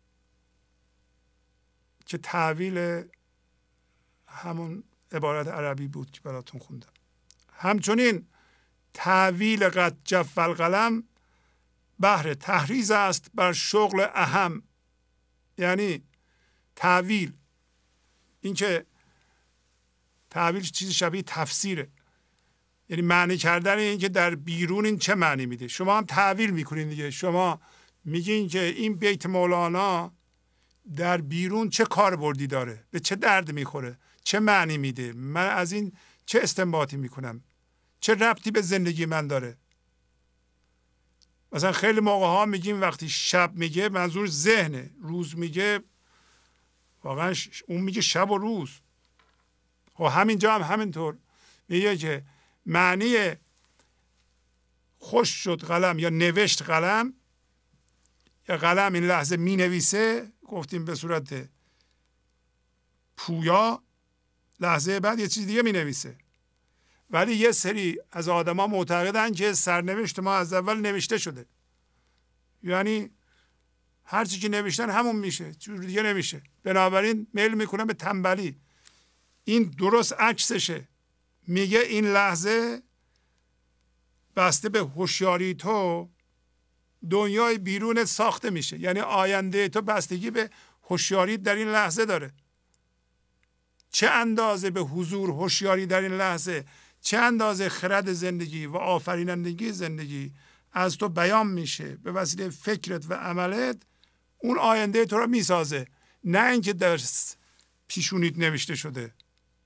که تحویل همون عبارت عربی بود که براتون خوندم. همچنین تحویل قد جف القلم بهر تحریض است بر شغل اهم یعنی تعویل. این که تعویل چیزی شبیه تفسیره، یعنی معنی کردن این که در بیرون این چه معنی میده. شما هم تعویل میکنین دیگه. شما میگین که این بیت مولانا در بیرون چه کاربردی داره، به چه درد میخوره، چه معنی میده، من از این چه استنباطی میکنم، چه ربطی به زندگی من داره. مثلا خیلی موقع ها میگیم وقتی شب میگه منظور ذهنه، روز میگه واقعا اون میگه شب و روز. و همینجا هم همینطور میگه که معنی خوش شد قلم یا نوشت قلم، یا قلم این لحظه می نویسه، گفتیم به صورت پویا، لحظه بعد یه چیز دیگه می نویسه. ولی یه سری از آدما معتقدن که سرنوشت ما از اول نوشته شده، یعنی هر چی که نوشتن همون میشه، جور دیگه نمیشه. بنابراین میل میکنن به تنبلی. این درست عکسشه. میگه این لحظه بسته به هوشیاری تو دنیای بیرون ساخته میشه، یعنی آینده تو بستگی به هوشیاری در این لحظه داره. چه اندازه به حضور هوشیاری در این لحظه، چه اندازه خرد زندگی و آفرینندگی زندگی از تو بیان میشه به وسیله فکرت و عملت، اون آینده تو رو میسازه، نه اینکه در پیشونیت نوشته شده.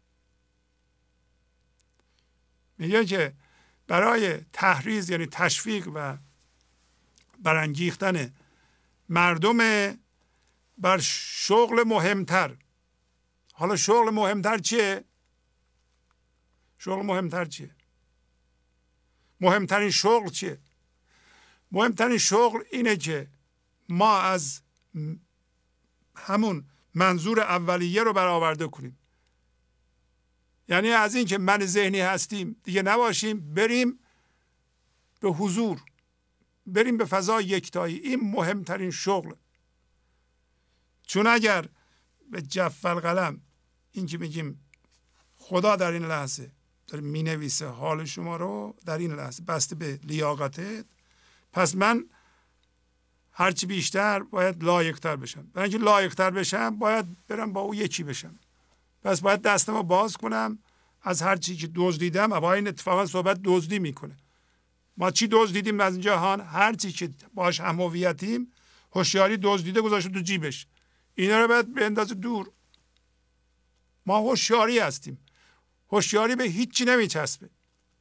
میگه که برای تحریض یعنی تشویق و برانگیختن مردم بر شغل مهمتر. حالا شغل مهمتر چیه؟ شغل مهمتر چیه؟ مهمترین شغل چیه؟ مهمترین شغل اینه که ما از همون منظور اولیه رو برآورده کنیم. یعنی از این که من ذهنی هستیم دیگه نباشیم، بریم به حضور، بریم به فضای یکتایی. این مهمترین شغل. چون اگر به جف القلم، این که میگیم خدا در این لحظه داره مینویسه حال شما رو در این لحظه بسته به لیاقتت، پس من هرچی بیشتر باید لایق‌تر بشم. برای اینکه لایق‌تر بشم باید برم با او یکی بشم. پس باید دستمو باز کنم از هر چی که دزدیدم. و این اتفاقا صحبت دزدی میکنه. ما چی دزدیدیم از این جهان؟ هر چی که باش هم هویتیم هوشیاری دزدیده گذاشته تو جیبش. اینا رو باید بندازه دور. ما هوشیاری هستیم. هوشیاری به هیچی نمیچسبه.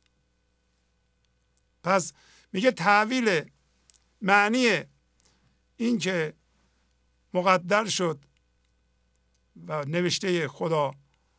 پس میگه تعویل معنی این که مقدر شد و نوشته خدا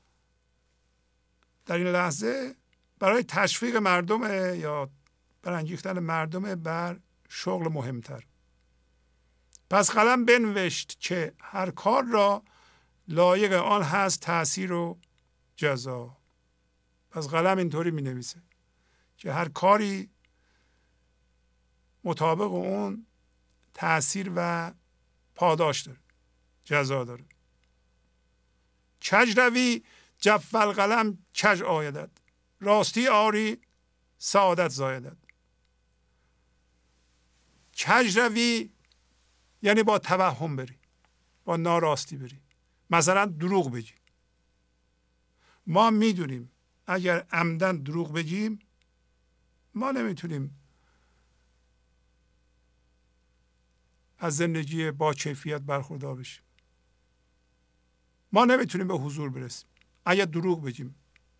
در این لحظه برای تشویق مردم یا برانگیختن مردم بر شغل مهمتر. پس قلم بنوشت که هر کار را لایق آن هست تأثیر و جزا. پس قلم اینطوری می نویسه که هر کاری مطابق اون تأثیر و پاداش داره، جزا داره. کج روی جف القلم کج آیدد، راستی آری سعادت زایدد. کج روی یعنی با توهم بری، با ناراستی بری، مثلا دروغ بگی. ما میدونیم اگر عمدن دروغ بگیم ما نمیتونیم از زندگی با کیفیت برخوردار بشیم. ما نمیتونیم به حضور برسیم اگر دروغ بگیم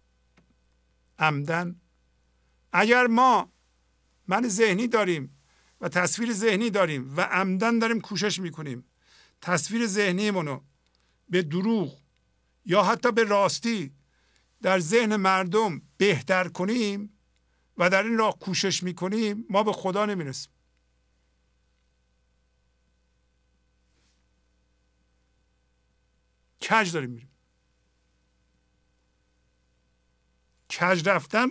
عمدن. اگر ما من ذهنی داریم و تصویر ذهنی داریم و عمدن داریم کوشش میکنیم تصویر ذهنیمونو به دروغ یا حتی به راستی در ذهن مردم بهتر کنیم و در این راه کوشش میکنیم، ما به خدا نمیرسیم. کج داریم میریم. کج رفتن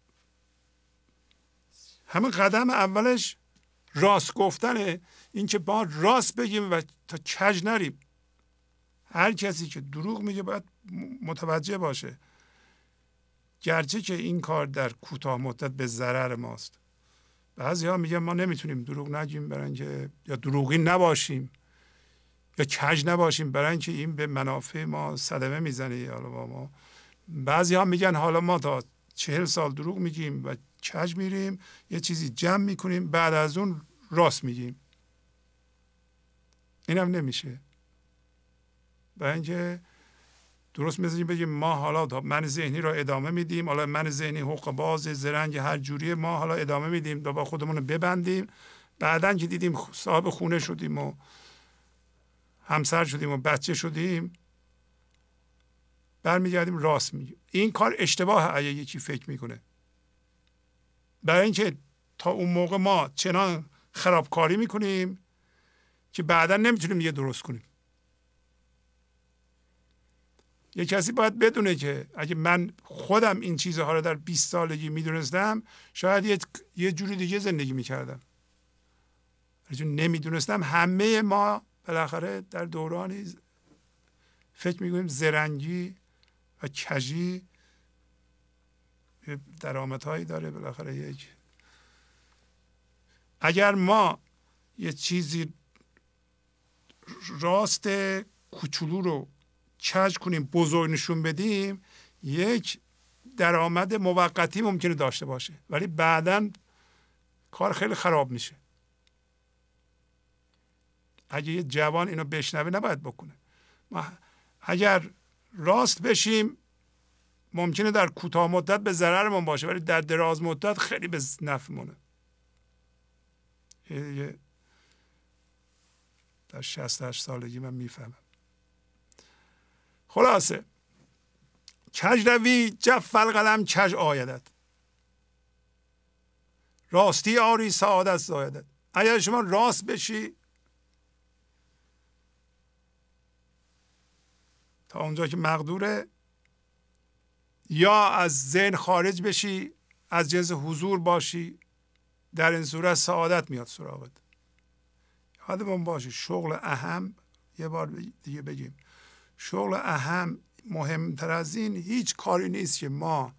همه قدم اولش راست گفتنه. این که با راست بگیم و تا کج نریم. هر کسی که دروغ میگه باید متوجه باشه گرچه که این کار در کوتاه مدت به ضرر ماست. بعضی ها میگن ما نمیتونیم دروغ نگیم برای اینکه یا دروغی نباشیم یا کج نباشیم، برای اینکه این به منافع ما صدمه میزنه. حالا با ما بعضی ها میگن حالا ما تا 40 سال دروغ میگیم و کج میریم یه چیزی جمع میکنیم، بعد از اون راست میگیم. اینم نمیشه. برای اینکه درست مثل بگیم ما حالا من ذهنی رو ادامه میدیم، حالا من ذهنی حق باز زرنگ هر جوری ما حالا ادامه میدیم تا با خودمون رو ببندیم، بعدن که دیدیم صاحب خونه شدیم و همسر شدیم و بچه شدیم برمیگردیم راست میگیم. این کار اشتباه اگه یکی فکر میکنه، برای اینکه تا اون موقع ما چنان خرابکاری میکنیم که بعدا نمیتونیم یه درست کنیم. یه کسی باید بدونه که اگه من خودم این چیزها رو در 20 سالگی میدونستم شاید یه جوری دیگه زندگی میکردم. چون نمیدونستم همه ما بالاخره در دورانی فکر میکنیم زرنگی و کجی درآمدهایی داره. بالاخره اگر ما یه چیزی راست کوچولو رو کج کنیم بزرگ نشون بدیم، یک درآمد موقتی ممکنه داشته باشه ولی بعداً کار خیلی خراب میشه. اگه یه جوان اینو بشنوه نباید بکنه. ما اگر راست بشیم ممکنه در کوتاه مدت به ضررمون باشه ولی در دراز مدت خیلی به نفعمونه. در 68 سالگی من میفهمم. خلاصه کج روی جف القلم کج آیدت، راستی آری سعادت زایدت. اگر شما راست بشی تا اونجا که مقدوره، یا از ذهن خارج بشی از جنس حضور باشی، در این صورت سعادت میاد سراغت. یادمون باشه شغل اهم، یه بار دیگه بگیم، شغل اهم مهمتر از این هیچ کاری نیست که ما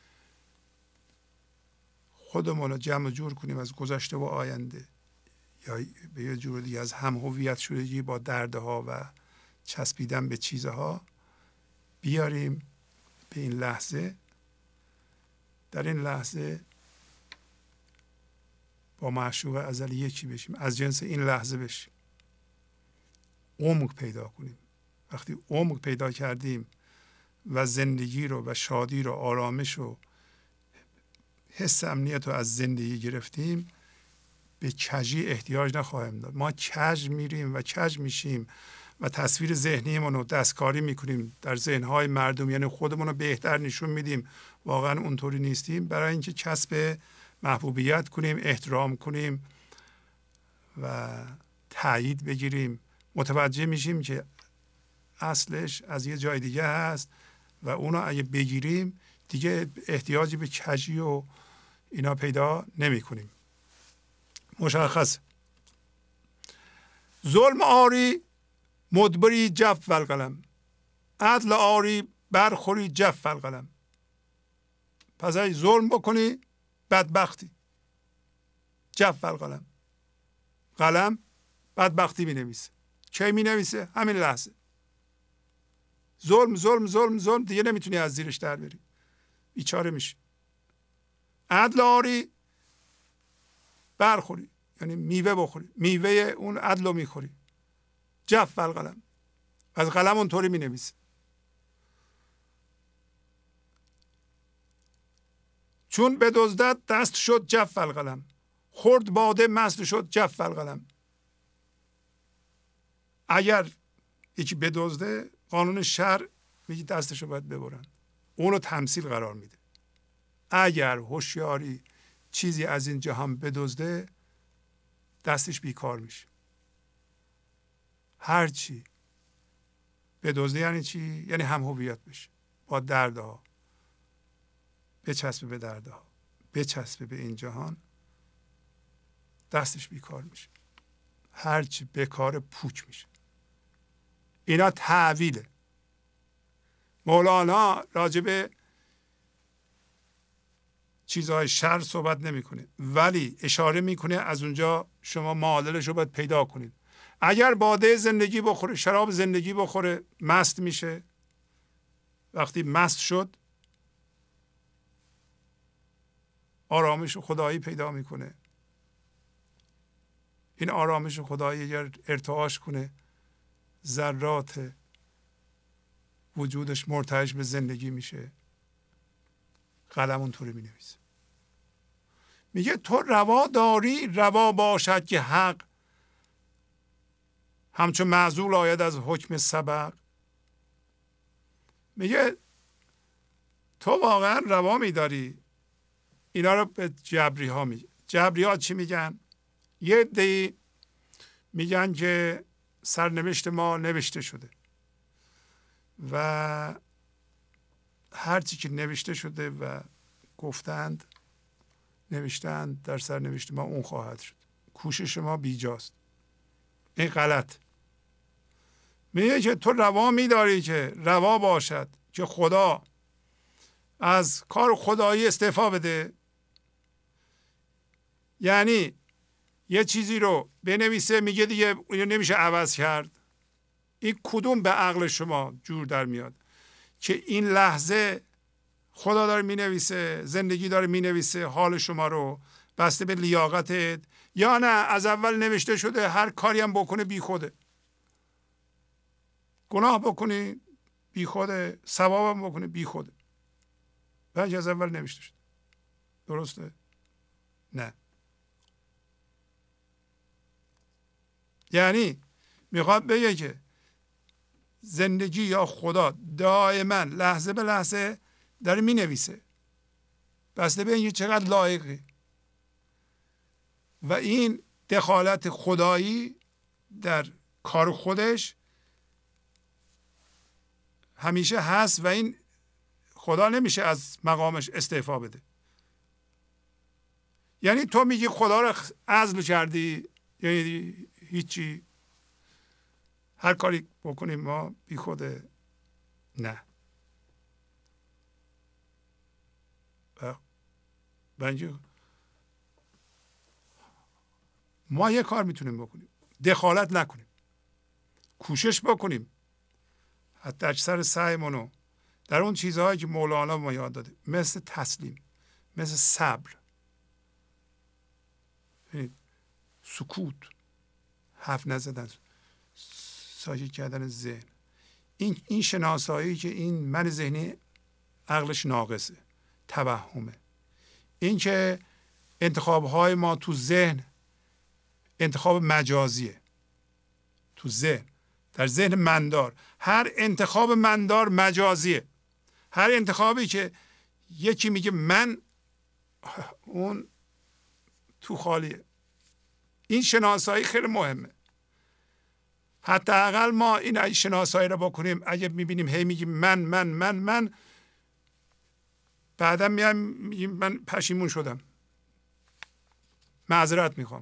خودمون رو جمع جور کنیم از گذشته و آینده یا به یه جور دیگه از هم هویت شدگی با دردها و چسبیدن به چیزها بیاریم به این لحظه. در این لحظه با معشوق ازلی یکی بشیم، از جنس این لحظه بشیم، عمق پیدا کنیم. وقتی عمق پیدا کردیم و زندگی رو و شادی رو، آرامش رو، حس امنیت رو از زندگی گرفتیم، به کجی احتیاج نخواهیم داشت. ما کج میریم و کج میشیم و تصویر ذهنیمون رو دستکاری میکنیم در ذهنهای مردم، یعنی خودمون رو بهتر نشون میدیم، واقعا اونطوری نیستیم، برای اینکه کسب محبوبیت کنیم، احترام کنیم و تایید بگیریم. متوجه میشیم که اصلش از یه جای دیگه هست و اونو اگه بگیریم دیگه احتیاجی به کجی و اینا پیدا نمی کنیم. مشخص. ظلم آری مدبری جف القلم، عدل آری برخوری جف القلم. پس اگه ظلم بکنی بدبختی، جف القلم، قلم بدبختی می نویسه. کی می نویسه؟ همین لحظه. ظلم ظلم ظلم ظلم دیگه نمیتونی از زیرش در بری، بیچاره میشی. عدل آری برخوری، یعنی میوه بخوری، میوه اون عدل رو میخوری. جف القلم، از قلم اونطوری می نویسه. چون به دزدت دست شد جف القلم، خورد باده مست شد جف القلم. اگر یکی بدزده قانون شرع میگه دستشو باید ببرن، اونو تمثیل قرار میده. اگر هوشیاری چیزی از این جهان بدزده دستش بیکار میشه. هر چی بدزده یعنی چی؟ یعنی هم هویت بشه با دردها، بچسبه به دردها، بچسبه به این جهان، دستش بیکار میشه. هر چی بیکار پوچ میشه. اینا تعویله. مولانا راجب چیزهای شر صحبت نمیکنه ولی اشاره میکنه از اونجا شما معادلش رو باید پیدا کنید. اگر باده زندگی بخوره، شراب زندگی بخوره، مست میشه. وقتی مست شد آرامش خدایی پیدا میکنه. این آرامش خدایی اگر ارتعاش کنه، ذرات وجودش مرتعش به زندگی میشه. قلم اونطوری می نویسه، میگه تو روا داری روا باشد که حق همچون معزول آید از حکم سبق. میگه تو واقعا روا میداری. اینا رو به جبری ها میگه. جبری ها چی میگن؟ یه عده‌ای میگن که سرنوشت ما نوشته شده و هرچی که نوشته شده و گفتند نوشتند در سرنوشت ما اون خواهد شد. کوشش ما بیجاست. این غلط. میگه که تو روا میداری که روا باشد که خدا از کار خدایی استعفا بده. یعنی یه چیزی رو بنویسه میگه دیگه نمیشه عوض کرد. این کدوم به عقل شما جور در میاد که این لحظه خدا داره مینویسه، زندگی داره مینویسه حال شما رو بسته به لیاقتت، یا نه از اول نوشته شده هر کاری هم بکنه بی خوده، گناه بکنی بی خوده، ثواب هم بکنی بی خوده، بلکه از اول نوشته شده. درسته؟ نه. یعنی میخواد بگه که زندگی یا خدا دائما لحظه به لحظه داره می نویسه بسته به اینکه چقدر لایقی. و این دخالت خدایی در کار خودش همیشه هست و این خدا نمیشه از مقامش استعفا بده. یعنی تو میگی خدا رو عزل کردی، یعنی هیچی، هر کاری بکنیم ما بی خوده. نه. بنجی ما یه کار میتونیم بکنیم، دخالت نکنیم، کوشش بکنیم، حتی اکثر سعیمونو در اون چیزهایی که مولانا ما یاد داده، مثل تسلیم، مثل صبر، سکوت، حرف نزدن، ساکت کردن ذهن، این شناسایی که این من ذهنی عقلش ناقصه، توهمه، این که انتخابهای ما تو ذهن انتخاب مجازیه. تو ذهن، در ذهن مندار، هر انتخاب مندار مجازیه. هر انتخابی که یکی میگه من، اون تو خالیه. این شناسایی خیلی مهمه. حتی اقل ما این شناسایی رو بکنیم، اگه میبینیم هی میگیم من بعدا میگیم من پشیمون شدم، معذرت میخوام،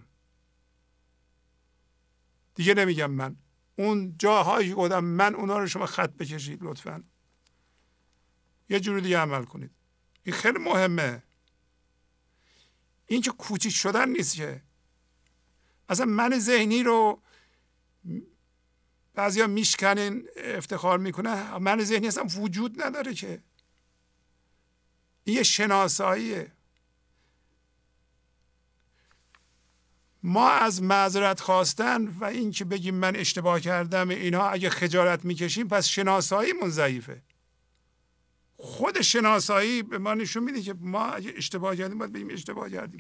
دیگه نمیگم من. اون جاهایی که گفتم من، اونا رو شما خط بکشید لطفا، یه جوری دیگه عمل کنید. این خیلی مهمه. این که کوچیک شدن نیست که اصلا من ذهنی رو بعضیا میشکنن افتخار میکنه، من ذهنی اصلا وجود نداره که. این یه شناساییه. ما از معذرت خواستن و این که بگیم من اشتباه کردم اینا اگه خجالت میکشیم، پس شناساییمون ضعیفه. خود شناسایی به ما نشون میده که ما اگه اشتباه کردیم باید بگیم اشتباه کردیم.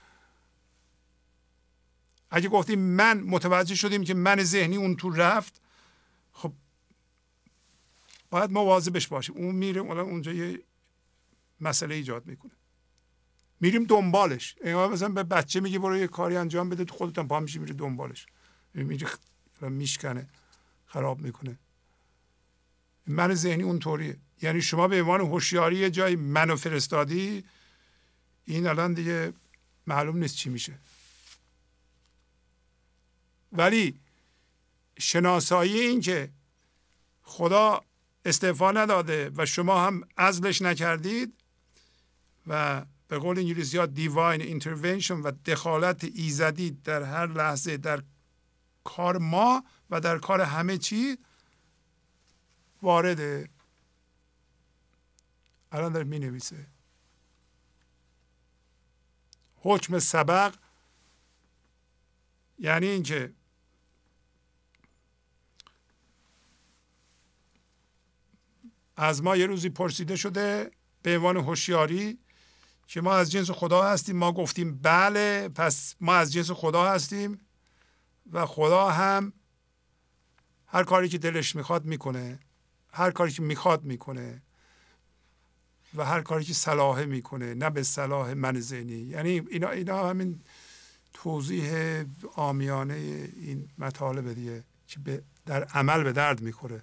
اگه گفتیم من، متوجه شدیم که من ذهنی اون تو رفت، خب باید مواظبش باشیم. اون میره اونجا یه مسئله ایجاد میکنه، میریم دنبالش. مثلا به بچه میگه برو یه کاری انجام بده، تو خودت هم پا میشی میری دنبالش، میری میشکنه، خراب میکنه. من ذهنی اونطوریه. یعنی شما به عنوان هوشیاری یه جای منو فرستادی، این الان دیگه معلوم نیست چی میشه. ولی شناسایی این که خدا استعفا نداده و شما هم عزلش نکردید و به قول انگلیسی ها دیواین اینترونشن و دخالت ایزدی در هر لحظه در کار ما و در کار همه چی وارده. الان داره می نویسه حکم سبق، یعنی اینکه از ما یه روزی پرسیده شده به عنوان هوشیاری که ما از جنس خدا هستیم. ما گفتیم بله، پس ما از جنس خدا هستیم و خدا هم هر کاری که دلش میخواد میکنه، هر کاری که میخواد میکنه و هر کاری که صلاحه میکنه، نه به صلاح من ذهنی. یعنی اینا همین توضیح عامیانه این مطالب دیگه که در عمل به درد میخوره.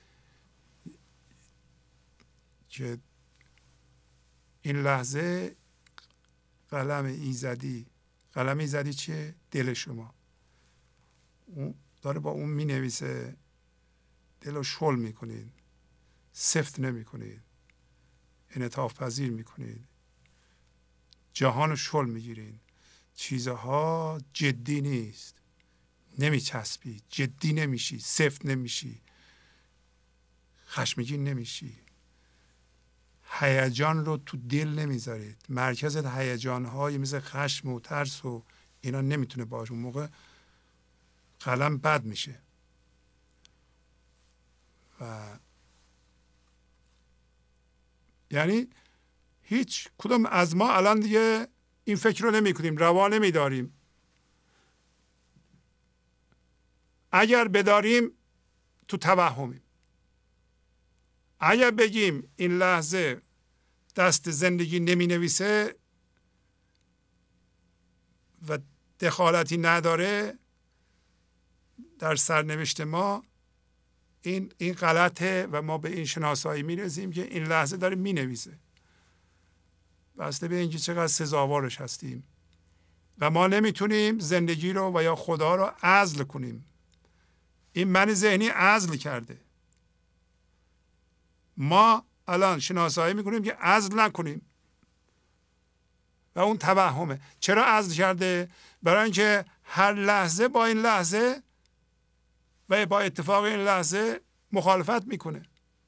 که این لحظه قلم ایزدی چیه؟ دل شما. اون داره با اون می نویسه. دل رو شل می کنید، سفت نمی کنید، انعطاف پذیر می کنید، جهان رو شل می گیرید. چیزها جدی نیست، نمی چسبی، جدی نمیشی، سفت نمیشی، خشمگین نمیشی، هیجان رو تو دل نمیذارید. مرکز هیجان های مثل خشم و ترس و اینا نمیتونه باشه. اون موقع قلم بد میشه. و یعنی هیچ کدوم از ما الان دیگه این فکر رو نمی کنیم، روا نمی داریم. اگر بداریم تو توهمیم. اگر بگیم این لحظه دست زندگی نمی نویسه و دخالتی نداره در سرنوشت ما، این غلطه و ما به این شناسایی می رسیم که این لحظه داره می نویسه. بسته به اینکه چقدر سزاوارش هستیم و ما نمیتونیم زندگی رو و یا خدا رو عزل کنیم. این من ذهنی عزل کرده. ما الان شناسایی میکنیم که عزل نکنیم و اون توهمه. چرا عزل کرده؟ برای اینکه هر لحظه با این لحظه و با اتفاق این لحظه مخالفت میکنه.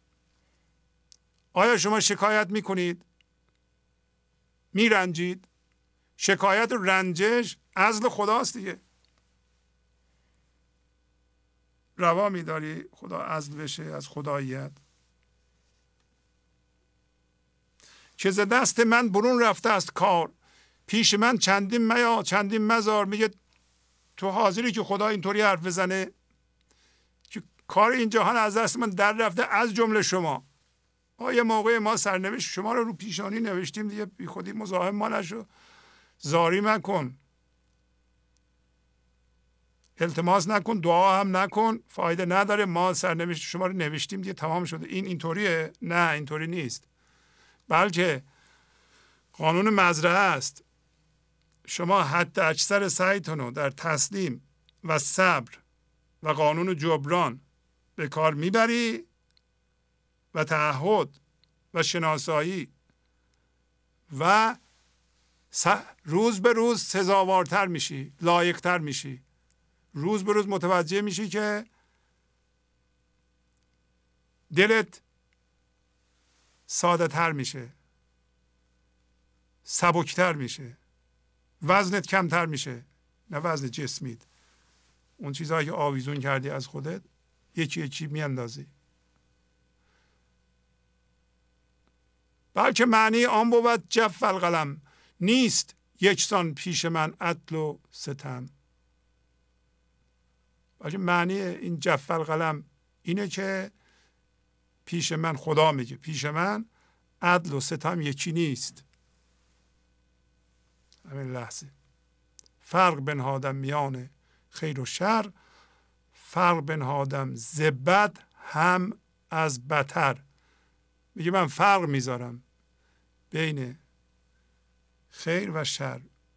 آیا شما شکایت میکنید؟ میرنجید؟ شکایت و رنجش عزل خداست دیگه. روا میداری خدا عزل بشه از خداییت؟ که ز دست من برون رفته است کار، پیش من چندین میا چندین مزار. میگه تو حاضری که خدا اینطوری حرف بزنه که کار این جهان از دست من در رفته، از جمله شما. یه موقع ما سرنوشت شما رو پیشانی نوشتیم دیگه، بی خودی مزاحم ما نشو، زاری مکن، التماس نکن، دعا هم نکن، فایده نداره. ما سرنوشت شما رو نوشتیم دیگه، تمام شده. این اینطوریه؟ نه، اینطوری نیست. بلکه قانون مزرعه است. شما حد اکثر سعیتون رو در تسلیم و صبر و قانون جبران به کار میبری و تعهد و شناسایی و روز به روز سزاوارتر میشی، لایقتر میشی. روز به روز متوجه میشی که دلت ساده تر میشه، سبکتر میشه، وزنت کمتر میشه. نه وزن جسمیت، اون چیزهایی که آویزون کردی از خودت یکی یکی میاندازی. بلکه معنی آن بود جف القلم، نیست یکسان پیش من عدل و ستم. بلکه معنی این جف القلم اینه که پیش من، خدا میگه پیش من عدل و ستم یکی نیست. همین لحظه فرق بنهادم میان خیر و شر، فرق بنهادم ز بد هم از بتر. میگه من فرق میذارم بین خیر و شر.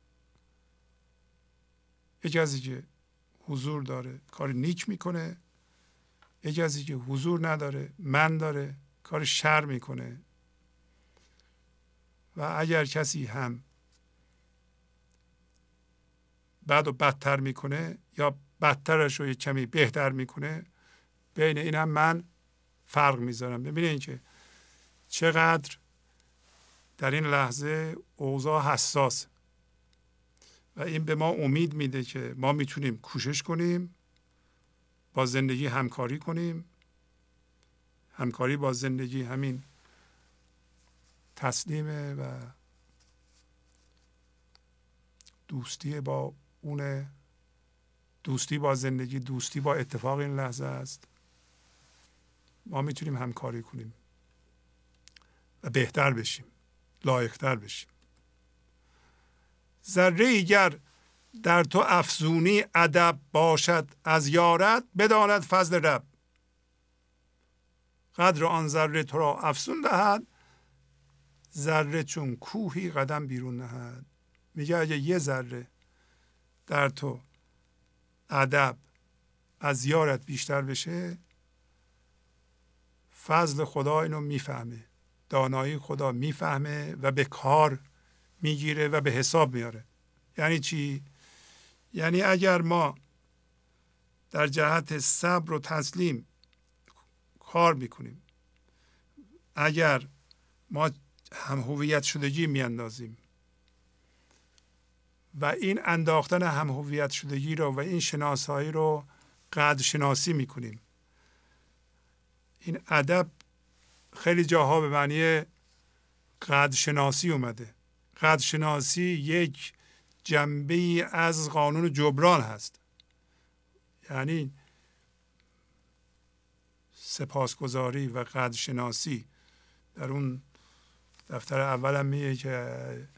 یکی از که حضور داره کار نیک میکنه، یکی از که حضور نداره من داره کار شر میکنه. و اگر کسی هم بد و بدتر میکنه یا بدترش رو یک کمی بهتر میکنه، بین این هم من فرق میذارم. ببینید که چقدر در این لحظه اوضاع حساس و این به ما امید میده که ما میتونیم کوشش کنیم، با زندگی همکاری کنیم. همکاری با زندگی همین تسلیمه و دوستی با اونه، دوستی با زندگی، دوستی با اتفاق این لحظه است. ما میتونیم همکاری کنیم و بهتر بشیم، لایق‌تر بشیم. ذره ایگر در تو افزونی ادب باشد از یارت، بداند فضل رب. قدر آن ذره تو را افزون دهد، ذره چون کوهی قدم بیرون نهد. میگه اگه یه ذره در تو ادب از یارت بیشتر بشه، فضل خدا اینو میفهمه، دانایی خدا میفهمه و به کار میگیره و به حساب میاره. یعنی چی؟ یعنی اگر ما در جهت صبر و تسلیم کار میکنیم، اگر ما هم هویت شدگی میاندازیم و این انداختن هم هویت شدگی رو و این شناسایی رو قدر شناسی میکنیم. این ادب خیلی جاها به معنی قدر شناسی اومده. قدر شناسی یک جنبه از قانون جبران هست. یعنی سپاسگزاری و قدر شناسی. در اون دفتر اولم میگه که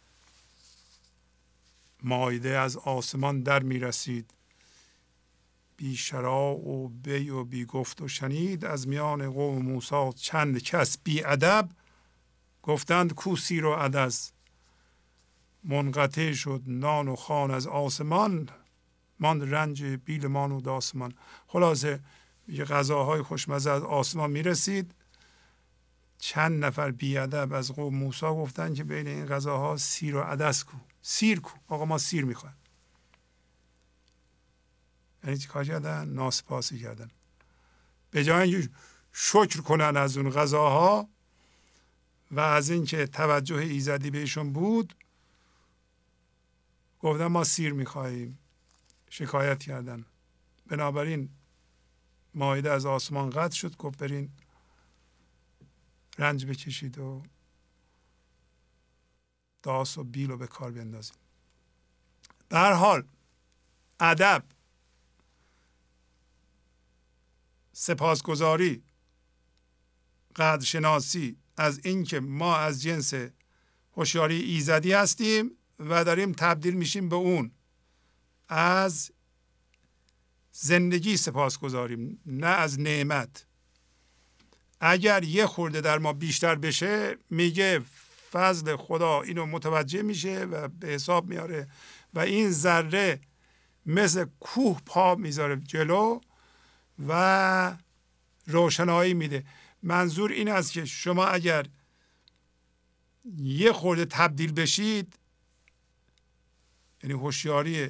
مائده از آسمان در میرسید، بی شراع و بی و بی گفت و شنید. از میان قوم موسی چند کس بی ادب، گفتند کو سیر و عدس. منقطع شد نان و خوان از آسمان، ماند رنج بیلمان و داسمان. خلاصه یه غذاهای خوشمزه از آسمان میرسید، چند نفر بیادب از قوم موسی گفتن که بین این غذاها سیر و عدس کو. سیر کو، آقا ما سیر میخوایم. یعنی چی کار کردن؟ ناسپاسی کردن. به جای اینکه شکر کنن از اون غذاها و از اینکه توجه ایزدی بهشون بود، گفتن ما سیر میخواییم. شکایت کردن. بنابراین مائده از آسمان قطع شد، گفت برین رنج بکشید و داس و بیل رو به کار بندازید. به هر حال ادب، سپاسگزاری، قدرشناسی از اینکه ما از جنس هوشیاری ایزدی هستیم و داریم تبدیل میشیم به اون. از زندگی سپاسگزاریم، نه از نعمت. اگر یه خورده در ما بیشتر بشه، میگه فضل خدا اینو متوجه میشه و به حساب میاره و این ذره مثل کوه پا میذاره جلو و روشنایی میده. منظور این است که شما اگر یه خورده تبدیل بشید، یعنی هوشیاری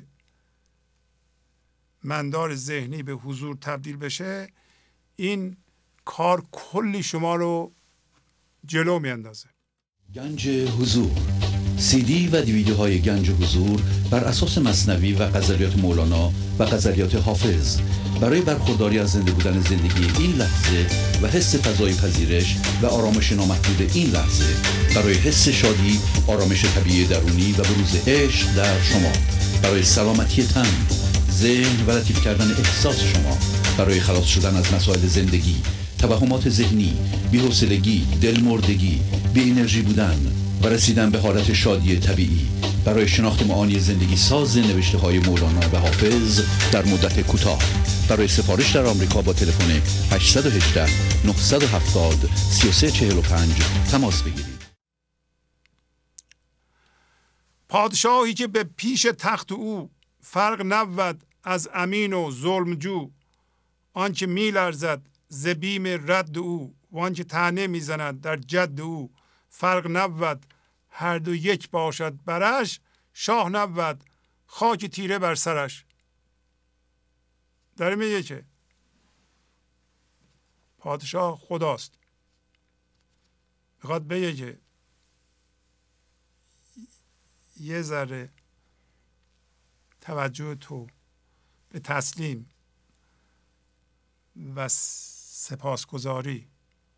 مندار ذهنی به حضور تبدیل بشه، این کار کلی شما رو جلو میاندازه. گنج حضور، سی دی و دیویدیوهای گنج حضور بر اساس مثنوی و غزلیات مولانا و غزلیات حافظ برای برخورداری از زنده بودن زندگی این لحظه و حس فضای پذیرش و آرامش نامحدود این لحظه، برای حس شادی، آرامش طبیعی درونی و بروز عشق در شما، برای سلامتی تن، ذهن و لطیف کردن احساس شما، برای خلاص شدن از مسائل زندگی، توهمات ذهنی، بی‌حوصلگی، دلمردگی، بی انرژی بودن و رسیدن به حالت شادی طبیعی، برای شناخت معانی زندگی ساز نوشته های مولانا و حافظ در مدت کوتاه. برای سفارش در آمریکا با تلفن 818 970 3345 تماس بگیرید. پادشاهی که به پیش تخت او فرق نبود از امین و ظلمجو، آنکه میلرزد ز بیم رد او و آنکه طعنه میزند در جد او، فرق نبود هر دو یک باشد برش، شاه نبود خاک تیره بر سرش. داره میگه که پادشاه خداست. میخواد بگه که یه ذره توجه تو به تسلیم و سپاسگزاری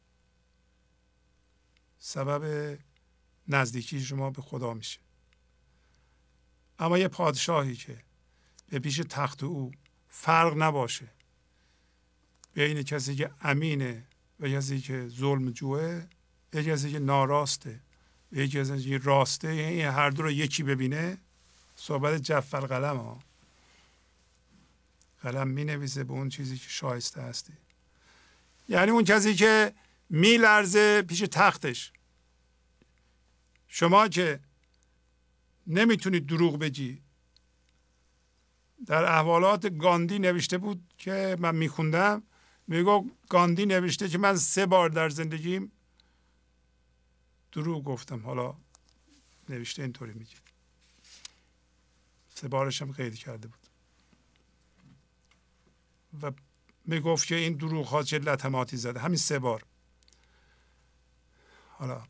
سبب نزدیکی شما به خدا میشه. اما یه پادشاهی که به پیش تخت او فرق نباشه بین کسی که امینه و کسی که ظلم جوه، یه کسی که ناراسته و یه کسی که راسته، این هر دو رو یکی ببینه، صحبت جف القلم ها. قلم می نویسه به اون چیزی که شایسته هستی. یعنی اون کسی که می لرزه پیش تختش. شما که نمیتونید دروغ بگی. در احوالات گاندی نوشته بود که من میخوندم، میگو گاندی نوشته که من 3 بار در زندگیم دروغ گفتم. حالا نوشته اینطوری میگه، 3 بارش هم قید کرده بود و میگفت که این دروغ ها چه لطماتی زده، همین 3 بار. حالا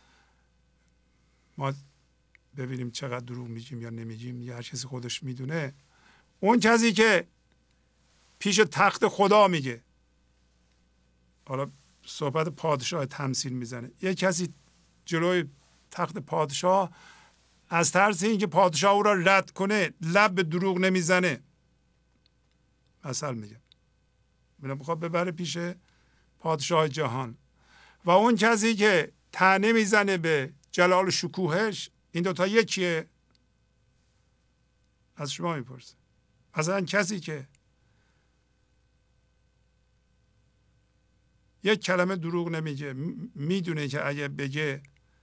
ما ببینیم چقدر دروغ میگیم یا نمیگیم، یا هر کسی خودش میدونه. اون کسی که پیش تخت خدا میگه، حالا صحبت پادشاه تمثیل میزنه، یه کسی جلوی تخت پادشاه از ترس اینکه پادشاه او را رد کنه لب به دروغ نمیزنه. مثلا میگه میخواد ببره پیش پادشاه جهان. و اون کسی که طعنه میزنه به جلال و شکوهش، این دوتا یکیه؟ از شما میپرسه. مثلا کسی که یک کلمه دروغ نمیگه، میدونه که اگه بگه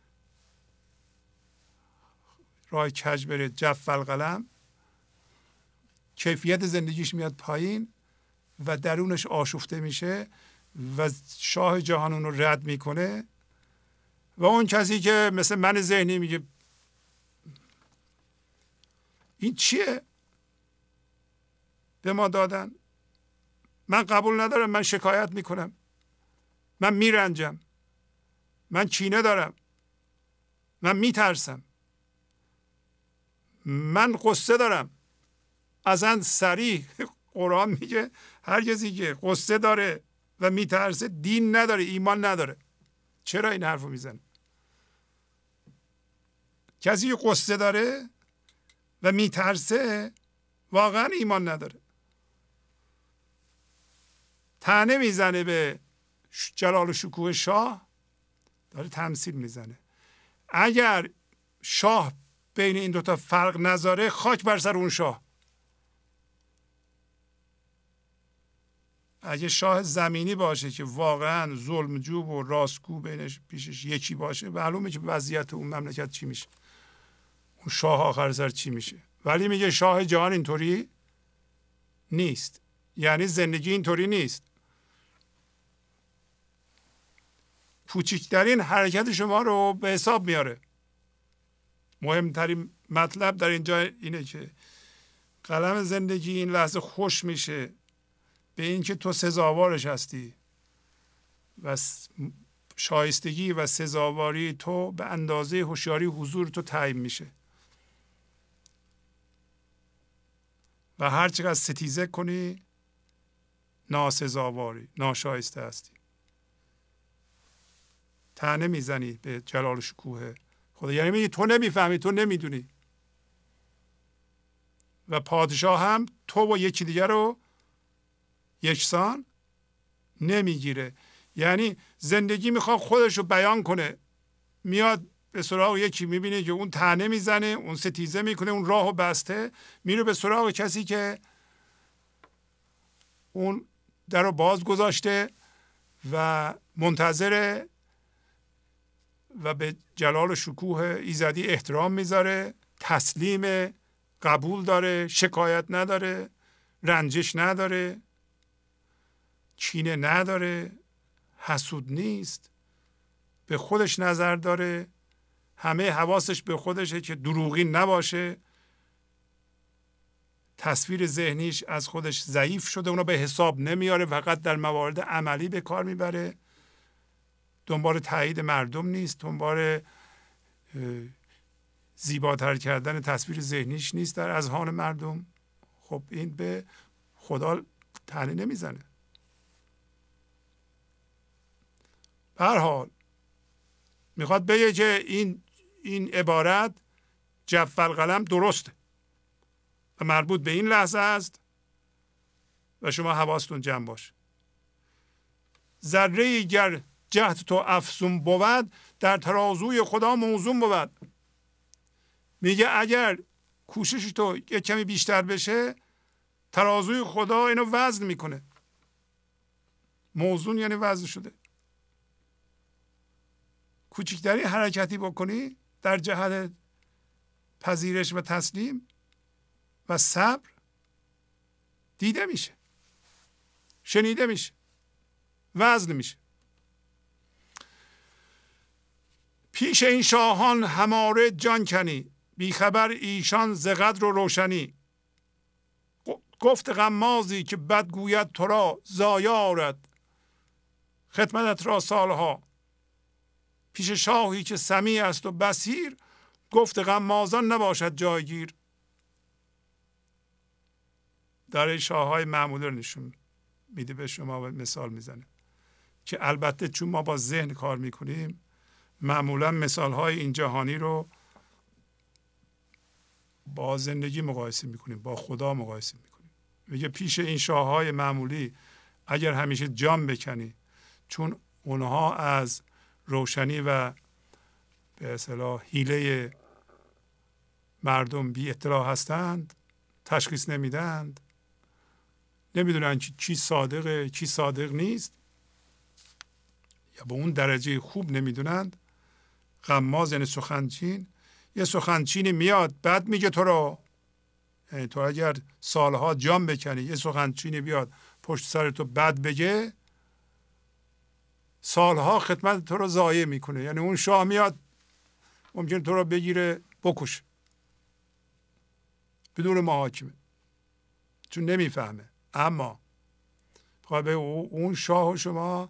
راه کج بره جف القلم، کیفیت زندگیش میاد پایین و درونش آشفته میشه و شاه جهان اون رو رد میکنه. و اون کسی که مثل من ذهنی میگه این چیه به ما دادن، من قبول ندارم، من شکایت میکنم، من میرنجم، من کینه دارم، من میترسم، من قصه دارم. اصلا صریح قرآن میگه هر کسی که قصه داره و میترسه دین نداره، ایمان نداره. چرا این حرفو میزنه؟ کسی که قصه داره و میترسه واقعا ایمان نداره. طعنه میزنه به جلال و شکوه شاه، داره تمثیل میزنه. اگر شاه بین این دوتا فرق نذاره، خاک بر سر اون شاه. اگه شاه زمینی باشه که واقعا ظلمجو و راستگو بینش پیشش یکی باشه، معلومه که وضعیت اون مملکت چی میشه، اون شاه آخر سر چی میشه. ولی میگه شاه جهان اینطوری نیست، یعنی زندگی اینطوری نیست. کوچکترین حرکت شما رو به حساب میاره. مهمترین مطلب در اینجا اینه که قلم زندگی این لحظه خوش میشه به اینکه تو سزاوارش هستی و شایستگی و سزاواری تو به اندازه هوشیاری حضور تو تعیین میشه. و هر چقدر ستیزه کنی ناسزاواری، ناشایسته هستی. طعنه میزنی به جلال و شکوه خدا، یعنی میگی تو نمیفهمی، تو نمیدونی. و پادشاه هم تو و یکی دیگر رو یکسان نمیگیره. یعنی زندگی میخواد خودش رو بیان کنه، میاد به سراغ یکی، میبینه که اون طعنه میزنه، اون ستیزه میکنه، اون راهو بسته، میره به سراغ کسی که اون در رو باز گذاشته و منتظره و به جلال و شکوه ایزدی احترام میذاره، تسلیم، قبول داره، شکایت نداره، رنجش نداره، کینه نداره، حسود نیست، به خودش نظر داره، همه حواسش به خودشه که دروغین نباشه، تصویر ذهنیش از خودش ضعیف شده، اونو به حساب نمیاره، فقط در موارد عملی به کار میبره، دنبال تایید مردم نیست، دنبال زیباتر کردن تصویر ذهنیش نیست در اذهان مردم. خب این به خدا طعنه نمیزنه. به هر حال میخواد بگه که این عبارت جف القلم درسته و مربوط به این لحظه است و شما حواستون جمع باشه. ذره گر جهت تو افزون بود، در ترازوی خدا موزون بود. میگه اگر کوشش تو یه کمی بیشتر بشه، ترازوی خدا اینو وزن میکنه. موزون یعنی وزن شده. کوچکترین حرکتی بکنی در جهت پذیرش و تسلیم و صبر، دیده میشه، شنیده میشه، وزن میشه. پیش این شاهان هماره جان کنی، بیخبر ایشان ز قدر و روشنی. گفت غمازی که بد گوید تو را، ضایع آرد خدمتت را سالها. پیش شاهی که سمیع است و بصیر، گفت غمازان نباشد جایگیر. در شاههای معمولی رو نشون میده به شما و مثال میزنه که البته چون ما با ذهن کار میکنیم، معمولا مثالهای این جهانی رو با زندگی مقایسه میکنیم، با خدا مقایسه میکنیم. میگه پیش این شاههای معمولی اگر همیشه جام بکنی، چون اونها از روشنی و به اصطلاح حیله مردم بی اطلاع هستند، تشخیص نمیدند، نمیدونن چی صادقه چی صادق نیست، یا به اون درجه خوب نمیدونند. غماز یعنی سخنچین. یه سخنچینی میاد بعد میگه تو رو، یعنی تو اگر سالها جام بکنی، یه سخنچینی بیاد پشت سر تو بد بگه، سالها خدمت تو رو ضایع میکنه. یعنی اون شاه میاد ممکنه تو رو بگیره بکشه بدون محاکمه، چون نمیفهمه. اما به اون شاه و شما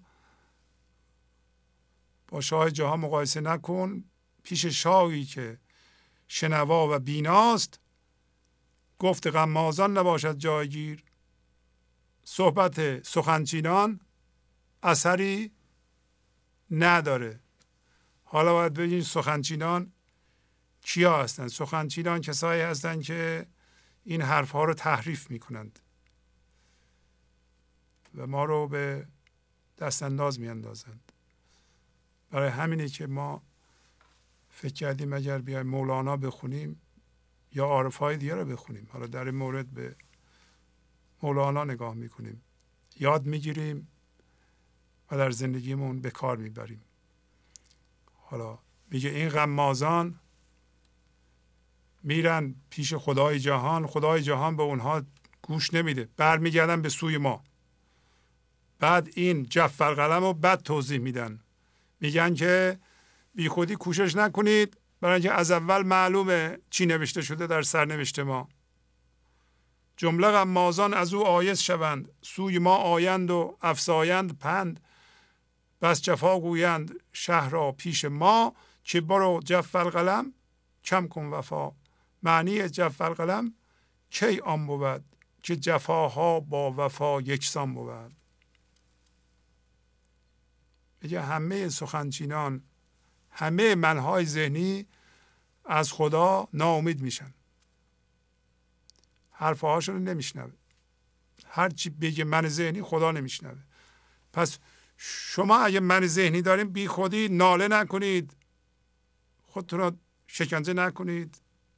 با شاه جهان مقایسه نکن. پیش شاهی که شنوا و بیناست، گفت غمازان نباشد جایگیر. صحبت سخنچینان اثری نداره. حالا باید ببینید سخنچینان کیا هستند. سخنچینان کسایی هستند که این حرفها رو تحریف میکنند و ما رو به دست انداز میاندازند. برای همینه که ما فکر کردیم اگر بیایم مولانا بخونیم یا عارفهای دیگه رو بخونیم. حالا در این مورد به مولانا نگاه میکنیم، یاد میگیریم و در زندگیمون به کار میبریم. حالا میگه این غمازان میرن پیش خدای جهان، خدای جهان به اونها گوش نمیده، برمیگردن به سوی ما. بعد این جعفر قلم رو بد توضیح میدن، میگن که بی خودی کوشش نکنید، برای اینکه از اول معلومه چی نوشته شده در سرنوشت ما. جمله غمازان از او آیس شوند، سوی ما آیند و افزایند پند. بس جفا گویند شهر را پیش ما، که برو جعفر قلم کم کن وفا. معنی جعفر قلم کی آن بود، که جفاها با وفا یکسان بود. میگه همه سخنچینان، همه منهای ذهنی از خدا ناامید میشن، حرفهاشون رو نمیشنوه. هرچی بگه من ذهنی خدا نمیشنوه. پس شما اگه من ذهنی داریم، بی خودی ناله نکنید، خودتون رو شکنجه نکنید،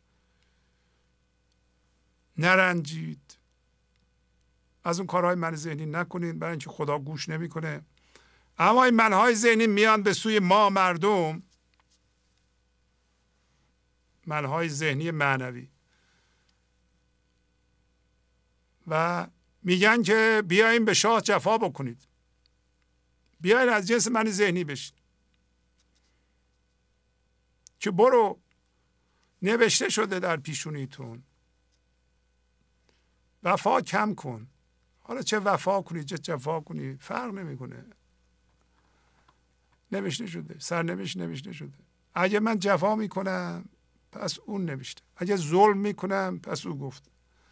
نرنجید، از اون کارهای من ذهنی نکنید، برای اینکه خدا گوش نمیکنه. اما این منهای ذهنی میان به سوی ما مردم، منهای ذهنی معنوی، و میگن که بیاین به شاه جفا بکنید، بیاین از جنس من ذهنی بشید، که برو نوشته شده در پیشونیتون وفا کم کن. حالا چه وفا کنی چه جفا کنی فرق نمیکنه. نوشته شده، سرنوشت نوشته شده. اگه من جفا میکنم پس اون نوشته، اگه ظلم میکنم پس او گفت،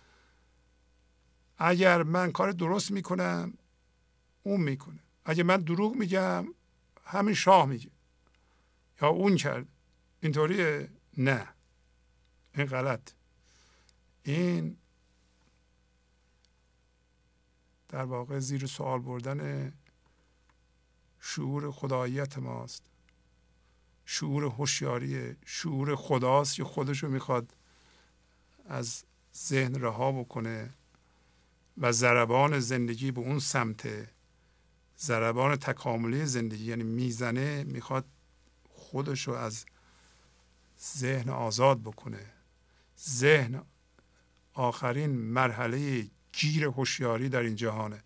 اگر من کار درست میکنم اون میکنه، اگه من دروغ میگم همین شاه میگه یا اون کرد. اینطوریه؟ نه، این غلط. این در واقع زیر سوال بردن شعور خداییت ماست، شعور هوشیاری، شعور خداست که خودشو میخواد از ذهن رها بکنه و ضربان زندگی به اون سمت، ضربان تکاملی زندگی یعنی میزنه، میخواد خودشو از ذهن آزاد بکنه. ذهن آخرین مرحله گیر هوشیاری در این جهانه.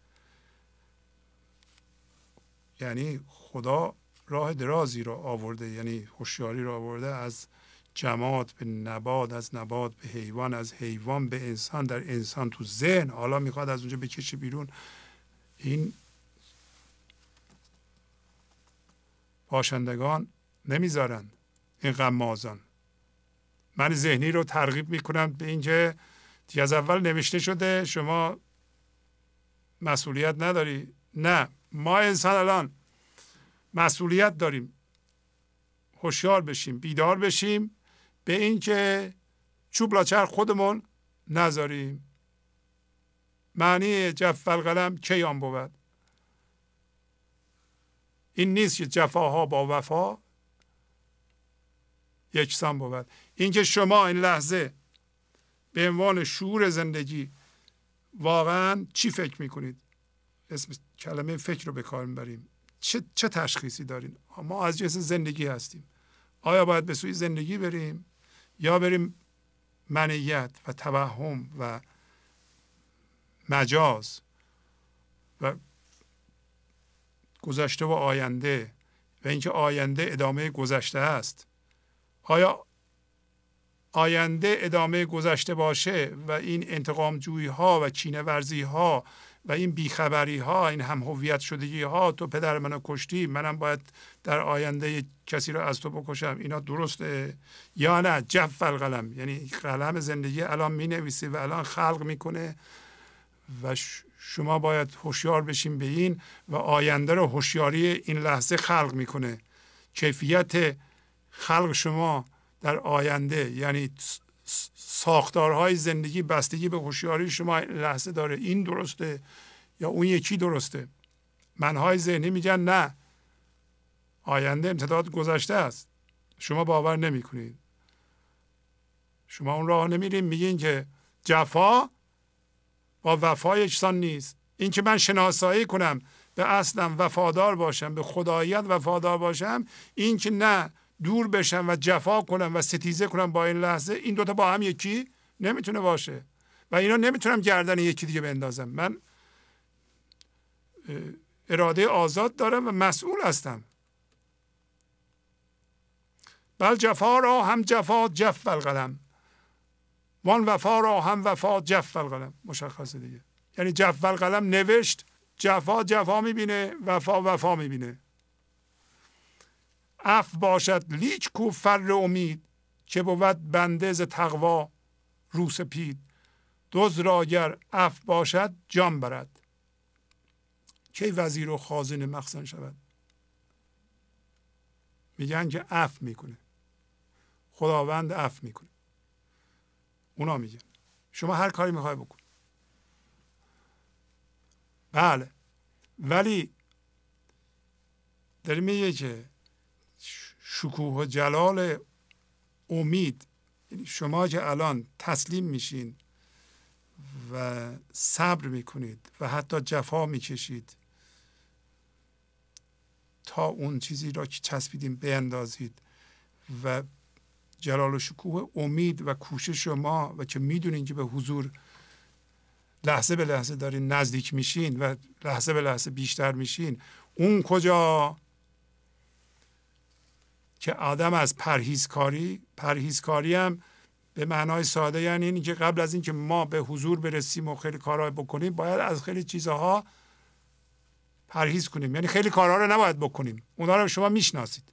یعنی خدا راه درازی را آورده، یعنی هوشیاری را آورده از جماد به نبات، از نبات به حیوان، از حیوان به انسان، در انسان تو ذهن، حالا میخواد از اونجا بکشه بیرون. این باشندگان نمیذارن، این غمازان. من ذهنی رو ترغیب میکنم به اینکه دیگه از اول نوشته شده، شما مسئولیت نداری. نه، ما انسان الان مسئولیت داریم، هوشیار بشیم، بیدار بشیم به اینکه چوب لاچرخ خودمون نذاریم. معنی جف القلم کیان بود؟ این نیست که جفاها با وفا یکسان بود. اینکه شما این لحظه به عنوان شعور زندگی واقعا چی فکر میکنید؟ اسم کلمه فکر رو به کار میبریم. چه تشخیصی دارین؟ ما از جنس زندگی هستیم. آیا باید به سوی زندگی بریم یا بریم منیت و توهم و مجاز و گذشته و آینده و اینکه آینده ادامه گذشته است؟ آیا آینده ادامه گذشته باشه و این انتقام جویی ها و کینه ورزی ها و این بیخبری ها، این هم هویت شدگی ها، تو پدر منو کشتی منم باید در آینده کسی رو از تو بکشم، اینا درسته یا نه؟ جف القلم، یعنی قلم زندگی الان می نویسه و الان خلق میکنه و شما باید هوشیار بشین به این و آینده رو هوشیاری این لحظه خلق میکنه. کیفیت خلق شما در آینده یعنی ساختارهای زندگی بستگی به هوشیاری شما لحظه داره. این درسته یا اون یکی درسته؟ منهای ذهنی میگن نه، آینده امتداد گذشته است. شما باور نمی کنید، شما اون راه نمیرین. میگین که جفا با وفا یکسان نیست. این که من شناسایی کنم به اصلم وفادار باشم، به خداییت وفادار باشم، این که نه دور بشم و جفا کنم و ستیزه کنم با این لحظه، این دوتا با هم یکی نمیتونه باشه و اینا نمیتونم گردن یکی دیگه بندازم. من اراده آزاد دارم و مسئول هستم. بل جفا را هم جفا جف القلم، وان وفا را هم وفا جف القلم. مشخصه دیگه، یعنی جف القلم نوشت، جفا جفا میبینه، وفا وفا میبینه. اف باشد لیک کو فر امید، که بود بنده ز تقوا رو سپید. دزد را گر اف باشد جان برد، کی وزیر و خازن مخزن شود. میگن که اف میکنه، خداوند اف میکنه. اونا میگن شما هر کاری میخوای بکن. بله، ولی داری میگه که شکوه و جلال امید، یعنی شما که الان تسلیم میشین و صبر میکنید و حتی جفا میکشید تا اون چیزی را که چسبیدین بیندازید و جلال و شکوه امید و کوشش شما و که میدونین که به حضور لحظه به لحظه دارین نزدیک میشین و لحظه به لحظه بیشتر میشین، اون کجا که آدم از پرهیزکاری هم به معنای ساده یعنی اینی که قبل از اینکه ما به حضور برسیم و خیلی کارها بکنیم باید از خیلی چیزها پرهیز کنیم. یعنی خیلی کارها رو نباید بکنیم، اونا رو شما میشناسید.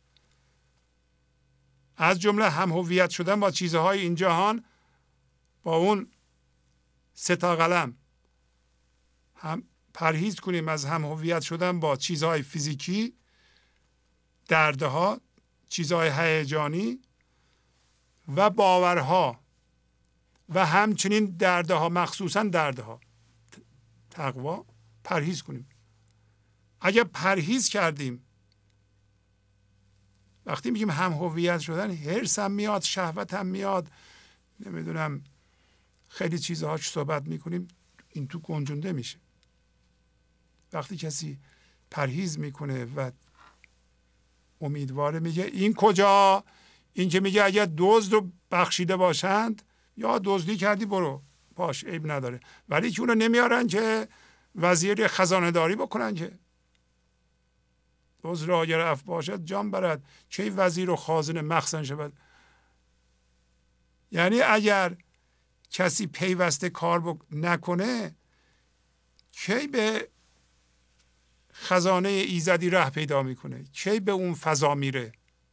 از جمله هم هویت شدن با چیزهای این جهان، با اون 3 تا قلم. هم پرهیز کنیم از هم هویت شدن با چیزهای فیزیکی، دردها، چیزهای هیجانی و باورها و همچنین دردها، مخصوصا دردها. تقوا پرهیز کنیم. اگر پرهیز کردیم، وقتی میگیم هم هویت شدن، حرص هم میاد، شهوت هم میاد، نمیدونم خیلی چیزهاش صحبت میکنیم، این تو گنجونده میشه. وقتی کسی پرهیز میکنه و امیدواره، میگه این کجا؟ این که میگه اگر دزد رو بخشیده باشند، یا دزدی کردی برو، باش عیب نداره، ولی که اونو نمیارن که وزیر خزانه داری بکنن که دزد را اگر اف باشد جان برد، چه وزیر و خازن مخزن شود. یعنی اگر کسی پیوسته کار نکنه، کی به خزانه ایزدی ره پیدا میکنه؟ کی به اون فضا میره؟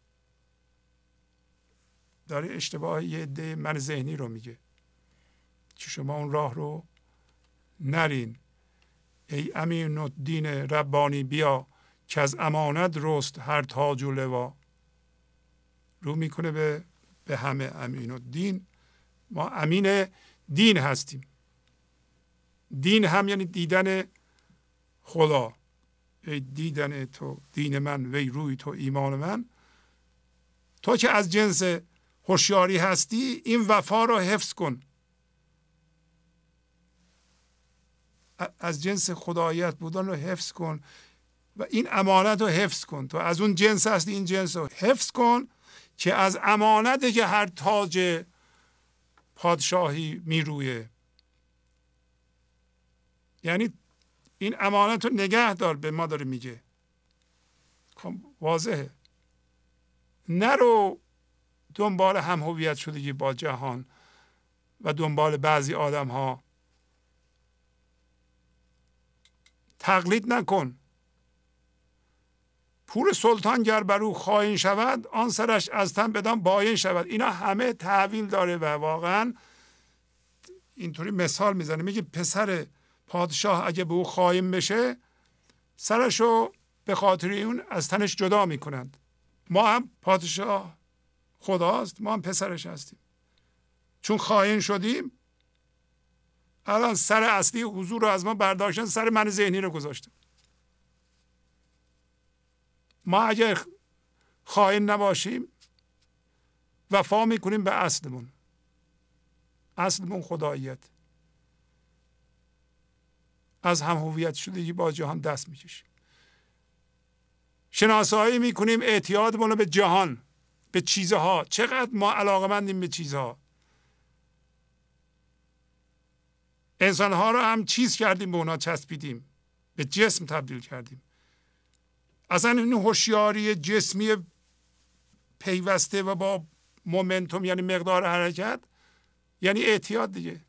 داره اشتباه یه عده من ذهنی رو میگه که شما اون راه رو نرین. ای امین الدین ربانی بیا، که از امانت رست هر تاج و لوا. رو میکنه به همه امین الدین. ما امین دین هستیم. دین هم یعنی دیدن خدا. ای دیدن تو دین من، وی روی تو ایمان من. تو که از جنس هوشیاری هستی، این وفا رو حفظ کن. از جنس خداییت بودن رو حفظ کن و این امانت رو حفظ کن. تو از اون جنس هستی، این جنس رو حفظ کن که از امانته که هر تاج پادشاهی میرویه. یعنی این امانت رو نگه دار، به ما داره میگه. واضحه. نرو دنبال هم هویت شدگی با جهان و دنبال بعضی آدم ها. تقلید نکن. پور سلطان گر بر او خائن شود، آن سرش از تن بدان باین شود. اینا همه تحویل داره و واقعا اینطوری مثال میزنه. میگه پسر پادشاه اگه به او خائن بشه، سرشو به خاطر اون از تنش جدا میکنند. ما هم پادشاه خداست، ما هم پسرش هستیم. چون خائن شدیم، الان سر اصلی حضور رو از ما برداشتن، سر من ذهنی رو گذاشتن. ما اگر خائن نباشیم، وفا میکنیم به اصلمون. اصلمون خداییت. از هم هویت شدگی با جهان دست میکشیم. شناسایی میکنیم اعتیادمون رو به جهان، به چیزها. چقدر ما علاقمندیم به چیزها. انسانها رو هم چیز کردیم، به اونا چسبیدیم، به جسم تبدیل کردیم. اصلا این هوشیاری جسمی پیوسته و با مومنتوم، یعنی مقدار حرکت، یعنی اعتیاد دیگه.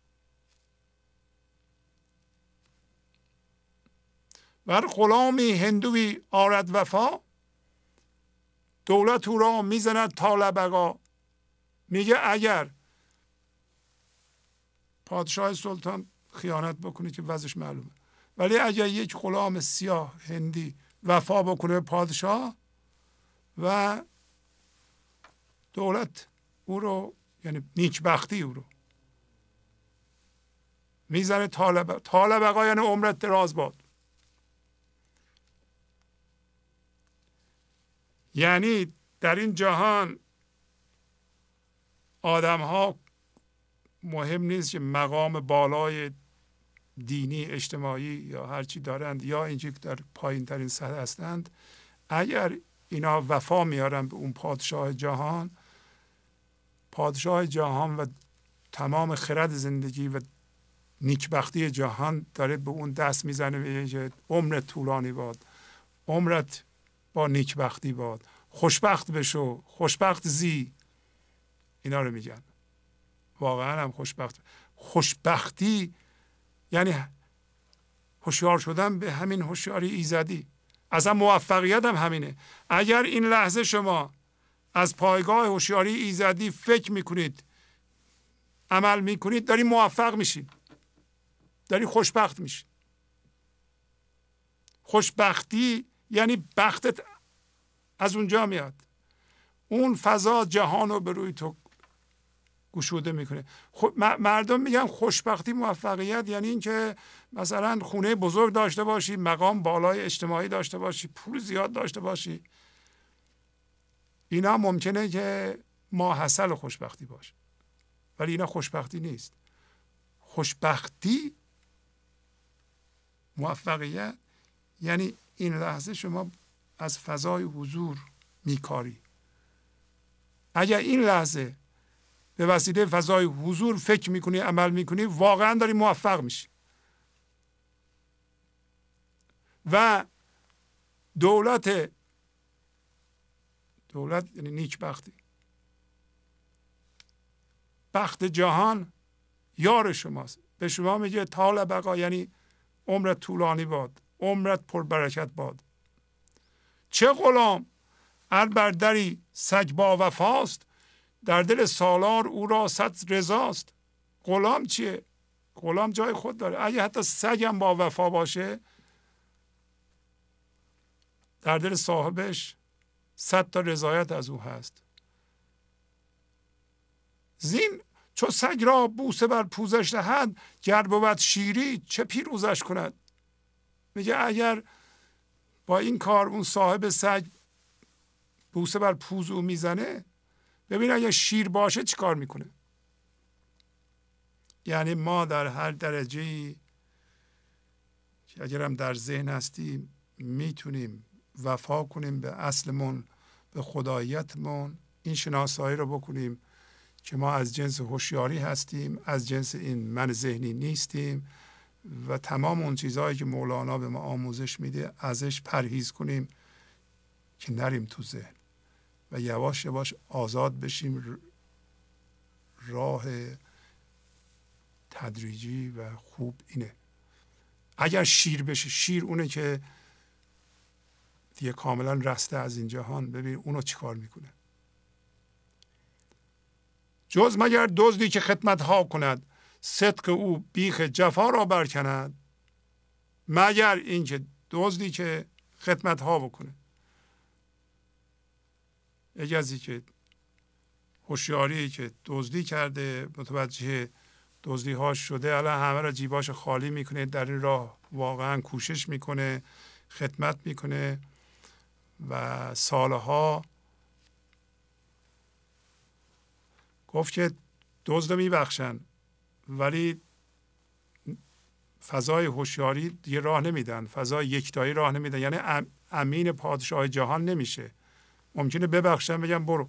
ور غلامی هندوی آرد وفا، دولت او را میزند تا لبقا. میگه اگر پادشاه سلطان خیانت بکنه که وضعش معلومه، ولی اگر یک غلام سیاه هندی وفا بکنه به پادشاه و دولت او رو، یعنی نیکبختی او رو میزنه تا لبقا، یعنی عمرت دراز باد. یعنی در این جهان آدم ها مهم نیست که مقام بالای دینی، اجتماعی یا هرچی دارند یا اینجا در پایین ترین سطح هستند. اگر اینا وفا میارن به اون پادشاه جهان، پادشاه جهان و تمام خرد زندگی و نیکبختی جهان داره به اون دست میزنه، میگه عمرت طولانی باد، عمرت با نیکبختی باد، خوشبخت بشو، خوشبخت زی. اینا رو میگن. واقعا هم خوشبختی یعنی هوشیار شدن به همین هوشیاری ایزدی. اصلا موفقیت هم همینه. اگر این لحظه شما از پایگاه هوشیاری ایزدی فکر میکنید، عمل میکنید، داری موفق میشید، داری خوشبخت میشید. خوشبختی یعنی بختت از اونجا میاد، اون فضا جهان رو به روی تو گشوده میکنه. مردم میگن خوشبختی موفقیت یعنی اینکه مثلا خونه بزرگ داشته باشی، مقام بالای اجتماعی داشته باشی، پول زیاد داشته باشی. اینا ممکنه که ماحصل خوشبختی باشه، ولی اینا خوشبختی نیست. خوشبختی موفقیت یعنی این لحظه شما از فضای حضور میکاری. اگر این لحظه به وسیله فضای حضور فکر میکنی، عمل میکنی، واقعا داری موفق میشی. و دولت یعنی نیکبختی، بخت جهان یار شماست. به شما میگه طال بقا، یعنی عمرت طولانی باد، عمرت پربرکت باد. چه غلام ار بر دری سگ با وفاست، در دل سالار او را صد رضاست. غلام چیه؟ غلام جای خود داره. اگه حتی سگ هم با وفا باشه، در دل صاحبش 100 تا رضایت از او هست. زین چو سگ را بوسه بر پوزش دهد، گر بود شیری چه پیروزش کند. میگه اگر با این کار اون صاحب سگ بوسه بر پوز او میزنه، ببین اگر شیر باشه چی کار میکنه. یعنی ما در هر درجه‌ای که اگر هم در ذهن هستیم میتونیم وفا کنیم به اصلمون، به خداییتمون. این شناسایی رو بکنیم که ما از جنس هوشیاری هستیم، از جنس این من ذهنی نیستیم و تمام اون چیزهایی که مولانا به ما آموزش میده ازش پرهیز کنیم که نریم تو ذهن و یواش یواش آزاد بشیم. راه تدریجی و خوب اینه. اگر شیر بشه، شیر اونه که دیگه کاملا رسته از این جهان، ببین اونو چی کار میکنه. جز مگر دزدی که خدمت ها کند، صدق او بیخ جفا را برکند. مگر این که دزدی که خدمت ها بکنه، اجازی که هوشیاری که دزدی کرده، متوجه دزدی ها شده، الان همه را جیباش خالی میکنه، در این راه واقعا کوشش میکنه، خدمت میکنه و سالها گفت که دزد میبخشن ولی فضای هوشیاری دیگه راه نمیدن، فضای یکتایی راه نمیدن. یعنی امین پادشاه جهان نمیشه. ممکنه ببخشن بگم برو،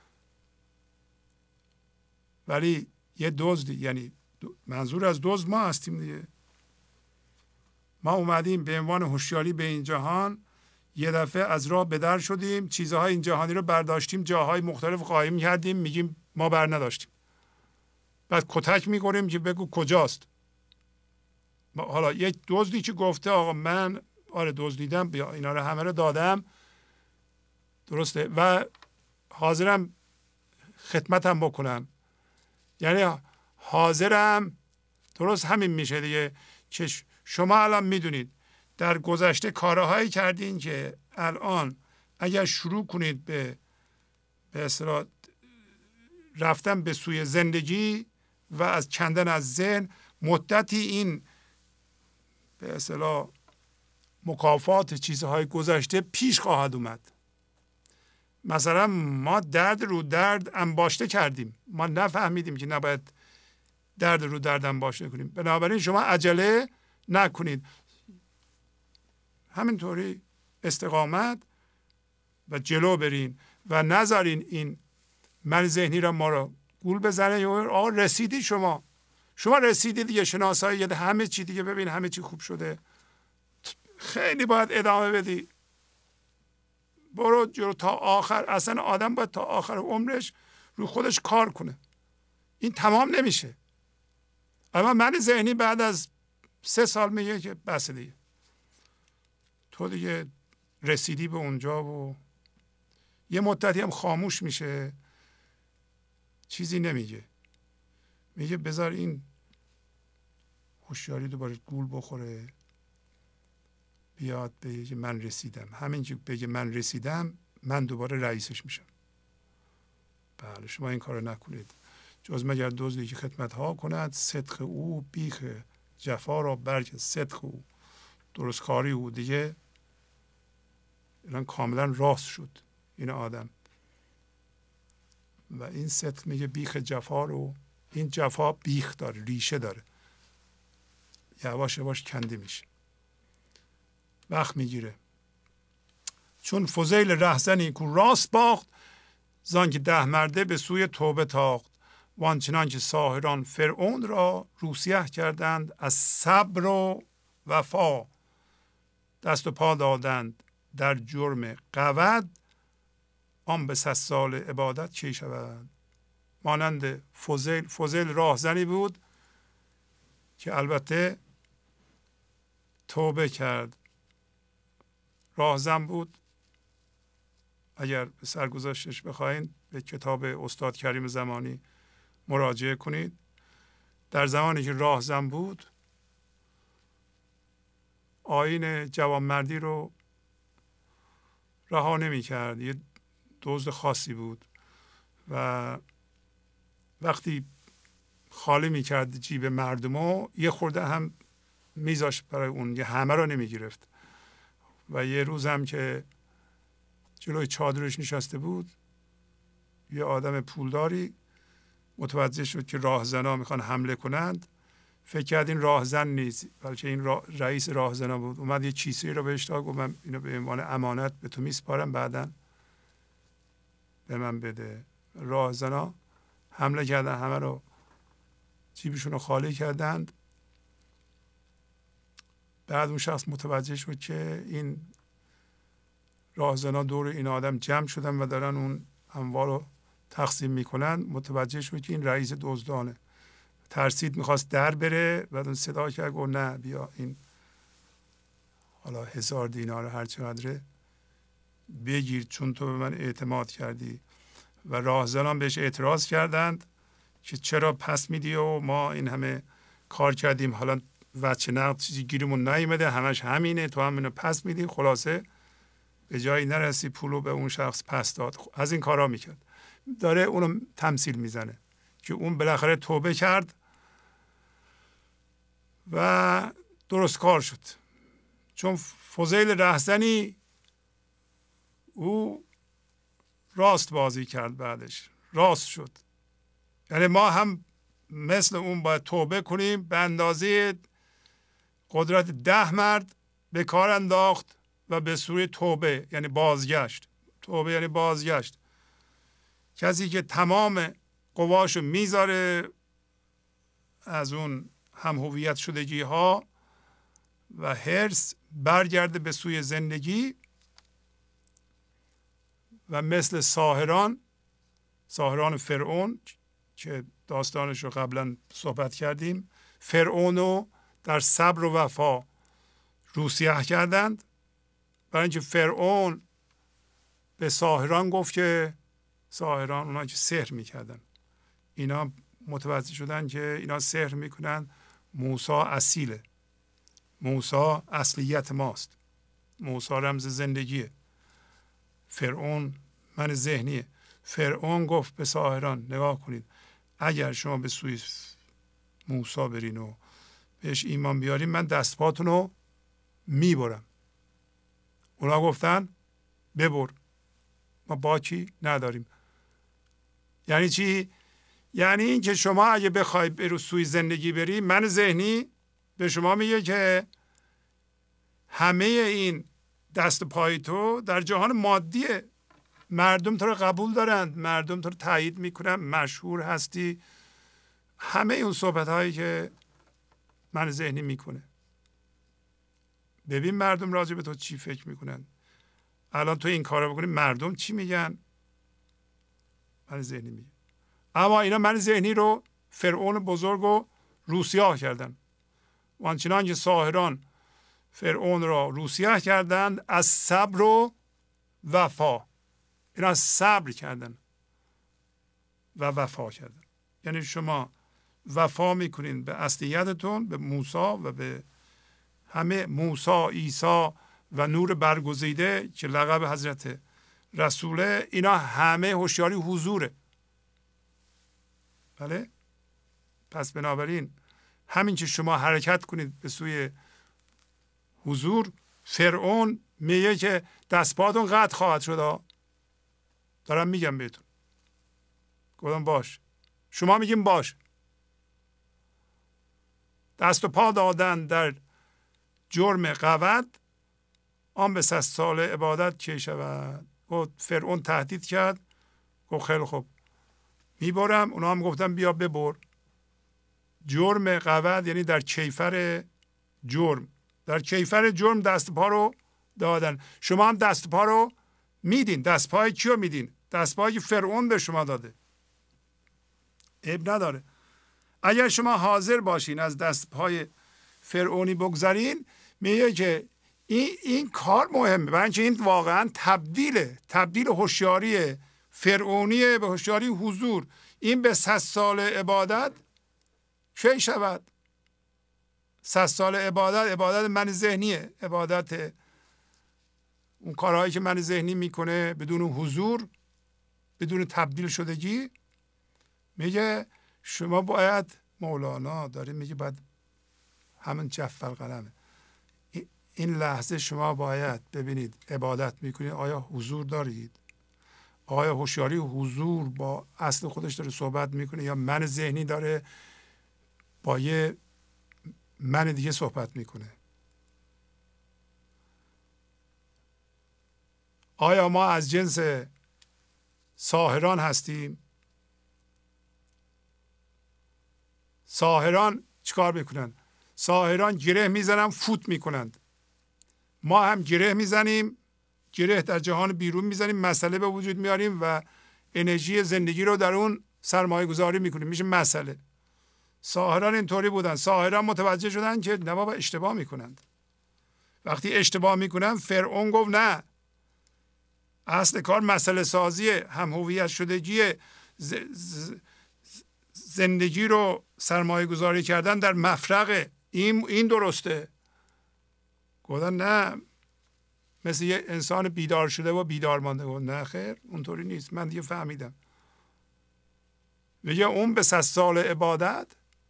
ولی یه دزدی، یعنی منظور از دزد ما هستیم دیگه. ما اومدیم به عنوان هوشیاری به این جهان، یه دفعه از راه به در شدیم، چیزهای این جهانی رو برداشتیم، جاهای مختلف قایم کردیم، میگیم ما بر نداشتیم. بعد کتک میکنیم که بگو کجاست. حالا یک دزدی که گفته آقا من دزدیدم، بیا اینا رو همه رو دادم، درسته، و حاضرم خدمتم بکنم، یعنی حاضرم، درست همین میشه دیگه که شما الان میدونید در گذشته کارهایی کردین که الان اگر شروع کنید به اصطلاح رفتن به سوی زندگی و از کندن از ذهن، مدتی این به اصطلاح مکافات چیزهای گذشته پیش خواهد اومد. مثلا ما درد رو درد انباشته کردیم، ما نفهمیدیم که نباید درد رو درد انباشته کنیم. بنابراین شما عجله نکنید، همینطوری استقامت و جلو برین و نذارین این من ذهنی را ما را گول بزنه. آقا رسیدی، شما رسیدی دیگه، شناسایی همه چی دیگه، ببین همه چی خوب شده، خیلی باید ادامه بدی، برو جلو تا آخر. اصلا آدم باید تا آخر عمرش رو خودش کار کنه. این تمام نمیشه. اما من ذهنی بعد از 3 سال میگه که بس دیگه، تو دیگه رسیدی به اونجا و یه مدتی هم خاموش میشه، چیزی نمیگه، میگه بذار این هوشیاری دوباره گول بخوره، بیاد بگه من رسیدم. همین که بگه من رسیدم، من دوباره رئیسش میشم. بله، شما این کارو نکنید. جز مگر دزدی که خدمت ها کند، صدق او بیخ جفا را برگ. صدق او، درستکاری او، دیگه الان کاملا راست شد این آدم. و این صدق میگه بیخ جفا رو، این جفا بیخ داره، ریشه داره، یواش یواش کنده میشه، وقت میگیره. چون فضیل رهزنی کو راست باخت، زان که 10 مرده به سوی توبه تاخت. وانچنان که ساحران فرعون را روسیه کردند، از صبر و وفا دست و پا دادند در جرم قود. آن به 100 سال عبادت چه شود؟ مانند فضیل راهزنی بود که البته توبه کرد، راهزن بود. اگر به سرگذشتش بخواین به کتاب استاد کریم زمانی مراجعه کنید. در زمانی که راهزن بود، آیین جوانمردی رو رها نمی کرد. یه دزد خاصی بود و وقتی خالی می کرد جیب مردمو، یه خورده هم میذاشت برای اون، یه همه رو نمی گرفت. و یه روز هم که جلوی چادرش نشسته بود، یه آدم پولداری متوجه شد که راهزنا میخوان حمله کنند. فکر کرد این راهزن نیست، بلکه این رئیس راهزنا بود. اومد یه چیزی رو بهش داد، گفت من اینو به عنوان امانت به تو میسپارم، بعداً به من بده. راهزنا حمله کردن، همه رو جیبشون رو خالی کردند. بعد اون شخص متوجه شد که این راهزنا دور این آدم جمع شدن و دارن اون اموال رو تقسیم میکنن. متوجه شد که این رئیس دزدانه. ترسید، میخواست در بره، بعد اون صدا کرد، گفت نه بیا این حالا 1000 دینار هر چقدره بگیر، چون تو به من اعتماد کردی. و راهزنان بهش اعتراض کردند که چرا پس میدی و ما این همه کار کردیم، حالا وجه نقد چیزی گیرمون نیومده، همش همینه، تو هم اینو پس میدی. خلاصه به جایی نرسی، پولو به اون شخص پس داد. از این کارا میکرد. داره اونو تمثیل میزنه که اون بالاخره توبه کرد و درست کار شد. چون فضیل رهزنی او راست بازی کرد، بعدش راست شد. یعنی ما هم مثل اون باید توبه کنیم. به اندازه قدرت 10 مرد به کار انداخت و به سوی توبه، یعنی بازگشت. توبه یعنی بازگشت. کسی که تمام قواشو میذاره از اون هم هویت شدگی ها و حرص، برگرده به سوی زندگی و مثل ساحران فرعون که داستانش رو قبلا صحبت کردیم، فرعون رو در صبر و وفا روسیه کردند. برای اینکه فرعون به ساحران گفت که ساحران، اونا که سحر میکردن، اینا متوجه شدن که اینا سحر میکنن. موسی اصیله، موسی اصلیت ماست، موسی رمز زندگیه، فرعون من ذهنیه. فرعون گفت به ساحران نگاه کنید، اگر شما به سوی موسی برین و بهش ایمان بیارین، من دست پاتون رو میبرم. اونا گفتن ببر، ما باکی نداریم. یعنی چی؟ یعنی این که شما اگه بخوای به سوی زندگی بری، من ذهنی به شما میگه که همه این دست پای تو در جهان مادیه. مردم تو رو قبول دارند، مردم تو رو تایید میکنن، مشهور هستی، همه اون صحبت هایی که من ذهنی میکنه. ببین مردم راجع به تو چی فکر میکنن. الان تو این کارو بکنی، مردم چی میگن؟ من ذهنی میگه. اما اینا من ذهنی رو فرعون بزرگ رو روسیاه کردن. و آنچنان که ساحران فرعون را روسیاه کردند از صبر و وفا، اینا صبر کردن و وفا کردن. یعنی شما وفا میکنین به اصلیتتون، به موسی و به همه موسی، عیسی و نور برگزیده که لقب حضرت رسوله، اینا همه هوشیاری حضوره. بله؟ پس بنابراین همین که شما حرکت کنید به سوی حضور، فرعون میگه که دستپاتون قطع خواهد شد. دارم میگم بهتون. گفتم باش. شما میگیم باش. دست و پا دادن در جرم قود، آن به 100 سال عبادت چه شود. و فرعون تهدید کرد، گفت خیلی خوب میبرم. اونا هم گفتن بیا ببر. جرم قود یعنی در کیفر جرم، در کیفر جرم دست پا رو دادن. شما هم دست پا رو میدین. دست پای کیو میدین؟ دست پایی که فرعون به شما داده. عیب نداره. اگر شما حاضر باشین از دست پای فرعونی بگذارین، میگه که این کار مهمه، برای اینکه این واقعا تبدیل هوشیاری فرعونی به هوشیاری حضور. این به 100 سال عبادت چه شود؟ 100 سال عبادت من ذهنیه، عبادت اون کارهایی که من ذهنی میکنه بدون حضور، بدون تبدیل شدگی. میگه شما باید، مولانا داره میگه باید همون جف القلمه، این لحظه شما باید ببینید عبادت میکنید آیا حضور دارید؟ آیا هوشیاری حضور با اصل خودش داره صحبت میکنه یا من ذهنی داره با یه من دیگه صحبت میکنه؟ آیا ما از جنس ساحران هستیم؟ ساحران چیکار میکنن؟ ساحران گره میزنن، فوت میکنند. ما هم گره میزنیم، گره در جهان بیرون میزنیم، مسئله به وجود میاریم و انرژی زندگی رو در اون سرمایه گذاری میکنیم، میشه مسئله. ساحران اینطوری بودن. ساحران متوجه شدن که نه بابا اشتباه میکنند. وقتی اشتباه میکنن، فرعون گفت نه، اصل کار مسئله سازیه، هم هویت شدگی، زندگی رو سرمایه گذاری کردن در مفرق این درسته. گفتن نه، مثل یه انسان بیدار شده و بیدار مانده. گفت نه خیر، اونطوری نیست، من دیگه فهمیدم. میگه اون به 100 سال عبادت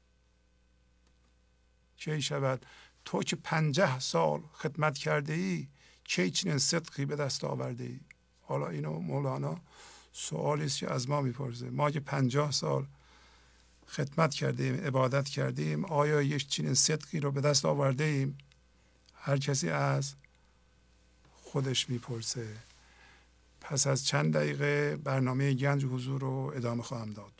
چه شود؟ تو که 50 سال خدمت کرده ای، چه چنین صدقی به دست آورده ای؟ حالا اینو مولانا سوالی است که از ما میپرسه. ما که 50 سال خدمت کردیم، عبادت کردیم، آیا یک چنین صدقی رو به دست آورده ایم؟ هر کسی از خودش میپرسه. پس از چند دقیقه برنامه گنج حضور رو ادامه خواهم داد.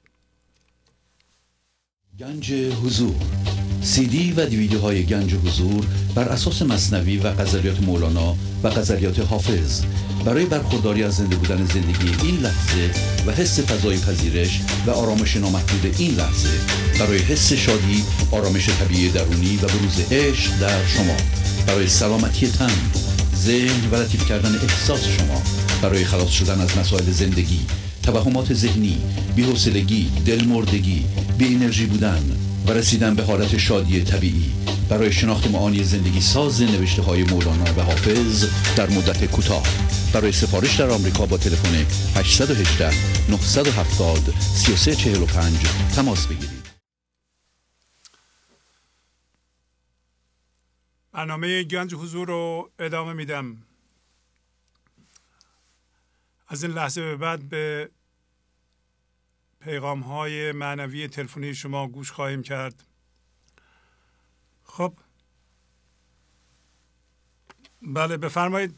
گنج حضور، CD و دیویدیوهای گنج حضور بر اساس مثنوی و غزلیات مولانا و غزلیات حافظ، برای برخورداری از زنده بودن زندگی این لحظه و حس فضای پذیرش و آرامش نامحدود این لحظه، برای حس شادی، آرامش طبیعی درونی و بروز عشق در شما، برای سلامتی تن، ذهن و لطیف کردن احساس شما، برای خلاص شدن از مسائل زندگی، توهمات ذهنی، بی‌حوصلگی، دلمردگی، بی انرژی بودن و رسیدن به حالت شادی طبیعی، برای شناخت معانی زندگی ساز نوشته های مولانا و حافظ در مدت کوتاه. برای سفارش در آمریکا با تلفن 818 970 3345 تماس بگیرید. برنامه گنج حضور رو ادامه میدم. از این لحظه به بعد به پیغام های معنوی تلفنی شما گوش خواهیم کرد. خب بله بفرمایید.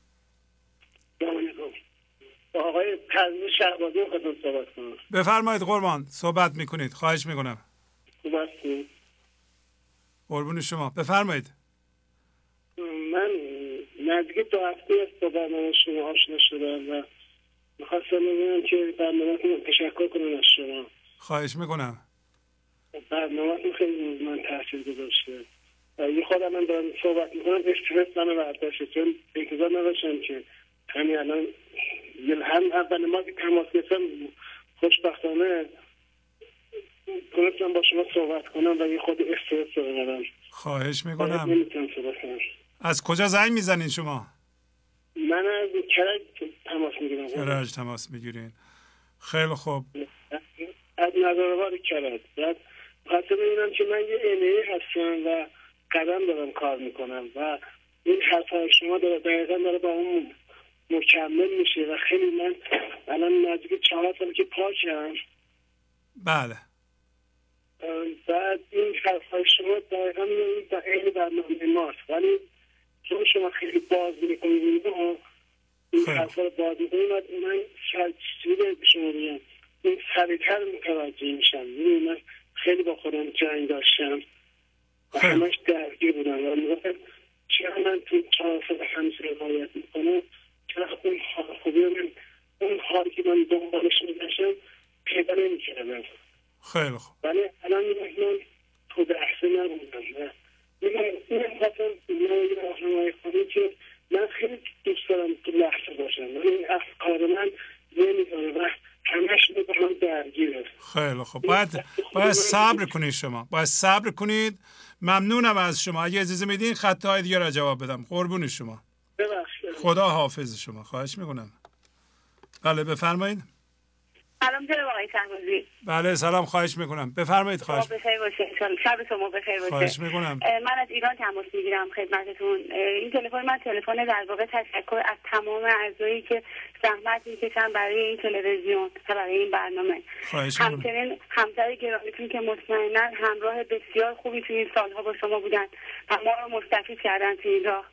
آقای پرویز شهبازی خودتون صحبت کنم. بفرمایید قربان، صحبت میکنید، خواهش میکنم. خوب هستید؟ قربون شما، بفرمایید. من نزدیک 2 هفته است با برنامه شما آشنا شدم و میخواستم بگم که برنامه‌تون تشکر کنم از شما. خواهش میکنم. برنامه‌تون خیلی روز من تاثیر گذاشته. یه خودم من دارم صحبت میکنم استرس منو برداشته، چون انتظار نداشتم که همین الان هم اول ما که تماس گرفتم خوشبختانه تونستم با شما صحبت کنم و یه خود استرس دارم. خواهش میکنم. نمیتونم صحبت کنم. از کجا زنگ میزنین شما؟ من از کرج تماس میگیرم. کرج تماس میگیرین. خیلی خوب. از نظرآباد کرج. بعد خاطر ببینم که من یه انهی هستم و قدم دارم کار میکنم و این حرفای شما دقیقا داره با اون مکمل میشه و خیلی من الان نزدیک 4 سال که پاکم. بله. بعد این حرفای شما دقیقا این برنامه ماست، ولی چون شما خیلی باز میکنید این حرفا رو باز میکنید من چیزی به شما بگم این سریعتر متوجه میشم. من خیلی با خودم جنگ داشتم و همش درگیر بودم و میگفتم چرا من تو 4 سال همیشه روایت میکنم، چرا اون خوبی من اون حالی که من دنبالش میگشتم پیدا نمیکردم. خیلی خوب. ولی الان من تو بحثه نبودم و میگم خاطر یه راهنمایی کنی که من خیلی دوست دارم تو لحظه باشم ولی این افکار من نمیداره و همش با من درگیره. خیلی خوب. باید صبر کنید شما. باید صبر کنید. ممنونم از شما. اگه اجازه میدین خطای دیگه را جواب بدم. قربون شما. ببخشید. خدا حافظ شما. خواهش میکنم. بله بفرمایید. سلام جناب آقای شهبازی. بله سلام، خواهش میکنم. بفرمایید. خواهش بخیر باشه. شب شما بخیر باشه. خواهش میکنم. من از ایران تماس میگیرم خدمتتون. این تلفن من تلفن در واقع تشکر از تمام اعضایی که زحمت میکشن برای این تلویزیون و برای این برنامه. همچنین همسر گرامیتون که مطمئنا همراه بسیار خوبی توی این سالها با شما بودن و ما رو مستفید کردن توی این راه.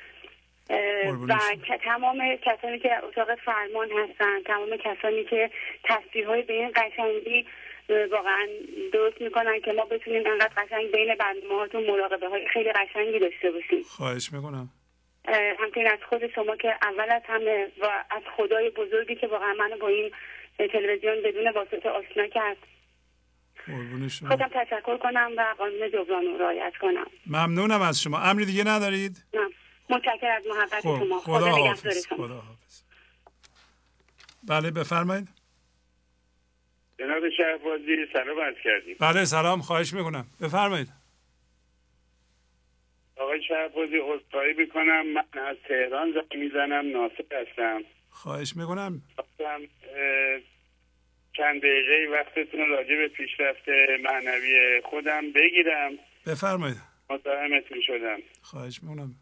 و تمام کسانی که در اتاق فرمان هستن، تمام کسانی که تصویرهای به این قشنگی واقعا درست میکنن که ما بتونیم انقدر قشنگ بین برنامه‌هاتون مراقبه های خیلی قشنگی داشته باشیم. خواهش میکنم. همچنین از خود شما که اول از همه و از خدای بزرگی که واقعا منو با این تلویزیون بدون واسطه آشنا کرد خودم تشکر کنم و قانون جبران رو رعایت کنم. ممنونم از شما. امری دیگه ندارید؟ نه. متشکرم از محبت شما. خدا حافظ. خدا حافظ. بله بفرمایید. جناب شهبازی سلام عرض کردیم. بله سلام، خواهش میکنم. بفرمایید. آقای شهبازی عذرخواهی میکنم، من از تهران زنگ میزنم، ناصر هستم. خواهش میکنم. چند دقیقه وقتتون رو راجع به پیشرفت معنوی خودم بگیرم. بفرمایید. متهمتون شدم. خواهش میکنم.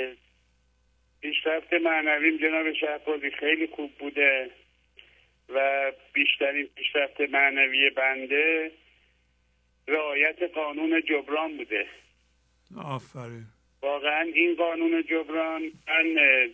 پیشرفت معنویم جناب شهبازی خیلی خوب بوده و بیشترین پیشرفت معنوی بنده رعایت قانون جبران بوده. آفرین. واقعا این قانون جبران من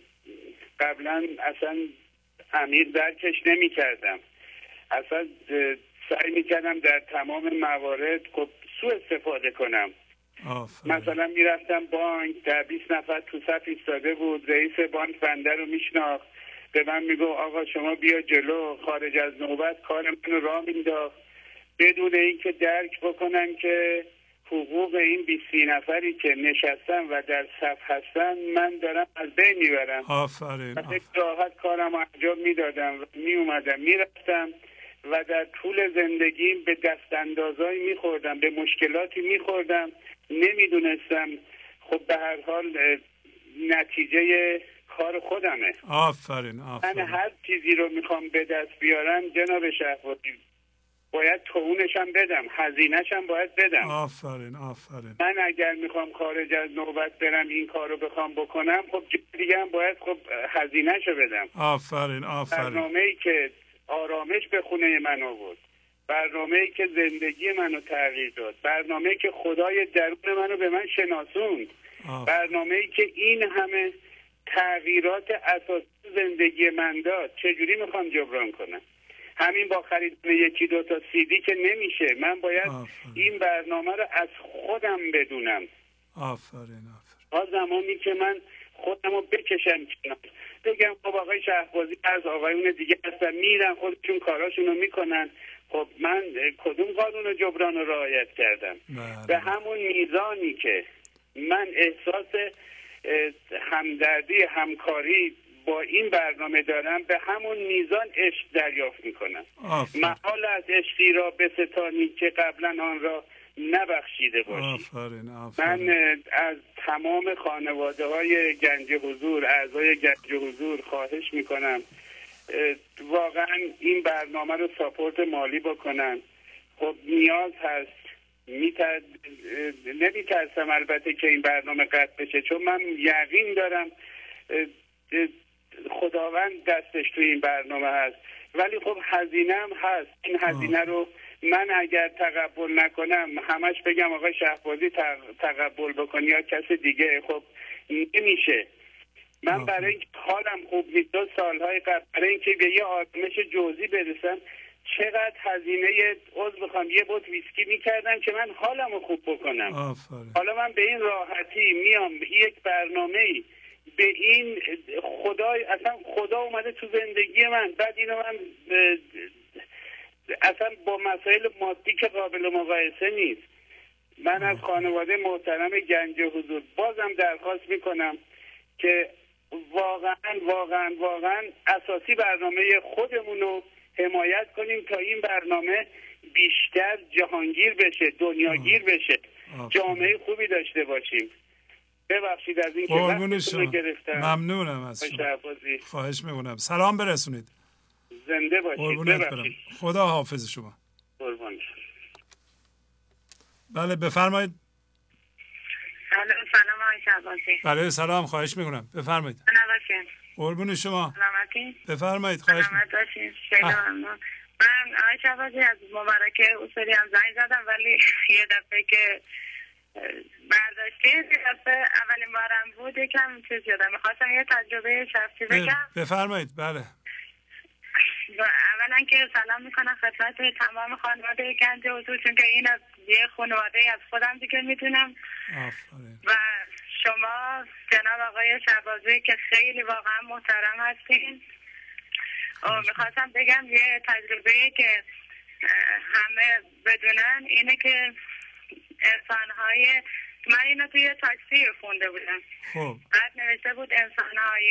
قبلا اصلا عمیق درکش نمی کردم. اصلا سعی می کردم در تمام موارد سوء استفاده کنم. مثلا میرفتم بانک، در 20 نفر تو صف ایستاده بود، رئیس بانک بنده رو میشناخت، به من میگو آقا شما بیا جلو، خارج از نوبت کار منو راه مینداخت بدون اینکه درک بکنم که حقوق این 20 نفری که نشستن و در صف هستن من دارم از بین میبرم. آفرین. راحت کارم انجام میدادم و میومدم میرفتم و در طول زندگیم به دست اندازایی میخوردم، به مشکلاتی میخوردم، نمیدونستم. خب به هر حال نتیجه کار خودمه. آفرین. من هر چیزی رو میخوام به دست بیارم جناب شهبازی باید توونشم بدم، هزینهشم باید بدم. آفرین. من اگر میخوام خارج از نوبت برم این کار رو بخوام بکنم خب دیگه هم باید هزینهشو بدم. آفرین. برنامه‌ای که آرامش به خونه من آورد، برنامه‌ای که زندگی منو تغییر داد، برنامه‌ای که خدای درون منو به من شناسوند، برنامه‌ای که این همه تغییرات اساسی زندگی من داد، چجوری میخوام جبران کنم؟ همین با خریدن 1-2 تا CD که نمیشه. من باید این برنامه رو از خودم بدونم. آفرین. تا زمانی که من خودم رو بکشم کنار، بگم خب آقای شهبازی از آقایون دیگه هستن، میرن خودشون کاراشون رو میکنن، خب من کدوم قانون جبران رو رعایت کردم؟ به همون میزانی که من احساس همدردی، همکاری با این برنامه دارم، به همون میزان عشق دریافت میکنم. محال از عشقی را بستانی که قبلا آن را نبخشیده باشی. من از تمام خانواده های گنج حضور، اعضای گنج حضور خواهش میکنم واقعا این برنامه رو ساپورت مالی بکنن. خب نیاز هست، نمیترسم البته که این برنامه قطع بشه، چون من یقین دارم خداوند دستش توی این برنامه هست، ولی خب هزینه هم هست. این هزینه رو من اگر تقبل نکنم، همش بگم آقای شهبازی تقبل بکن یا کس دیگه، خب نمیشه. من برای اینکه حالم خوب نیست 2 سالهای قبل، برای اینکه به یه آرامش جزئی برسم چقدر هزینه عضو بخوام یه بوت ویسکی میکردم که من حالم رو خوب بکنم. حالا من به این راحتی میام یک برنامه‌ای به این اصلا خدا اومده تو زندگی من، بعد اینو من اصلا با مسائل مادی که قابل مقایسه نیست. من از خانواده محترم گنج حضور بازم درخواست میکنم که واقعا اساسی برنامه خودمون رو حمایت کنیم تا این برنامه بیشتر جهانگیر بشه، دنیاگیر بشه، جامعه خوبی داشته باشیم. ببخشید از این که وقتتون گرفتم. ممنونم از شما. خواهش میکنم. سلام برسونید. زنده باشید. ببخشید. خدا حافظ شما. قربان. بله بفرمایید. سلام آقای شهبازی. بله سلام، خواهش میکنم بفرمایید. قربون شما. سلامتی. بفرمایید. خواهش میکنم. خیلی ممنون. من آقای شهبازی از مبارکه اصولی هم زنگ زدم، ولی یه دفعه که برداشتی اولین بارم بود یکم چیز شدم. میخواستم یه تجربه شخصی بگم. بفرمایید. بله. اولا که سلام میکنم خدمت تمام خانواده گنج حضور، چون که این از یه خانواده از خودم دیگه میدونم. و شما جناب آقای شهبازی که خیلی واقعا محترم هستین. میخواستم بگم یه تجربه که همه بدونن اینه که انسان‌های، من اینو توی تاکسی خونده بودم. بعد نوشته بود انسان‌های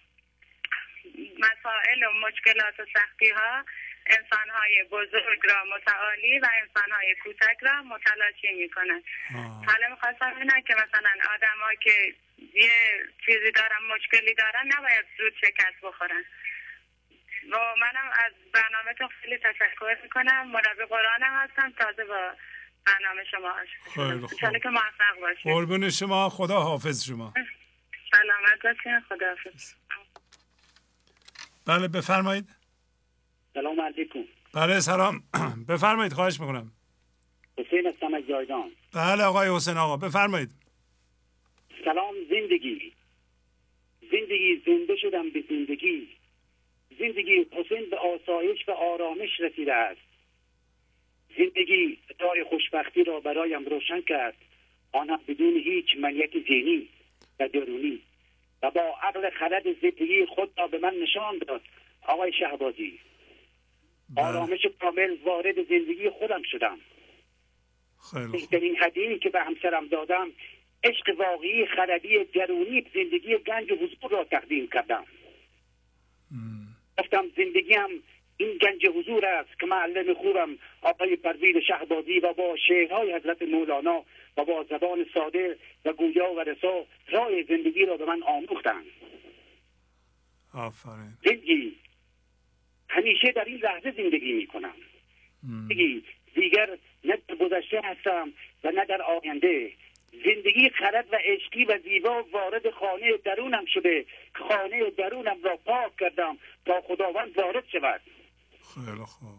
مسائل و مشکلات و سختی ها انسان‌های بزرگ را متعالی و انسان‌های کوچک را متلاشی می‌کنند. حالا می‌خواستم ببینم که مثلا آدم‌ها که یه چیزی دارن، مشکلی دارن، نباید زود شکست بخورن. و منم از برنامه‌تون خیلی تشکر می‌کنم. مربی قرآن هستم، تازه با برنامه شما آشنا شدم. که موفق باشید. قربون شما. خدا حافظ شما. سلامت باشین. خدا حافظ. بله بفرمایید. سلام علیکم. بله سلام. بفرمایید. خواهش میکنم. حسین هستم از جایدان. بله آقای حسین آقا بفرمایید. سلام. زندگی زنده شدم به زندگی. زندگی حسین به آسایش و آرامش رسیده است. زندگی راه خوشبختی را برایم روشن کرد، آن بدون هیچ منیت ذهنی و درونی، و با عقل خرد زندگی خود را به من نشان داد. آقای شهبازی، آرامش کامل وارد زندگی خودم شدم. بهترین هدیه‌ای که به همسرم دادم عشق واقعی خردی درونی زندگی گنج حضور را تقدیم کردم. گفتم زندگیم این گنج حضور است که معلم خوبم آقای پرویز شهبازی و با شعرهای حضرت مولانا و با زبان ساده و گویا و رسا راه زندگی را به من آموختند. آفرین. زندگی همیشه در این لحظه زندگی می کنم. دیگر نه در گذشته هستم و نه در آینده. زندگی خرد و عشقی و زیبا وارد خانه درونم شده که خانه درونم را پاک کردم تا خداوند وارد شود. خیلی خوب.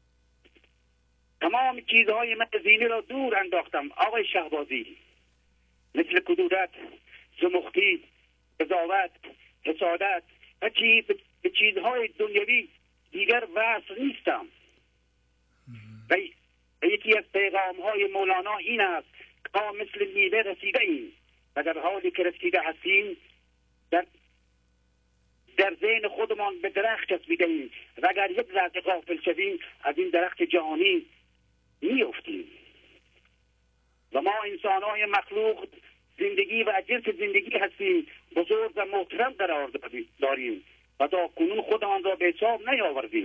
تمام چیزهای من ذهنی را دور انداختم آقای شهبازی، مثل کدورت، زمختی، قضاوت، حسادت و به چیزهای دنیوی دیگر وصل نیستم. و یکی از پیغامهای مولانا این است که ما مثل میوه رسیده ایم و در حالی که رسیده هستیم در ذهن خودمان به درخت چسبیده‌ایم و اگر یک لحظه غافل شویم از این درخت جهانی میافتیم. و ما انسان‌های مخلوق زندگی و جنس زندگی هستیم، بزرگ و محترم قرار داریم و تا کنون خودمان را به حساب نیاوردیم.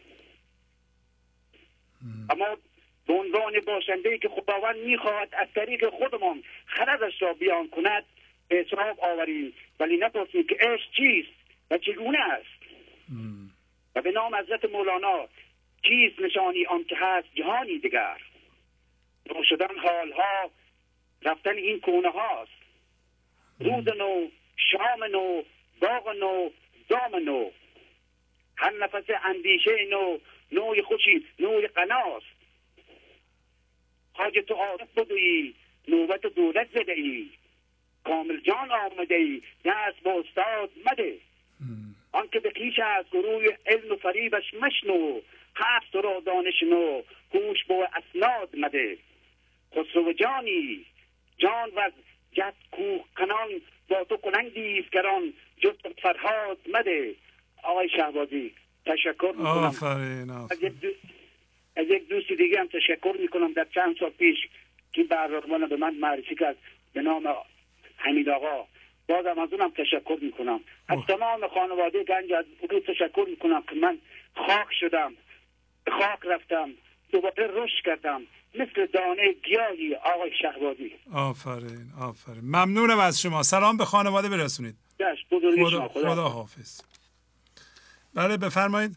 اما به عنوان باشنده‌ای که خداوند می‌خواهد از طریق خودمان خردش را بیان کند به حساب آوریم، ولی نپرسیم که عشق چیست و چگونه است. و به نام حضرت مولانا چیست نشانی آن که هست جهانی دیگر؟ نو شدن حالها، رفتن این کونه هاست. روز نو، شام نو، باغ نو، دام نو. هر نفس اندیشه نو، نوی خوشی، نوی قناست. خواجه تو عارف بدویی، نوبت دولت زده ای. کامل جان آمده ای، دست با استاد مده. آن که به خویش از گروه علم و فریبش مشنو. هست تو را دانش نو، هوش با اسناد مده. خسرو جانی، جان و جد کوه کنان، با تو کنند دیزگران، جز فرهاد مده. آقای شهبازی تشکر میکنم. آفرین. از یک دوست دیگه هم تشکر میکنم. در چند سال پیش که برنامه به من معرفی کرد به نام حمید آقا، بازم از اونم تشکر میکنم. از تمام خانواده گنج از اون تشکر میکنم که من خاک شدم، خاک رفتم، دوباره رشد کردم مثل دانه گیاهی. آقای شهبازی آفرین. ممنونم از شما. سلام به خانواده برسونید. خدا حافظ. بله بفرمایید.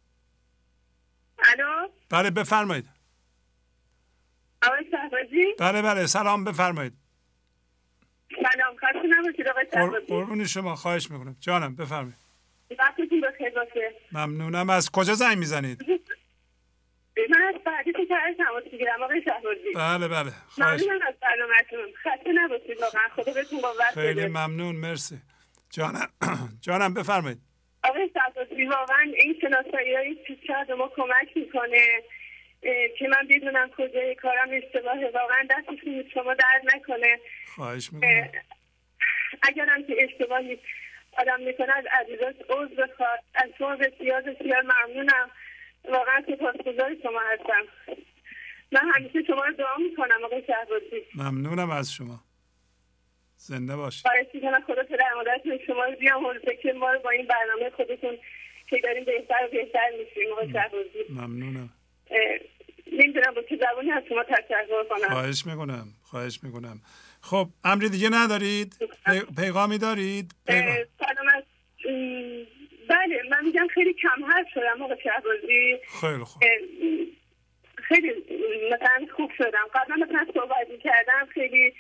الو. بله بفرمایید. آقای شهبازی. بله سلام بفرمایید. سلام، خسته نباشید آقای شهبازی. قربون شما، خواهش میکنم. جانم بفرمایید. وقتتون بخیر باشه. ممنونم. از کجا زنگ میزنید؟ من از بعدی تو ترس تماس میگیرم آقای شهبازی. بله خواهش. ممنونم از برنامه‌تون. خسته نباشید واقعا. خدا بهتون قوت بده. خیلی ممنون، مرسی. جانم بفرمایید. آقای شهبازی واقعا این شناسایی‌های چقدر ما کمک میکنه که من بدونم کجای کارم اشتباهه. واقعا دستتون شما درد نکنه. خواهش میکنم. اگرم که اشتباهی آدم میکنه از عزیزاش عذر بخواد. از شما بسیار ممنونم. واقعا سپاسگزار شما هستم. من همیشه شما رو دعا میکنم آقای شهبازی. ممنونم از شما. زنده باشید. خواهش میکنم خدا پدر مادرتون شما رو بیامرزه که ما رو با این برنامه خودتون که داریم بهتر و بهتر میشیم آقای شهبازی. ممنونم. نمیدونم با چه زبانی از شما تشکر کنم. خواهش میکنم. خب امری دیگه ندارید؟ پیغامی دارید؟ سلامت. بله من میگم خیلی کم حرف شدم آقای شهبازی. خیلی خوب. خیلی مثلا خوب شدم. قبلا مثلا صحبت میکردم خیلی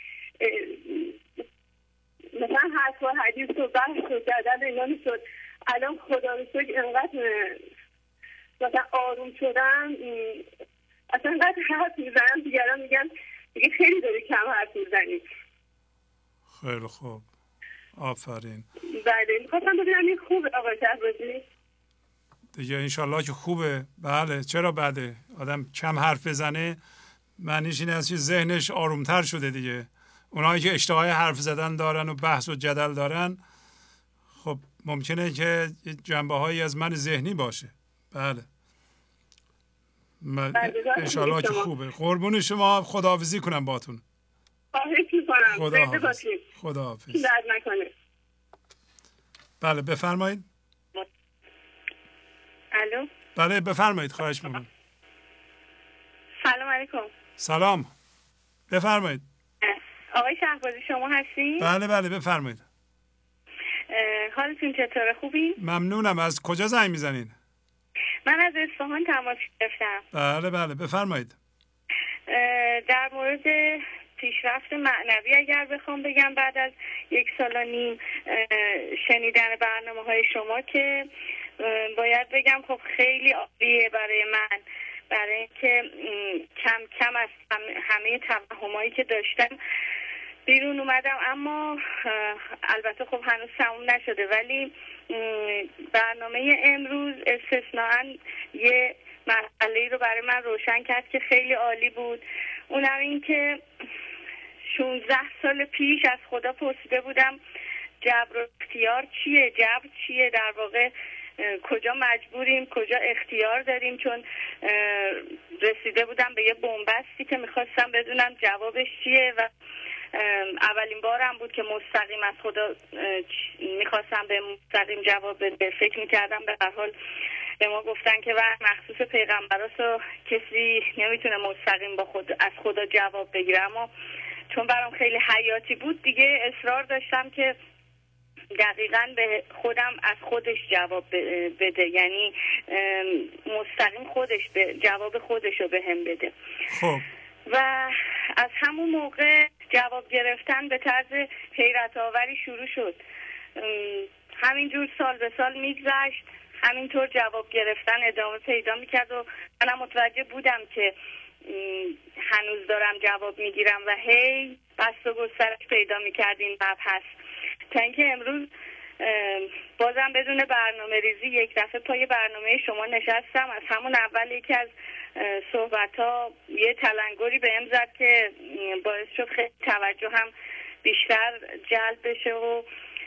مثلا حرف و حدیث و بحث و جدل اینا میشد. الان خدا رو شکر انقدر مثلا آروم شدم، اصلا انقدر حرف میزنم دیگران میگن دیگه خیلی داری کم حرف میزنی. خیلی خوب. آفرین. بله میخواستم ببینم این خوبه آقای شهبازی؟ دیگه انشالله که خوبه. بله چرا بده؟ آدم کم حرف بزنه معنیش این است که ذهنش آرومتر شده دیگه. اونایی که اشتهای حرف زدن دارن و بحث و جدل دارن، خب ممکنه که جنبه هایی از من ذهنی باشه. بله انشالله که خوبه. قربون شما، خداحافظی کنم باتون. خواهش میکنم. خداحافظ. درد نکنه. بله بفرمایید. الو. بله بفرمایید. خواهش میکنم. سلام علیکم. سلام بفرمایید. آقای شهبازی شما هستی؟ بله بفرمایید. حالتون چطوره؟ خوبی؟ ممنونم. از کجا زنگ میزنید؟ من از اصفهان تماس گرفتم. بله بفرمایید. در مورد پیشرفت معنوی اگر بخوام بگم بعد از 1.5 سال شنیدن برنامه‌های شما که باید بگم خب خیلی عالیه برای من، برای اینکه کم کم از همه توهمایی که داشتم بیرون اومدم. اما البته خب هنوز تموم نشده، ولی برنامه امروز استثناءً یه مسئله رو برای من روشن کرد که خیلی عالی بود. اونم این که 16 سال پیش از خدا پرسیده بودم جبر و اختیار چیه؟ جبر چیه؟ در واقع کجا مجبوریم، کجا اختیار داریم؟ چون رسیده بودم به یه بنبستی که میخواستم بدونم جوابش چیه و اولین بارم بود که مستقیم از خدا میخواستم به مستقیم جواب بده. فکر میکردم به هر حال به ما گفتن که وقت مخصوص پیغمبراست و کسی نمیتونه مستقیم از خدا جواب بگیره، اما چون برام خیلی حیاتی بود دیگه اصرار داشتم که دقیقاً به خودم از خودش جواب بده، یعنی مستقیم خودش جواب خودش رو به هم بده. خب و از همون موقع جواب گرفتن به طرز حیرت آوری شروع شد. همینجور سال به سال میگذشت، همینطور جواب گرفتن ادامه پیدا میکرد و منم متوجه بودم که هنوز دارم جواب میگیرم و هی بست و گسترش پیدا میکرد این مبحث، تا اینکه امروز بازم بدون برنامه ریزی یک دفعه پای برنامه شما نشستم. از همون اول یکی از صحبت ها یه تلنگری بهم زد که باعث شد خیلی توجه هم بیشتر جلب بشه و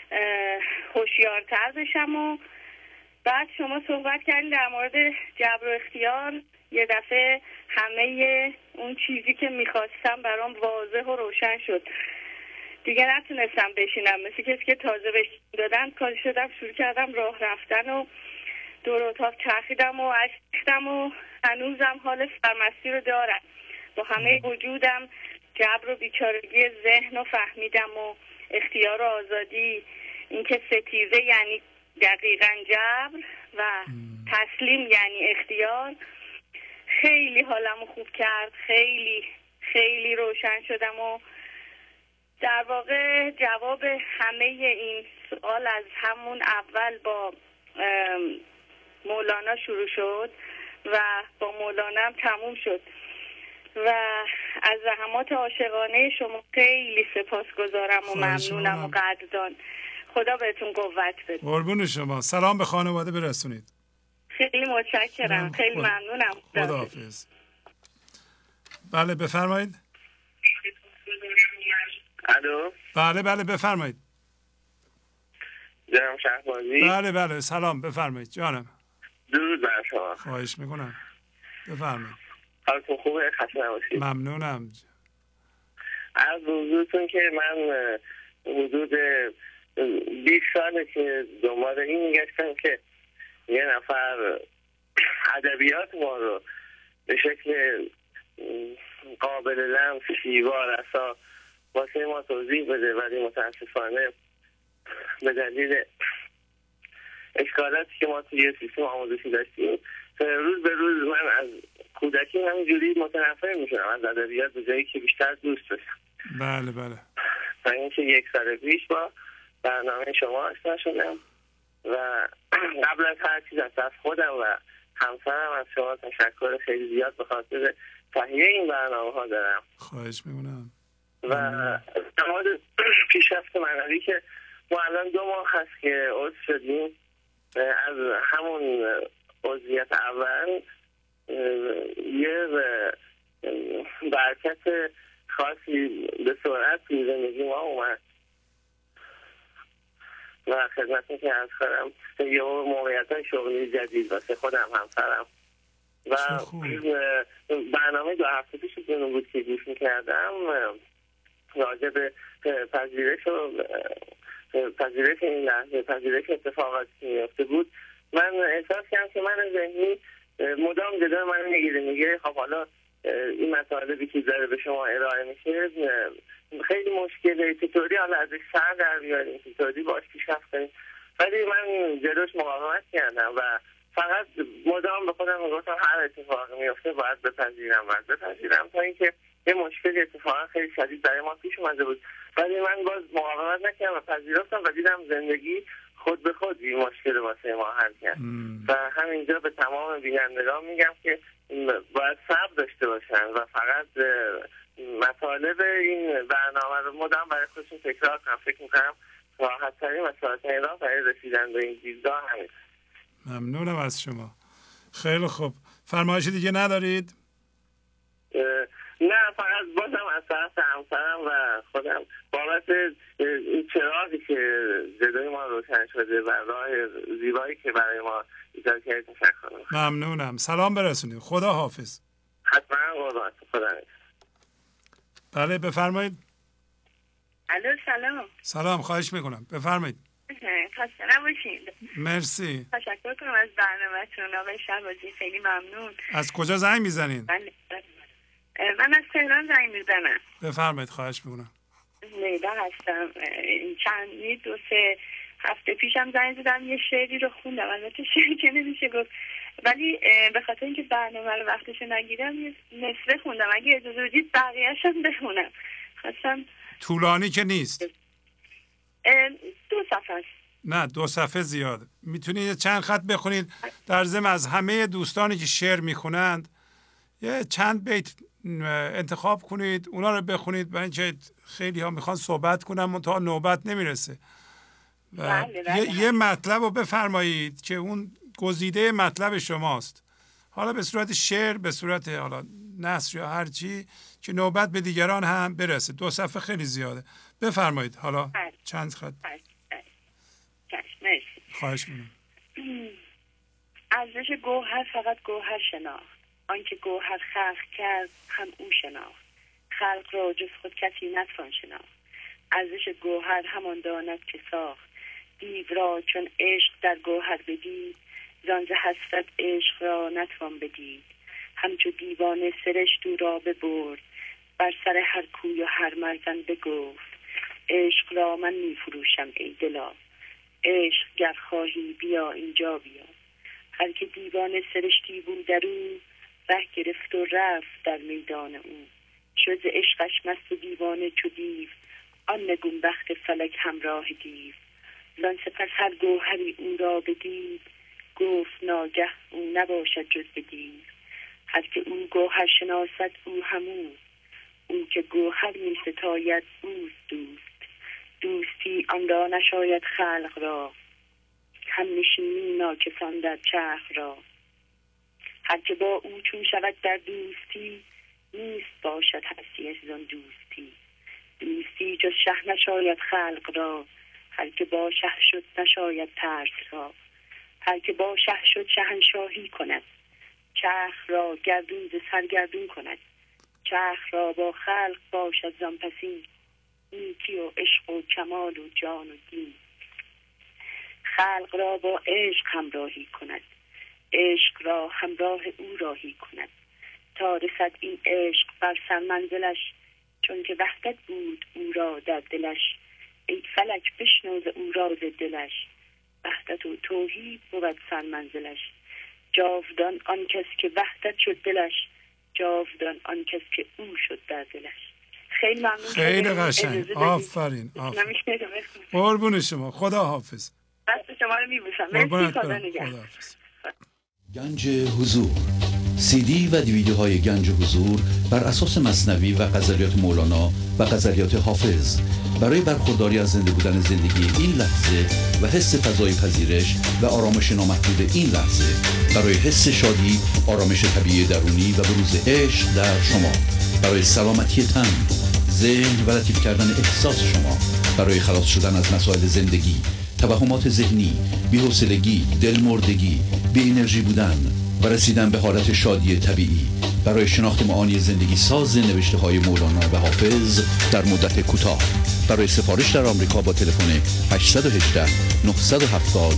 هوشیارتر بشم و بعد شما صحبت کردین در مورد جبر و اختیار. یه دفعه همه اون چیزی که میخواستم برام واضح و روشن شد، دیگه نتونستم بشینم، مثل کسی که تازه بهش دادن کاری شدم، شروع کردم راه رفتن و دور اتاق چرخیدم و اشکم و هنوزم حال سرمستی رو دارم. با همه وجودم جبر و بیچارگی ذهن رو فهمیدم و اختیار و آزادی، اینکه ستیزه یعنی دقیقاً جبر و تسلیم یعنی اختیار، خیلی حالمو خوب کرد، خیلی خیلی روشن شدم و در واقع جواب همه این سوال از همون اول با مولانا شروع شد و با مولانا هم تموم شد و از زحمات عاشقانه شما خیلی سپاسگزارم و ممنونم و قدردان. خدا بهتون قوت بده. قربون شما. سلام به خانواده برسونید. خیلی متشکرم، خیلی ممنونم. خداحافظ. بله بفرمایید. الو. بله بفرمایید. جناب شهبازی. بله سلام بفرمایید جانم. درود بر شما. خواهش میکنم. بفرمایید. حالتون خوبه؟ خسته نباشید. ممنونم. از حضورتون که من حدود 20 ساله که دنبال این میگشتم که یه نفر ادبیات ما رو به شکل قابل لمس شیوا رسا واسه ما توضیح بده، ولی متاسفانه به دلیل اشکالاتی که ما توی سیستم آموزشی داشتیم روز به روز من از کودکی همینجوری متنفر میشدم از ادبیات به جایی که بیشتر دوست داشتم. بله تا اینکه 1 سال پیش با برنامه شما آشنا شدم و قبل از هر چیز از خودم و همسرم از شما تشکر خیلی زیاد به خاطر تهیه این برنامه ها دارم. خواهش میکنم. و در مورد پیشرفت معنوی که ما الان 2 ماه هست که عضو شدیم، از همون عضویت اول یه برکت خاصی به سرعت توی زندگی ما اومد و خدمتی که از خودم یه موقعیت شغلی جدید واسه خودم همسرم و برنامه 2 هفته پیش جنون بود که گوش میکردم راجع به پذیرش این لحظه، پذیرش اتفاقاتی که میفته بود. من احساس کردم که من ذهنی مدام جدا من میگه خب حالا این مطالبی که داره به شما ارائه میشه خیلی مشکله، چطوری حالا ازش سر در بیاریم، چطوری باش پیشرفت کنیم. ولی من جلوش مقاومت کردم و فقط مدام به خودم میگفتم هر اتفاقی میفته باید بپذیرم تا اینکه یه مشکل اتفاقا خیلی شدید برای ما پیش اومده بود، ولی من باز مقاومت نکردم و پذیرفتم و دیدم زندگی خود به خود این مشکل واسه ما حل کرد. و همینجا به تمام بینندگان میگم که باید صبر داشته باشن و فقط مطالب این برنامه رو مدام برای خودشون تکرار کنم. فکر میکنم راحت ترین و ساده ترین راه برای رسیدن به این دیدگاه همین. ممنونم از شما. خیلی خوب. فرمایشی دیگه ندارید؟ نه فقط بازم از طرف همسرم و خودم بابت این چراغی که جلوی ما روشن شده و راه زیبایی که برای ما ایجاد کردید تشکر می‌کنم. ممنونم. سلام برسونید. خدا حافظ. حتما قربان. خدا حافظ. بله بفرمایید. الو سلام. سلام، خواهش میکنم بفرمایید. خسته نباشید. مرسی. تشکر کنم از برنامه‌تون آقای شهبازی، خیلی ممنون. از کجا زنگ میزنین؟ من از تهران زنگ میزنم. بفرمایید، خواهش میکنم. لیلا هستم. دو سه هفته پیشم زنگ زدم یه شعری رو خوندم، البته شعری که نمیشه گفت، ولی به خاطر اینکه برنامه رو وقتش نگیرم یه نصفه خوندم. اگه اجازه بدید بقیه‌اش هم بخونم. خواستم. طولانی که نیست. 2 صفحه است. نه 2 صفحه زیاده. میتونید چند خط بخونید در ضمن از همه دوستانی که شعر میخونند یه چند بیت انتخاب کنید، اونا رو بخونید، برای اینکه خیلی ها میخوان صحبت کنن تا نوبت نمیرسه. یه مطلب رو بفرمایید که اون گزیده مطلب شماست، حالا به صورت شعر، به صورت حالا نثر یا هر چی که نوبت به دیگران هم برسه. 2 صفحه خیلی زیاده. بفرمایید حالا چند خط. خواهش می‌کنم. ارزش گوهر فقط گوهر شناخت، آنکه گوهر خلق کرد هم او شناخت، خلق را جز خود کسی نتوان شناخت، ارزش گوهر همان داند که ساخت، دیو را چون عشق در گوهر بدید، زان ز حسرت عشق را نتوان بدید، همچو دیوانه سرشت او را ببرد، بر سر هر کوی و هر مرزن بگفت، عشق را من میفروشم ای دلا، عشق گر خواهی بیا اینجا بیا، هر که دیوانه سرشتی بود در او، ره گرفت و رفت در میدان او، شد ز عشقش مست و دیوانه چو دیو، آن نگون بخت فلک همراه دیو، زان سپس هر گوهری او را بدید، گفت ناگه او نباشد جز بدید، هر که او گوهر شناسد او همو، او که گوهر می ستاید اوست دوست، دوستی آن را نشاید خلق را، هم نشینی ناکسان در چرخ را، هر که با او چون شود در دوستی، نیست باشد هستیش زان دوستی، دوستی جز شه نشاید خلق را، هر که با شه شد نشاید ترس را، هر که با شه شد شهنشاهی کند، چرخ را گردون ز سرگردون کند، چرخ را با خلق باشد زان پسین، نیکی و عشق و کمال و جان و دین، خلق را با عشق همراهی کند، عشق را همراه او راهی کند، تا رسد این عشق بر سر منزلش، چون که وحدت بود او را در دلش، ای فلک بشنو ز او راز دلش، وحدت و توحید بود سر منزلش، جاودان آن کس که وحدت شد دلش، جاودان آن کس که او شد در دلش. خیلی ممنون. خیلی قشنگ. آفرین. قربون شما. خدا حافظ. دست شما رو میبوسم. مرسی. خدا نگهدار. گنج حضور، سی دی و دیویدیوهای گنج حضور بر اساس مثنوی و غزلیات مولانا و غزلیات حافظ برای برخورداری از زنده بودن زندگی این لحظه و حس فضای پذیرش و آرامش نامحدود این لحظه، برای حس شادی، آرامش طبیعی درونی و بروز عشق در شما، برای سلامتی تن، ذهن و لطیف کردن احساس شما، برای خلاص شدن از مسائل زندگی، توهمات ذهنی، بی‌حوصلگی، دلمردگی، بی انرژی بودن و رسیدن به حالت شادی طبیعی، برای شناخت معانی زندگی ساز نوشته‌های مولانا و حافظ در مدت کوتاه. برای سفارش در آمریکا با تلفن 818 970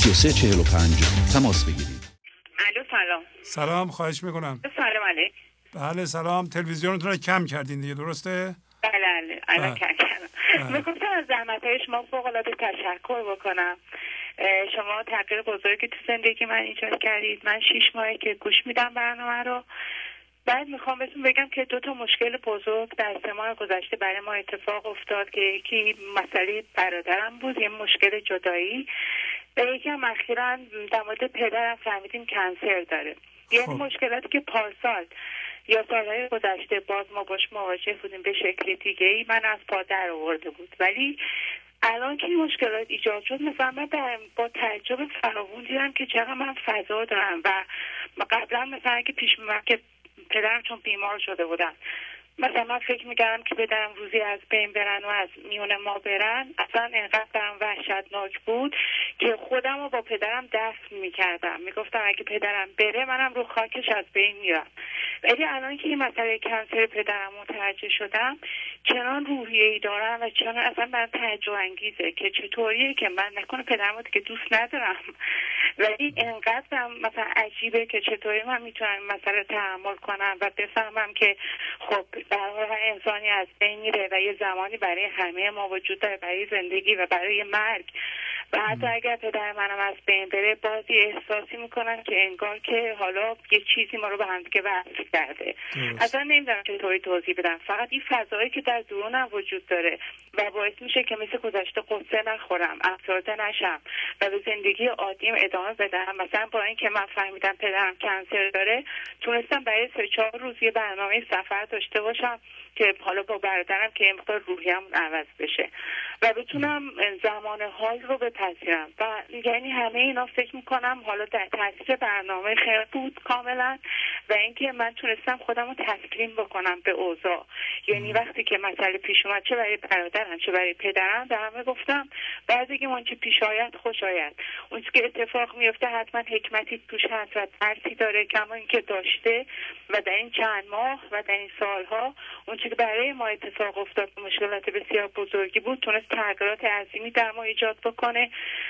3345 تماس بگیرید. الو سلام. سلام، خواهش میکنم. سلام علیکم. بله سلام. تلویزیونتون رو کم کردین دیگه، درسته؟ بله الان کم کردم. میخواستم از زحمت‌های شما فوق‌العاده تشکر بکنم. شما تغییر بزرگی تو زندگی من ایجاد کردید. من 6 ماهه که گوش میدم برنامه رو. بعد میخوام بهتون بگم که 2 مشکل بزرگ در 3 ماه گذشته برای ما اتفاق افتاد که یکی مسئله برادرم بود، یه مشکل جدایی، و یکی هم اخیراً در مورد پدرم فهمیدیم کنسر داره. یعنی مشکلاتی که پارسال یا سالهای گذشته باز ما باش مواجه بودیم به شکل دیگه‌ای من از پا در آورده بود، ولی الان که این مشکلات ایجاد شد مثلا من با تعجب فراوون دیدم که چقدر من فضا دارم و قبلا مثلا که پیش پدرم چون بیمار شده بودن. مثلا من فکر میکردم که پدرم روزی از بین برن و از میون ما برن. اصلا اینقدر برام وحشتناک بود که خودم رو با پدرم دفن میکردم. میگفتم اگه پدرم بره منم رو خاکش از بین میرم. ولی الان که این مسئله کنسر پدرم متوجه شدم، چنان روحیه‌ای دارم و چنان اصلا برام تعجب انگیزه که چطوریه که من نکنه پدرمو دیگه دوست ندارم، ولی اینقدر مثلا عجیبه که چطوری من میتونم مسئله تحمل کنم و بفهمم که خب در هر انسانی از بین میره و یه زمانی برای همه ما وجود داره، برای زندگی و برای مرگ. و حتی اگر پدر منم از بین بره بازی احساسی میکنم که انگار که حالا یه چیزی ما رو به هم دیگه وصل کرده. اصلا نمیدونم چطوری توضیح بدم، فقط این فضایی که در درونم وجود داره و باعث میشه که مثل گذشته قصه نخورم، افسرده نشم و به زندگی عادیم ادامه بدم. مثلا با اینکه من فهمیدم پدرم کنسر داره، تونستم برای 3-4 روز یه برنامه سفر داشته باشم که حالا با برادرم که این مقدار روحیه‌مون عوض بشه و بتونم زمان حال رو بپذیرم. و یعنی همه اینا فکر میکنم حالا در تاثیر برنامه خیر بود کاملا و اینکه من تونستم خودم رو تسلیم بکنم به اوضاع. یعنی وقتی که مسئله پیش اومد، چه برای برادرم چه برای پدرم، به همه گفتم بعضی اون چه پیش آید خوش آید، اون که اتفاق میفته حتما حکمتی توش هست و درسی داره، کما اینکه داشته. و در این چند ماه و در این سالها اون که برای ما اتفاق افتاد مشکلات بسیار بزرگی بود، تونست تغییرات عظیمی در ما ایجاد بکنه.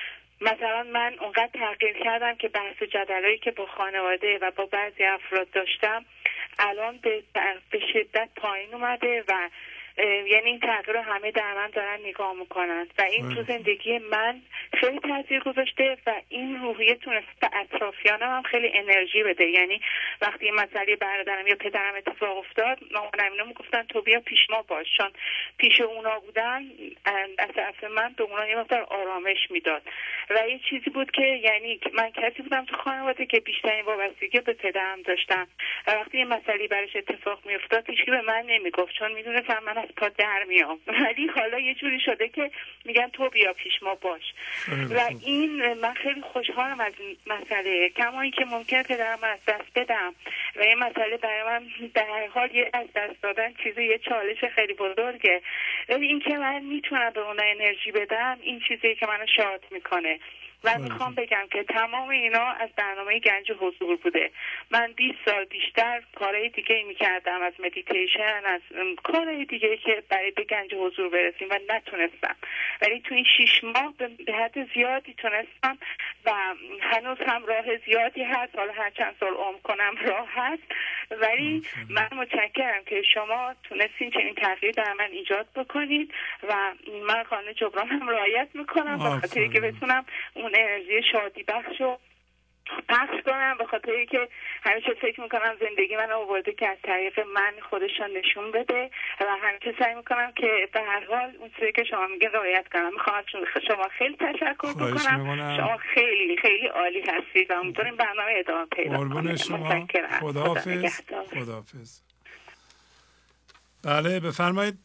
مثلا من اونقدر تغییر کردم که بحث و جدلایی که با خانواده و با بعضی افراد داشتم الان به شدت پایین اومده و یعنی این تغییر رو همه در من دارن نگاه میکنن و این تو زندگی من خیلی تاثیر گذاشته و این روحیه تونست به اطرافیانم هم خیلی انرژی بده. یعنی وقتی این مسئله برادرم یا پدرم اتفاق افتاد، مامانم اینا میگفتن تو بیا پیش ما باش، چون پیش اونا بودن از طرف من به اونا یه مقدار آرامش میداد و یه چیزی بود که یعنی من کسی بودم تو خانواده که بیشترین وابستگی به پدرم داشتم و وقتی این مسئله براش اتفاق میافتاد هیچکی به من نمیگفت، چون میدونستم من از پا در میام. ولی حالا یه جوری شده که میگن تو بیا پیش ما باش و این من خیلی خوشحالم از این مسئله. کما اینکه ممکنه پدرم از دست بدم و این مسئله برای من در هر حال یه از دست دادن چیزی، یه چالش خیلی بزرگه، ولی اینکه من میتونم به اون انرژی بدم این چیزی که منو شاد میکنه. و میخوام بگم که تمام اینا از برنامه گنج حضور بوده. من 20 سال بیشتر کارهای دیگه میکردم، از مدیتیشن، از کارهای دیگه که برای به گنج حضور برسیم و نتونستم، ولی تو این 6 ماه به حد زیادی تونستم و هنوز هم راه زیادی هست. حالا هر چند سال عمر کنم راه هست، ولی من متشکرم که شما تونستین چنین تغییر در من ایجاد بکنید و من قانون جبران هم رعایت میکنم به خاطر که بتونم اون انرژی شادی بخش رو پخش کنم، به خاطر که همیشه فکر میکنم زندگی من آورده که از طریق من خودشان نشون بده و همیشه سعی میکنم که به هر حال اون چیزی که شما میگین رعایت کنم. میخوام از شما خیلی تشکر بکنم، شما خیلی خیلی عالی هستید و امیدوارم برنامه ادامه پیدا کنه. قربون شما، خداحافظ. خداحافظ. بله بفرمایید.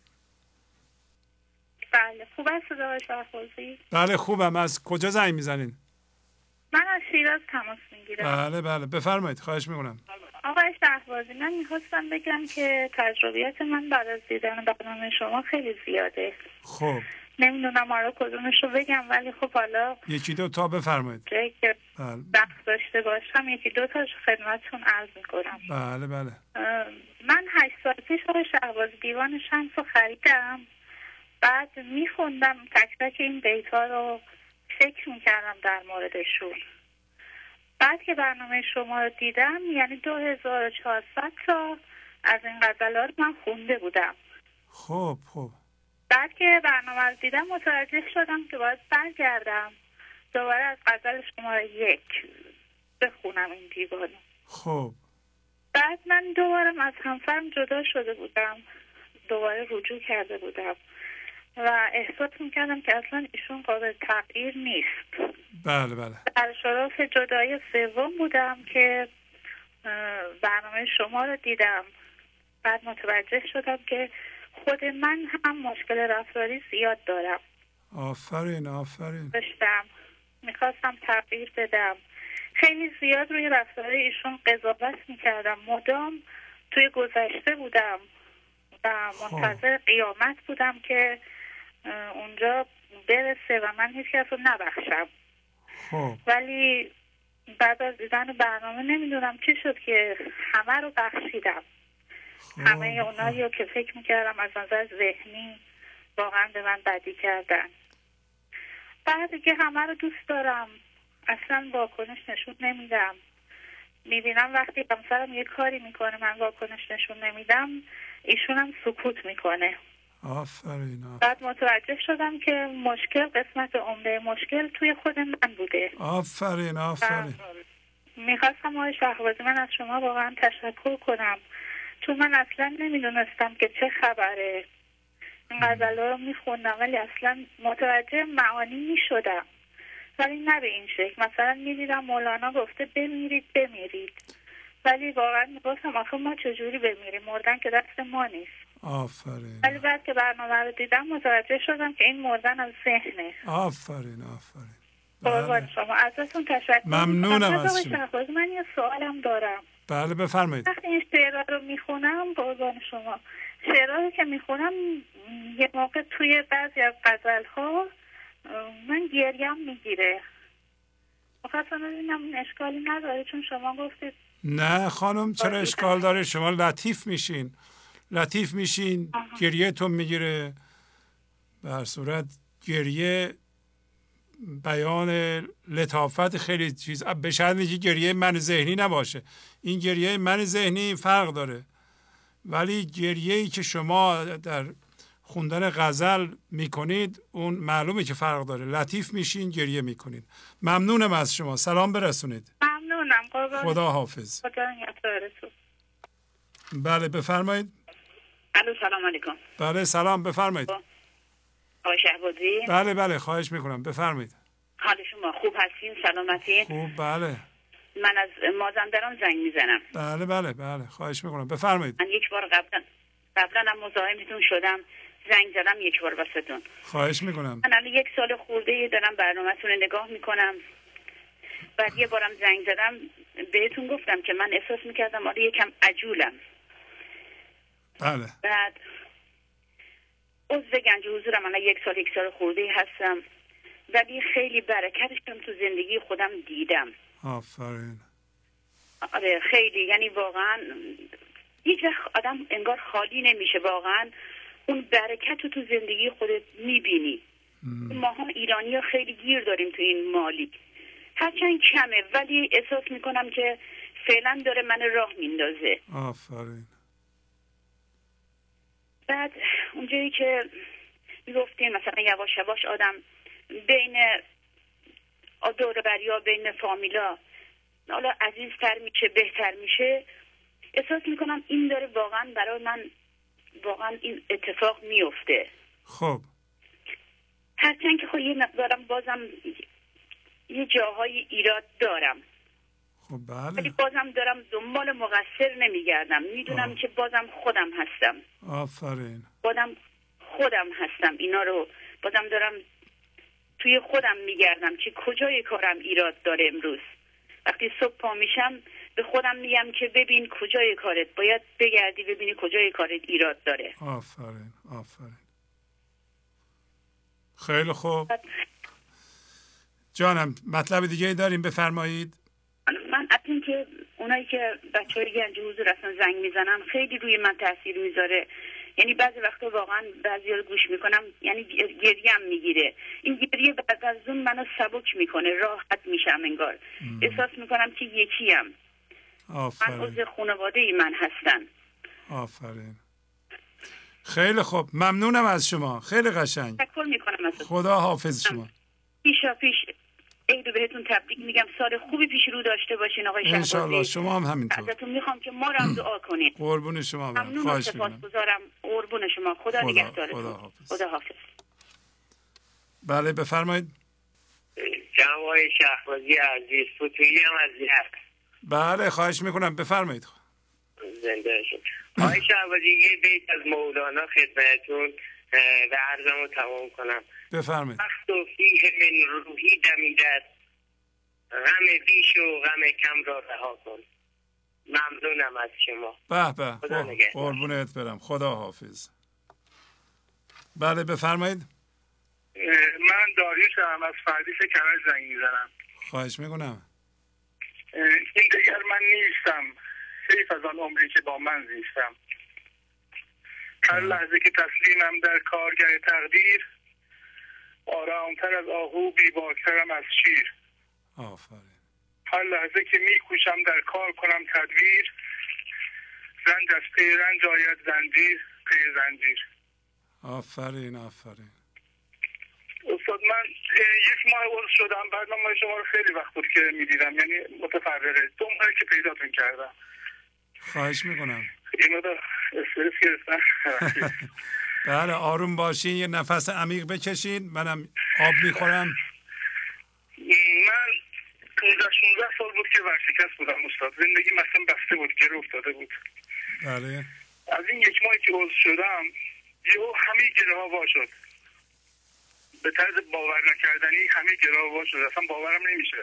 بله خوب است آقای شهبازی؟ بله خوبم. از کجا زنگ میزنین؟ من از شیراز تماس میگیرم. بله بله بفرمایید، خواهش میکنم. آقای شهبازی من میخواستم بگم که تجربیات من بعد از دیدن برنامه شما خیلی زیاده. خب نمیدونم حالا کدومش رو بگم، ولی خب حالا یکی دو تا بفرمایید. جایی که وقت داشته باشم یکی دو تاش خدمتتون عرض میکنم. بله بله. من 8 سال پیش آقای شهبازی دیوان شمس رو خریدم، بعد میخوندم تک تک این بیت‌ها رو، فکر میکردم در موردشون. بعد که برنامه شما رو دیدم یعنی 2400 تا از این غزلات من خونده بودم. خب بعد که برنامه رو دیدم متوجه شدم که باید برگردم دوباره از غزل شماره 1 بخونم این دیوانو. خب بعد من دوباره از همسرم جدا شده بودم، دوباره رجوع کرده بودم و احساس میکردم که اصلا ایشون قابل تغییر نیست. بله بله. در شرف جدایی 3 بودم که برنامه شما رو دیدم، بعد متوجه شدم که خود من هم مشکل رفتاری زیاد دارم. آفرین داشتم میخواستم تغییر بدم، خیلی زیاد روی رفتار ایشون قضاوت میکردم، مدام توی گذشته بودم و منتظر قیامت بودم که اونجا برسه و من هیچ کس رو نبخشم. ولی بعد از دیدن برنامه نمیدونم چی شد که همه رو بخشیدم. همه اونایی رو که فکر میکردم از نظر ذهنی واقعا به من بدی کردن. بعد که همه رو دوست دارم، اصلا واکنش نشون نمیدم. میبینم وقتی همسرم یه کاری میکنه من واکنش نشون نمیدم، ایشون هم سکوت میکنه. آفرین. بعد متوجه شدم که مشکل، قسمت عمده مشکل توی خود من بوده. آفرین. میخواستم آقای شهبازی من از شما واقعا تشکر کنم، چون من اصلا نمیدونستم که چه خبره. این غزل‌ها رو میخوندم ولی اصلا متوجه معانی میشدم، ولی نه به این شکل. مثلا میدیدم مولانا گفته بمیرید، ولی واقعا میگفتم آخه ما چجوری بمیریم، مردن که دست ما نیست. آفرین. ولی بعد که برنامه رو دیدم متوجه شدم که این مردن از ذهنه. آفرین. قربان شما، ازتون تشکر. ممنونم از شما. من یه سوالم دارم. بله بفرمایید. وقتی این شعرها رو میخونم، قربان شما، شعرها رو که میخونم یه موقع توی بعضی از غزل‌ها من گریم میگیره. خواستم ببینم این اشکالی نداره، چون شما گفتید نه خانم، چرا اشکال داره؟ شما لطیف میشین گریه تون میگیره. به هر صورت گریه بیان لطافت خیلی چیز، به شرطی که گریه من ذهنی نباشه. این گریه من ذهنی فرق داره، ولی گریه‌ای که شما در خوندن غزل میکنید اون معلومه که فرق داره. لطیف میشین، گریه میکنید. ممنونم از شما، سلام برسونید. ممنونم، قربان. خدا حافظ. خدا نگهدارتون. بله بفرمایید. الو سلام علیکم. بله سلام، بفرمایید. آقای شهبازی. بله خواهش میکنم، بفرمایید. حال شما خوب هستین؟ سلامتین؟ خوب. بله من از مازندران زنگ میزنم. بله خواهش میکنم، بفرمایید. من یک بار قبلا هم مزاحمتون شدم، زنگ زدم یک بار واسهتون. خواهش میکنم. من الان 1 سال خورده دارم برنامه‌تون رو نگاه میکنم. بعد یه بارم زنگ زدم بهتون گفتم که من احساس میکردم آره یکم عجولم. بله. بعد عضو گنج حضورم، الان 1 سال خورده هستم، ولی خیلی برکتش تو زندگی خودم دیدم. آفرین. آره خیلی، یعنی واقعا هیچ وقت آدم انگار خالی نمیشه. واقعا اون برکت رو تو زندگی خودت میبینی. ماها ایرانی ها خیلی گیر داریم تو این مالی، هرچند کمه، ولی احساس میکنم که فعلا داره من راه میندازه. آفرین. بعد اونجایی که میگفتیم مثلا یواش یواش آدم بین دور بریا، بین فامیلا حالا عزیزتر میشه، بهتر میشه، احساس میکنم این داره واقعا برای من واقعا این اتفاق میفته. خب هرچند که خب یه مقدارم بازم یه جاهای ایراد دارم. خب بله. ولی بازم دارم دنبال مقصر نمیگردم، میدونم که بازم خودم هستم. آفرین. بازم خودم هستم، اینا رو بازم دارم توی خودم میگردم که کجای کارم ایراد داره. امروز وقتی صبح پا میشم به خودم میگم که ببین کجای کارت باید بگردی، ببینی کجای کارت ایراد داره. آفرین. خیلی خوب جانم، مطلب دیگه داریم بفرمایید. من از این که اونایی که بچه‌های گنج حضور اصلا زنگ میزنن خیلی روی من تاثیر میذاره. یعنی بعضی وقتا واقعا بعضیا رو گوش میکنم یعنی گریم میگیره. این گریه بعد از اون منو سبک میکنه، راحت میشم، انگار احساس میکنم که یکیم. آفرین. من عضو خانواده ای من هستن. آفرین. خیلی خوب، ممنونم از شما، خیلی قشنگ. تشکر میکنم ازتون. خدا حافظ شما. پیش عید بهتون تبریک میگم، سال خوبی پیش رو داشته باشین آقای شهبازی. انشالله شما هم همینطور. ازتون میخوام که ما رو هم دعا کنین. قربون شما برم. ممنون و سپاسگزارم. قربون شما. خدا نگهدارتون. خدا حافظ. بله بفرمایید. جناب آقای شهبازی عزیز، فتویی هم از یخ. بله خواهش میکنم بفرمایید. زنده شد. آقای شهبازی یه بیت از مولانا خدمتتون و عرضمو تمام کنم. بفرمایید. وقت و فیه من روحی دمیدد، غم بیش و غم کم را رها کن. ممنونم از شما. به قربونت برم. خدا حافظ. بله بفرمایید. من داریوشم از فردیس کرج زنگ میزنم. خواهش میکنم. این دیگر من نیستم، حیف از آن عمری که با من زیستم. هر لحظه که تسلیمم در کارگاه تقدیر، آرامتر از آهو بیباکترم از شیر. آفرین. هر لحظه که میکوشم در کار کنم تدبیر، رنج از پی رنج آید زنجیر پی زنجیر. آفرین. استاد من 1 ماه عضو شدم، برنامه شما رو خیلی وقت بود که میدیدم، یعنی متفرقه 2 ماه که پیداتون کردم. خواهش میکنم. این مدار استرس گرفتم. بله آروم باشین، یه نفس عمیق بکشین. منم آب میخورم. من 15-16 سال بود که ورشکست بودم استاد. زندگی مثلا بسته بود، گره افتاده بود. بله. از این 1 ماهی که عضو شدم یهو همه گره ها وا شد، به طرز باور نکردنی همه گره ها وا شد. اصلا باورم نمیشه.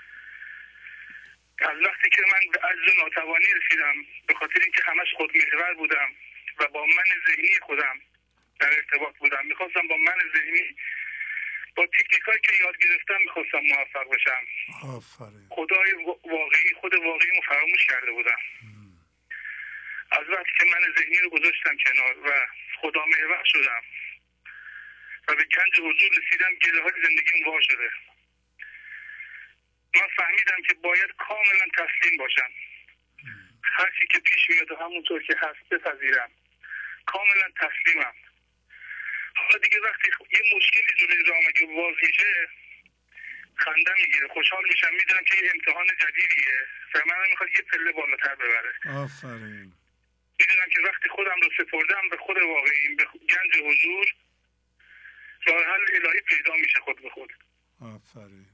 از وقتی که من به عجز و ناتوانی رسیدم، به خاطر اینکه همش خودمحور بودم و با من ذهنی خودم در ارتباط بودم، میخواستم با من ذهنی، با تکنیکایی که یاد گرفتم میخواستم موفق بشم. آفرین. خدای واقعی، خود واقعیمو فراموش کرده بودم. از وقتی که من ذهنی رو گذاشتم کنار و خدا محور شدم و به گنج حضور رسیدم، گره های زندگیم وا شده. من فهمیدم که باید کاملا تسلیم باشم. هر چی که پیش میاد و همونطور که هست بپذیرم. کاملا تسلیمم. حالا دیگه وقتی یه مشکلی جلوی راه آمده باز میشه، خنده میگیره، خوشحال میشم، میدونم که یه امتحان جدیدیه و من میخواد یه پله بالاتر ببره. آفرین. میدونم که وقتی خودم رو سپردم به خود واقعیم، به گنج حضور، راه حل الهی پیدا میشه خود به خود. آفرین.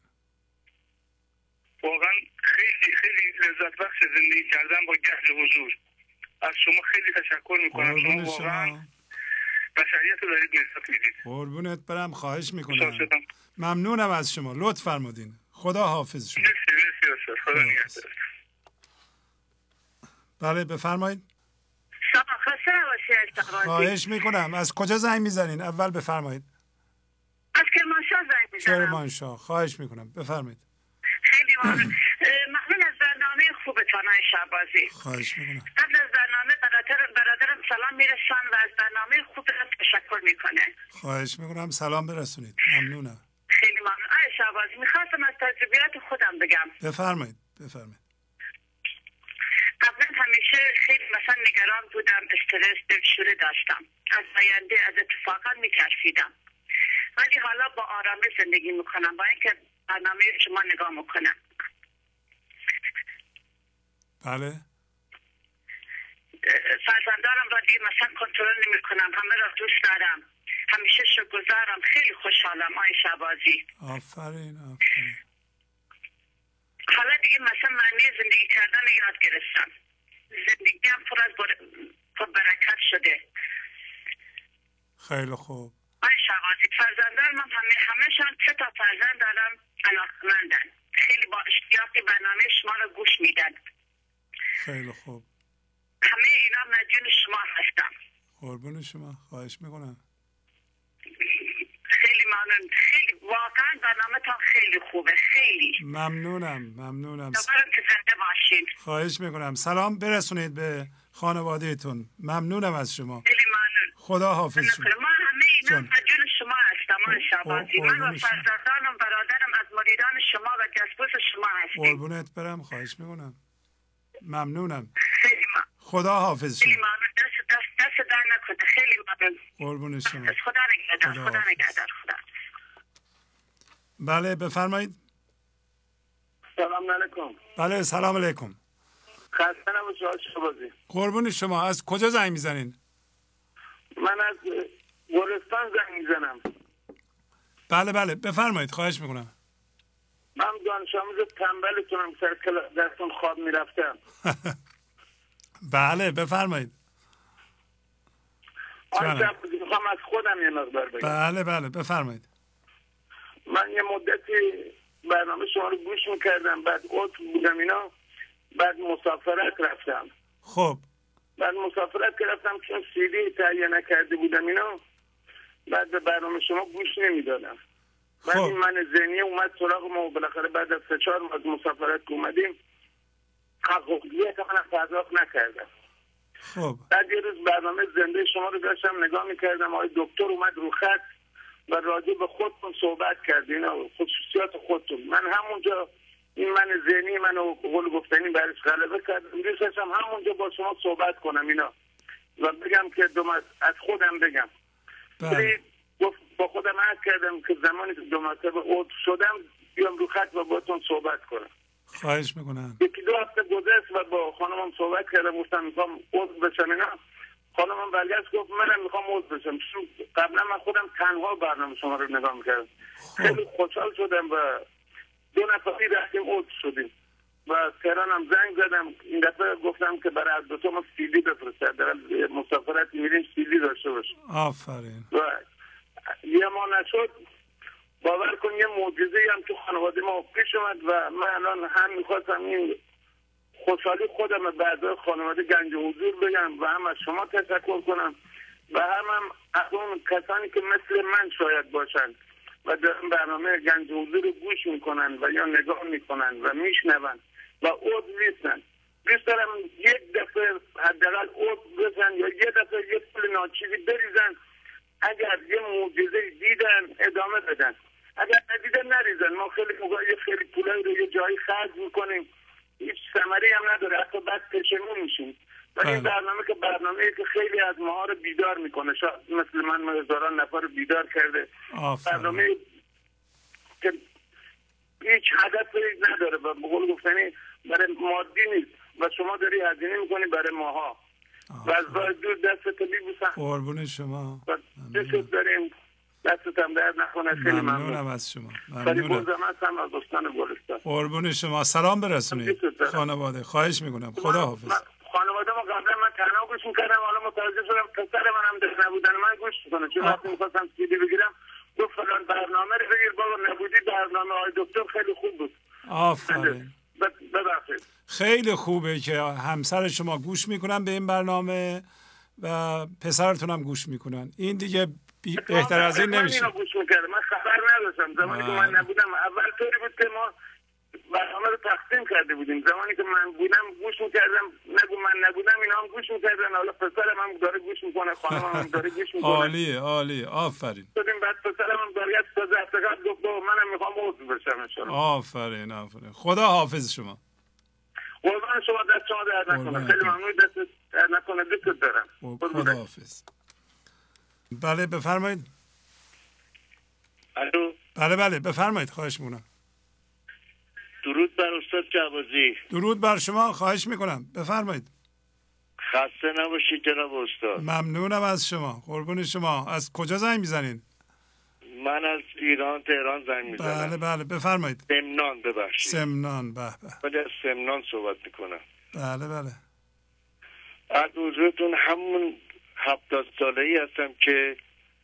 واقعا خیلی خیلی لذت بخش زندگی کردن با گنج حضور. از شما خیلی تشکر میکنم. شما واقعا بشریت رو دارید نسبت میدید. قربونت برم. خواهش میکنم. ممنونم از شما. لطف فرمودین. خدا حافظ شما. خدا نگهدار. بله بفرمایید. سلام، خسته نباشید. خواهش میکنم. از کجا زنگ میزنین؟ اول بفرمایید. از کرمانشاه زنگ میزنم. کرمانشاه. خواهش میکنم. بفرمایید. خیلی ممنون. ممنون از برنامه خوبتان های شهبازی. خواهش میکنم. قبل از برنامه برادرم سلام میرسن و از برنامه خوبتان تشکر میکنه. خواهش میکنم سلام برسونید. ممنونم. خیلی ممنون. آقای شهبازی میخواستم از تجربیات خودم بگم. بفرمایید. قبلا همیشه خیلی مثلا نگران بودم، استرس، دلشوره داشتم، از آینده، از اتفاقا میترسیدم. ولی حالا با آرامش زندگی میکنم، با اینکه برنامه شما نگاه میکنم. بله. فرزندانم را دیگه مثلا کنترل نمیکنم، همه را دوست دارم، همیشه شکرگزارم، خیلی خوشحالم آقای شهبازی. آفرین. حالا دیگه مثلا معنی زندگی کردن یاد گرفتم. زندگی هم پر از برکت شده. خیلی خوب. آقای شهبازی فرزندان من همه‌شان 3 تا فرزند دارم، علاقمندن، خیلی با اشتیاق برنامه شما رو گوش میدن. خیلی خوب. همه اینا مدیون شما هستم. قربون شما. خواهش میکنم. خیلی ممنون. خیلی واقعا برنامه تا خیلی خوبه. خیلی ممنونم. دوباره که زنده باشین. خواهش میکنم. سلام برسونید به خانوادهتون. ممنونم از شما. خیلی ممنون. خدا حافظ شما. ما همه اینا مدیون شما هستم آقای شهبازی. من و فرزندانم، برادرم از مریدان شما و دستبوس شما هستیم. قربونت برم. خواهش میکنم. ممنونم. خیلی ممنون. خدا حافظ شما. خیلی ممنون. دست در نکنه. خیلی ممنون. قربون شما. خدا نگهدار. خدا. بله بفرمایید. سلام علیکم. بله سلام علیکم. خسته نباشید آقای شهبازی. قربون شما. از کجا زنگ میزنین؟ من از گلستان زنگ میزنم. بله بفرمایید. خواهش میکنم. من دانش آموز تنبلتونم، سر درستون خواب میرفتم. بله بفرمایید. میخوام از خودم یه مقدار بگم. بله بفرمایید. من یه مدتی برنامه شما رو گوش میکردم، بعد عضو بودم اینا، بعد مسافرت رفتم. خب بعد مسافرت که رفتم چون سیدی تهیه نکرده بودم اینا، بعد به برنامه شما گوش نمیدادم. بعد این من ذهنی اومد سراغ ما و بالاخره بعد از 3-4 ماه از مسافرت که اومدیم حقوقیت منم پرداخت نکردم. خب بعد یه روز برنامه زنده شما رو داشتم نگاه میکردم، آقای دکتر اومد رو خط و راجع به خودتون صحبت کرد، اینا خصوصیات خودتون. من همونجا این من ذهنی منو قول گفتنی برش غلبه کرد، دوست هم همونجا با شما صحبت کنم اینا و بگم که از خودم بگم. بله. با خودم عهد کردم که زمانی که 2 مرتبه عضو شدم بیام رو خط و باتون صحبت کنم. خواهش میکنم. 1-2 هفته گذشت و با خانمم صحبت کردم، گفتم میخوام عضو بشم اینا. خانمم برگشت گفت منم میخوام عضو بشم. قبلا من خودم تنها برنامه شما رو نگاه میکردم. خیلی خوشحال شدم و 2 نفری رفتیم عضو شدیم و تهرانم زنگ زدم. این دفعه گفتم که برای از 2 تا ما CD بفرستد، در مسافرت میریم CD داشته باشیم. آفرین. و یه ما نشد، باور کن یه معجزه‌ای هم تو خانواده ما پیش اومد و من الان هم میخواستم این خوشحالی خودم بعد خانواده گنج حضور بگم و هم از شما تشکر کنم و هم از اون کسانی که مثل من شاید باشند و در برنامه گنج حضور رو گوش میکنن و یا نگاه میکنن و میشنون و عضو نیستن. دوست دارم یک دفعه حداقل عضو بشن یا یه دفعه یک پول ناچیزی بریزن. اگر یه معجزه دیدن ادامه بدن، اگر ندیدن نریزن. ما خیلی موقع یه خیلی پولایی رو یه جایی خرج میکنیم هیچ ثمری هم نداره، حتی بعد پشیمون میشیم. و این برنامه که برنامه‌ای که خیلی از ماها رو بیدار میکنه، شاید مثل من هزاران نفر رو بیدار کرده. برنامه که هیچ هدفی نداره و به قول گفتنی برای مادی نیست و شما داری هزینه میکنی برای ماها و از راه دور دستت میبوسم. قربون شما. دوست داریم، دستت هم درد نکنه. خیلی ممنونم از شما. ممنونم. هم از دوستان گلستان. قربون شما. سلام برسونید خانواده. خواهش میکنم. خدا حافظ. خانواده ما قبلا من تنها گوش میکردم، حالا متوجه شدم پسر منم در نبودن من گوش میکنه. چون وقتی میخواستم CD بگیرم گفت فلان برنامه رو بگیر بابا، نبودی برنامه های دکتر خیلی خوب بود. آفرین. ببخشید. خیلی خوبه که همسر شما گوش میکنن به این برنامه و پسرتون هم گوش میکنن. این دیگه بهتر از این نمیشه. من گوش میکردم، من خبر نداشتم زمانی که من نبودم. اول طوری بود که ما برنامه رو تقسیم کرده بودیم، زمانی که من بودم گوش میکردم، نگو من نبودم اینا هم گوش میکردن. حالا پسرم هم داره گوش میکنه، خانمم هم داره گوش میکنه. عالیه عالیه. آفرین. بعد پسرم هم داره تازه افتقاد گفت منم میخوام عضو بشم ان شاء الله. آفرین آفرین. خدا حافظ شما. قربان شما، دست شما درد نکنه. خیلی ممنون، دست درد نکنه. دوست دارم. خدا حافظ. بله بفرمایید. الو. بله بفرمایید. خواهش میکنم. درود بر استاد جوازی. درود بر شما. خواهش میکنم بفرمایید. خسته نباشید جناب استاد. ممنونم از شما. قربون شما. از کجا زنگ میزنین؟ من از ایران تهران زنگ میزنم. بله بفرمایید. سمنان. ببخشید سمنان. به ولی از سمنان صحبت میکنم. بله از حضورتون همون 70 ساله‌ای هستم که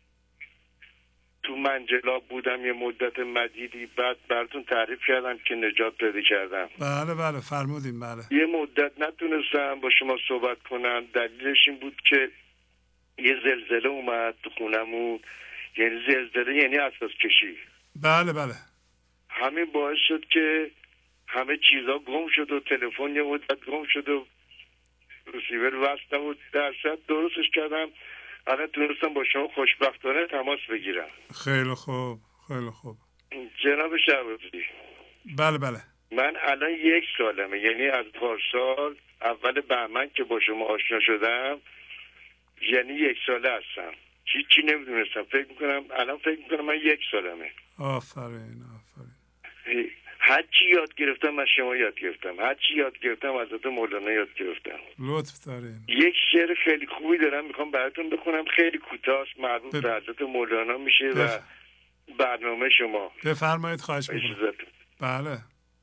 تو منجلاب بودم یه مدت مدیدی، بعد براتون تعریف کردم که نجات پیدا کردم. بله فرمودیم. بله یه مدت نتونستم با شما صحبت کنم، دلیلش این بود که یه زلزله اومد تو خونمون. یعنی زلزله یعنی اساس کشی. بله همین باعث شد که همه چیزا گم شد و تلفن یه مدت گم شد و رسیور وصل نبود. درصد درستش کردم، الان تونستم با شما خوشبختانه تماس بگیرم. خیلی خوب. جناب شهبازی. بله من الان 1 سالمه، یعنی از پارسال اول بهمن که با شما آشنا شدم، یعنی 1 ساله هستم. چی نمیدونستم. الان فکر میکنم من 1 سالمه. آفرین. هر چی یاد گرفتم از شما یاد گرفتم، هر چی یاد گرفتم از حضرت مولانا یاد گرفتم. لطف دارین. یک شعر خیلی خوبی دارم میخوام براتون بخونم، خیلی کوتاست، مربوط به حضرت مولانا میشه و برنامه شما. بفرمایید. خواهش میکنم. بله.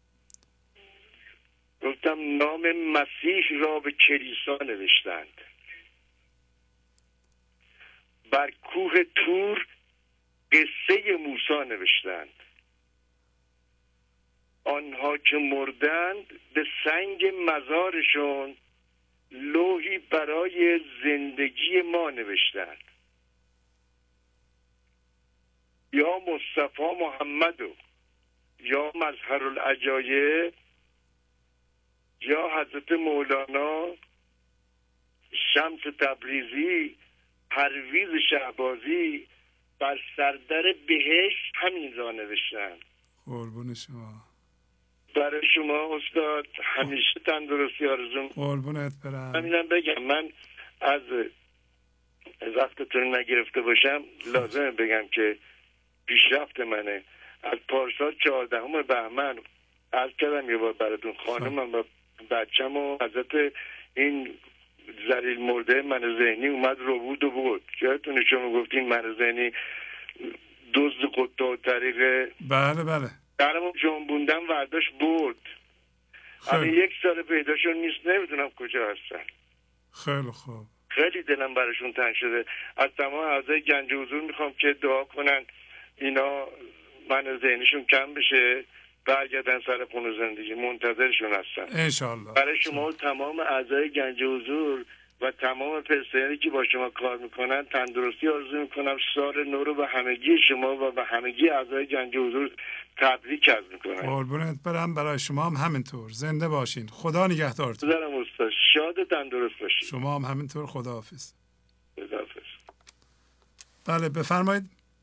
گفتم نام مسیح را به کلیسا نوشتند، بر کوه تور قصه موسی نوشتند. آنها اینها که مردند به سنگ مزارشون لوحی برای زندگی ما نوشتند. یا مصطفی محمدو، یا مظهر العجایب، یا حضرت مولانا شمس تبریزی، پرویز شهبازی بر سردر بهشت همین را نوشتند. قربون شما. برای شما استاد همیشه تندرستی آرزو. قربونت برم. همینم بگم، من از وقتتون نگرفته باشم لازمه بگم که پیشرفت منه از پارسال 14 بهمن عرض کردم یه بار براتون، خانمم و بچم و حضرت این ذلیل مرده من ذهنی اومد رو بود و بود. یادتونه شما گفتین من ذهنی دزد قطع طریق. بله بله. درمون جنبوندن ورداش برد. الان 1 سال پیداشون نیست، نمیدونم کجا هستن. خیلی خوب. خیلی دلم براشون تنگ شده. از تمام اعضای گنج حضور میخوام که دعا کنن اینا من ذهنیشون کم بشه، برگردن سر خون زندگی. منتظرشون هستن انشالله. برای شما تمام اعضای گنج حضور و تمام پرسنلی که با شما کار میکنن تندرستی آرزو میکنم. سال نو رو به همگی شما و به همگی اعضای گنج حضور تبریک عرض میکنم. قربونت برم. برای شما هم همینطور. زنده باشین. خدا نگهدارتون. دارم استاد. شاد و تندرست باشین. شما هم همینطور. خداحافظ. خداحافظ. بله بفرمایید.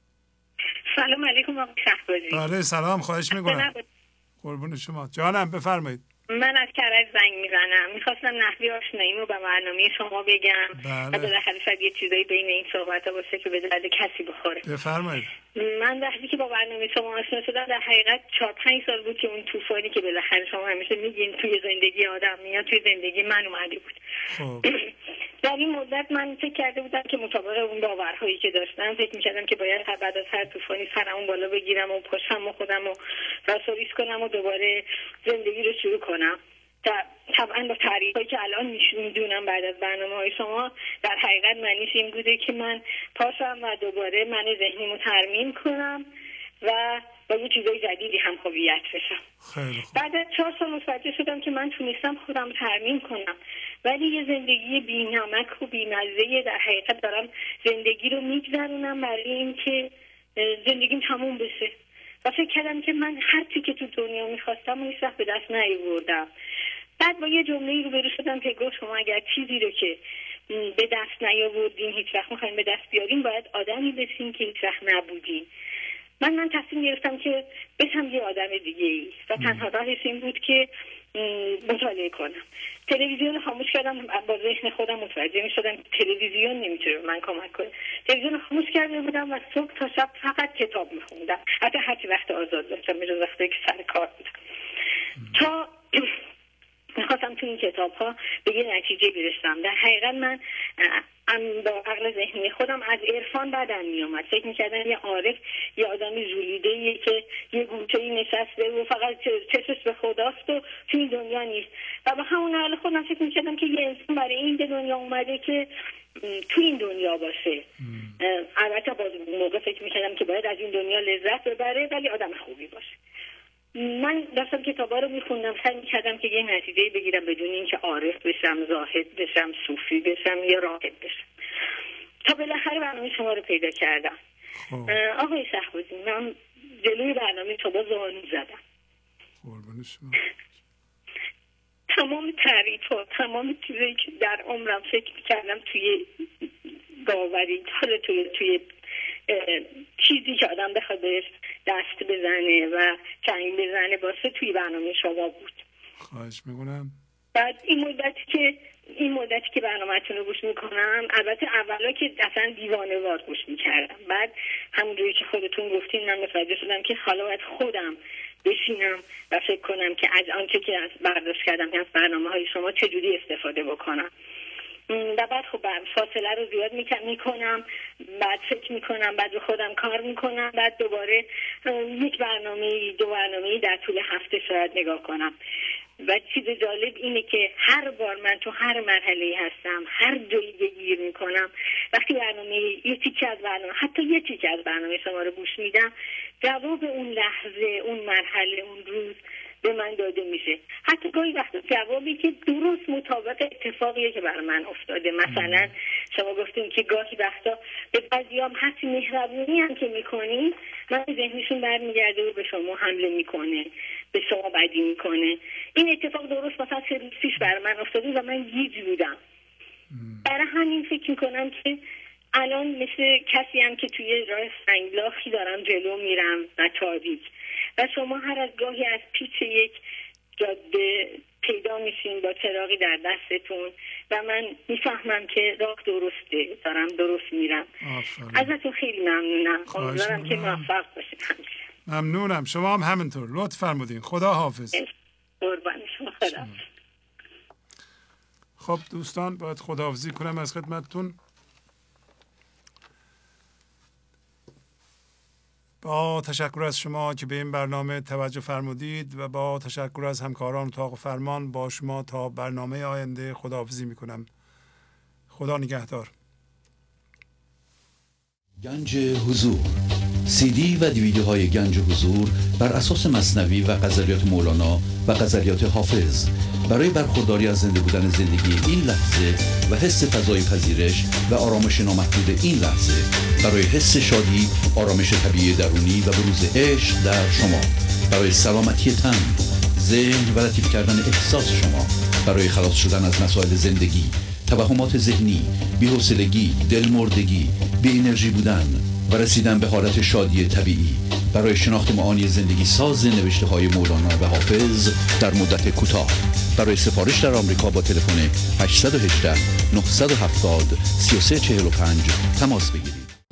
سلام علیکم آقای شهبازی. بله سلام، خواهش میکنم. قربون شما. جانم بفرمایید. من از کرج زنگ میزنم. میخواستم نحوی آشناییمو به برنامه شما بگم. بله. و بالاخره شاید یه چیزایی بین این صحبت‌ها باشه که به درد کسی بخوره. بفرمایید. من وقتی که با برنامه شما آشنا شدم در حقیقت 4-5 سال بود که اون طوفانی که بالاخره شما همیشه میگین توی زندگی آدم میاد توی زندگی من اومده بود. خب. در این مدت من فکر کرده بودم که مطابق اون باورهایی که داشتم فکر می‌کردم که باید بعد از هر طوفانی سرمون بالا بگیرم و پاشم و خودم رو راسوریس کنم و دوباره زندگی رو شروع کنم. طبعا با تعریفایی که الان میدونم بعد از برنامه‌های شما در حقیقت معنیش این بوده که من پاشم و دوباره من ذهنیمو ترمیم کنم و با یه چیزای جدیدی هم هویت بشم. بعد از 4 سال متوجه شدم که من تونستم خودم ترمیم کنم، ولی یه زندگی بی‌نمک و بی‌مزه در حقیقت دارم زندگی رو میگذرونم برای اینکه زندگیم تموم بشه. و فکر کردم که من هر چی که تو دنیا میخواستم و هیچ وقت به دست نیاوردم. بعد با یه جمله‌ای روبرو شدم که گفت شما اگر چیزی رو که به دست نیاوردین هیچ وقت میخواین به دست بیارین باید آدمی بشین که هیچ وقت نبودین. من تصمیم گرفتم که بشم یه آدم دیگه ای و تنها راهش این بود که مطالعه کنم. تلویزیون خاموش کردم. با ذهن خودم متوجه می شدم تلویزیون نمیتونه من کمک کنه. تلویزیون خاموش کرده بودم و صبح تا شب فقط کتاب میخوندم. حتی هرچی وقت آزاد داشتم میرون وقتی که سر کار بودم تا میخواستم تو این کتاب ها به یه نتیجه برسم. در حقیقت من با عقل ذهنی خودم از عرفان بدم میومد. فکر میکردم یه عارف یه آدمی ژولیده‌ایه که یه گوشه‌ای نشسته و فقط چشمش به خداست و تو این دنیا نیست. و با همون حال خودم فکر میکردم که یه انسان برای این دنیا اومده که تو این دنیا باشه. البته باز موقع فکر میکردم که باید از این دنیا لذت ببره ولی آدم خوبی باشه. من داشتم کتابا رو میخوندم، سعی میکردم که یه نتیجه بگیرم بدون اینکه عارف بشم، زاهد بشم، صوفی بشم یا راهب بشم. تا بالاخره برنامه شما رو پیدا کردم. آقای شهبازی من جلوی برنامه شما زانو زدم. تمام تعریفات، تمام چیزایی که در عمرم فکر میکردم توی باوری، توی چیزی که آدم بخواد بهش دست بزنه و چنگ بزنه باشه توی برنامه شما بود. خواهش میکنم. بعد این مدتی که برنامه‌تون رو گوش میکنم، البته اولا که اصلا دیوانه وار گوش میکردم، بعد همونجوری که خودتون گفتین من متوجه شدم که حالا باید خودم بشینم و فکر کنم که از آنچه که از برداشت کردم از برنامه‌های شما چجوری استفاده بکنم. و بعد خب فاصله رو زیاد میکنم، بعد فکر میکنم، بعد رو خودم کار میکنم، بعد دوباره یک برنامه 2 برنامه در طول هفته شاید نگاه کنم. و چیز جالب اینه که هر بار من تو هر مرحله هستم، هر جایی گیر میکنم، وقتی برنامه یه تیکه از برنامه، حتی یه تیکه از برنامه شما رو گوش میدم، جواب اون لحظه، اون مرحله، اون روز به من داده میشه. حتی گاهی وقتا جوابی که درست مطابق اتفاقیه که برای من افتاده. مثلا شما گفتیم که گاهی وقتا به بعضیام حتی مهربونی هم که میکنین من ذهنشون برمیگرده و به شما حمله میکنه، به شما بدی میکنه. این اتفاق درست مثلا 3 روز پیش برای من افتاده و من گیج بودم. برای همین فکر میکنم که الان مثل کسی هم که توی راه سنگلاخی دارم جلو میرم و تاریک و شما هر از گاهی از پیچ یک جاده پیدا میشین با چراغی در دستتون و من میفهمم که راه درسته، دارم درست میرم. ازتون خیلی ممنونم. امیدوارم که موفق باشید. ممنونم. شما هم همینطور. لطف فرمودین. خدا حافظ. قربان شما. خدا. خب دوستان باید خداحافظی کنم از خدمتتون. با تشکر از شما که به این برنامه توجه فرمودید و با تشکر از همکاران اتاق فرمان با شما تا برنامه آینده خداحافظی میکنم. خدا نگهدار. گنج حضور، CD و دیویدیوهای گنج حضور بر اساس مثنوی و غزلیات مولانا و غزلیات حافظ برای برخورداری از زنده بودن زندگی این لحظه و حس فضای پذیرش و آرامش نامحدود این لحظه، برای حس شادی، آرامش طبیعی درونی و بروز عشق در شما، برای سلامتی تن، ذهن و لطیف کردن احساس شما، برای خلاص شدن از مسائل زندگی، توهمات ذهنی، بی‌حوصلگی، دلمردگی، بی انرژی بودن و رسیدن به حالت شادی طبیعی، برای شناخت معانی زندگی ساز نوشته‌های مولانا و حافظ در مدت کوتاه. برای سفارش در آمریکا با تلفن 818 970 3345 تماس بگیرید.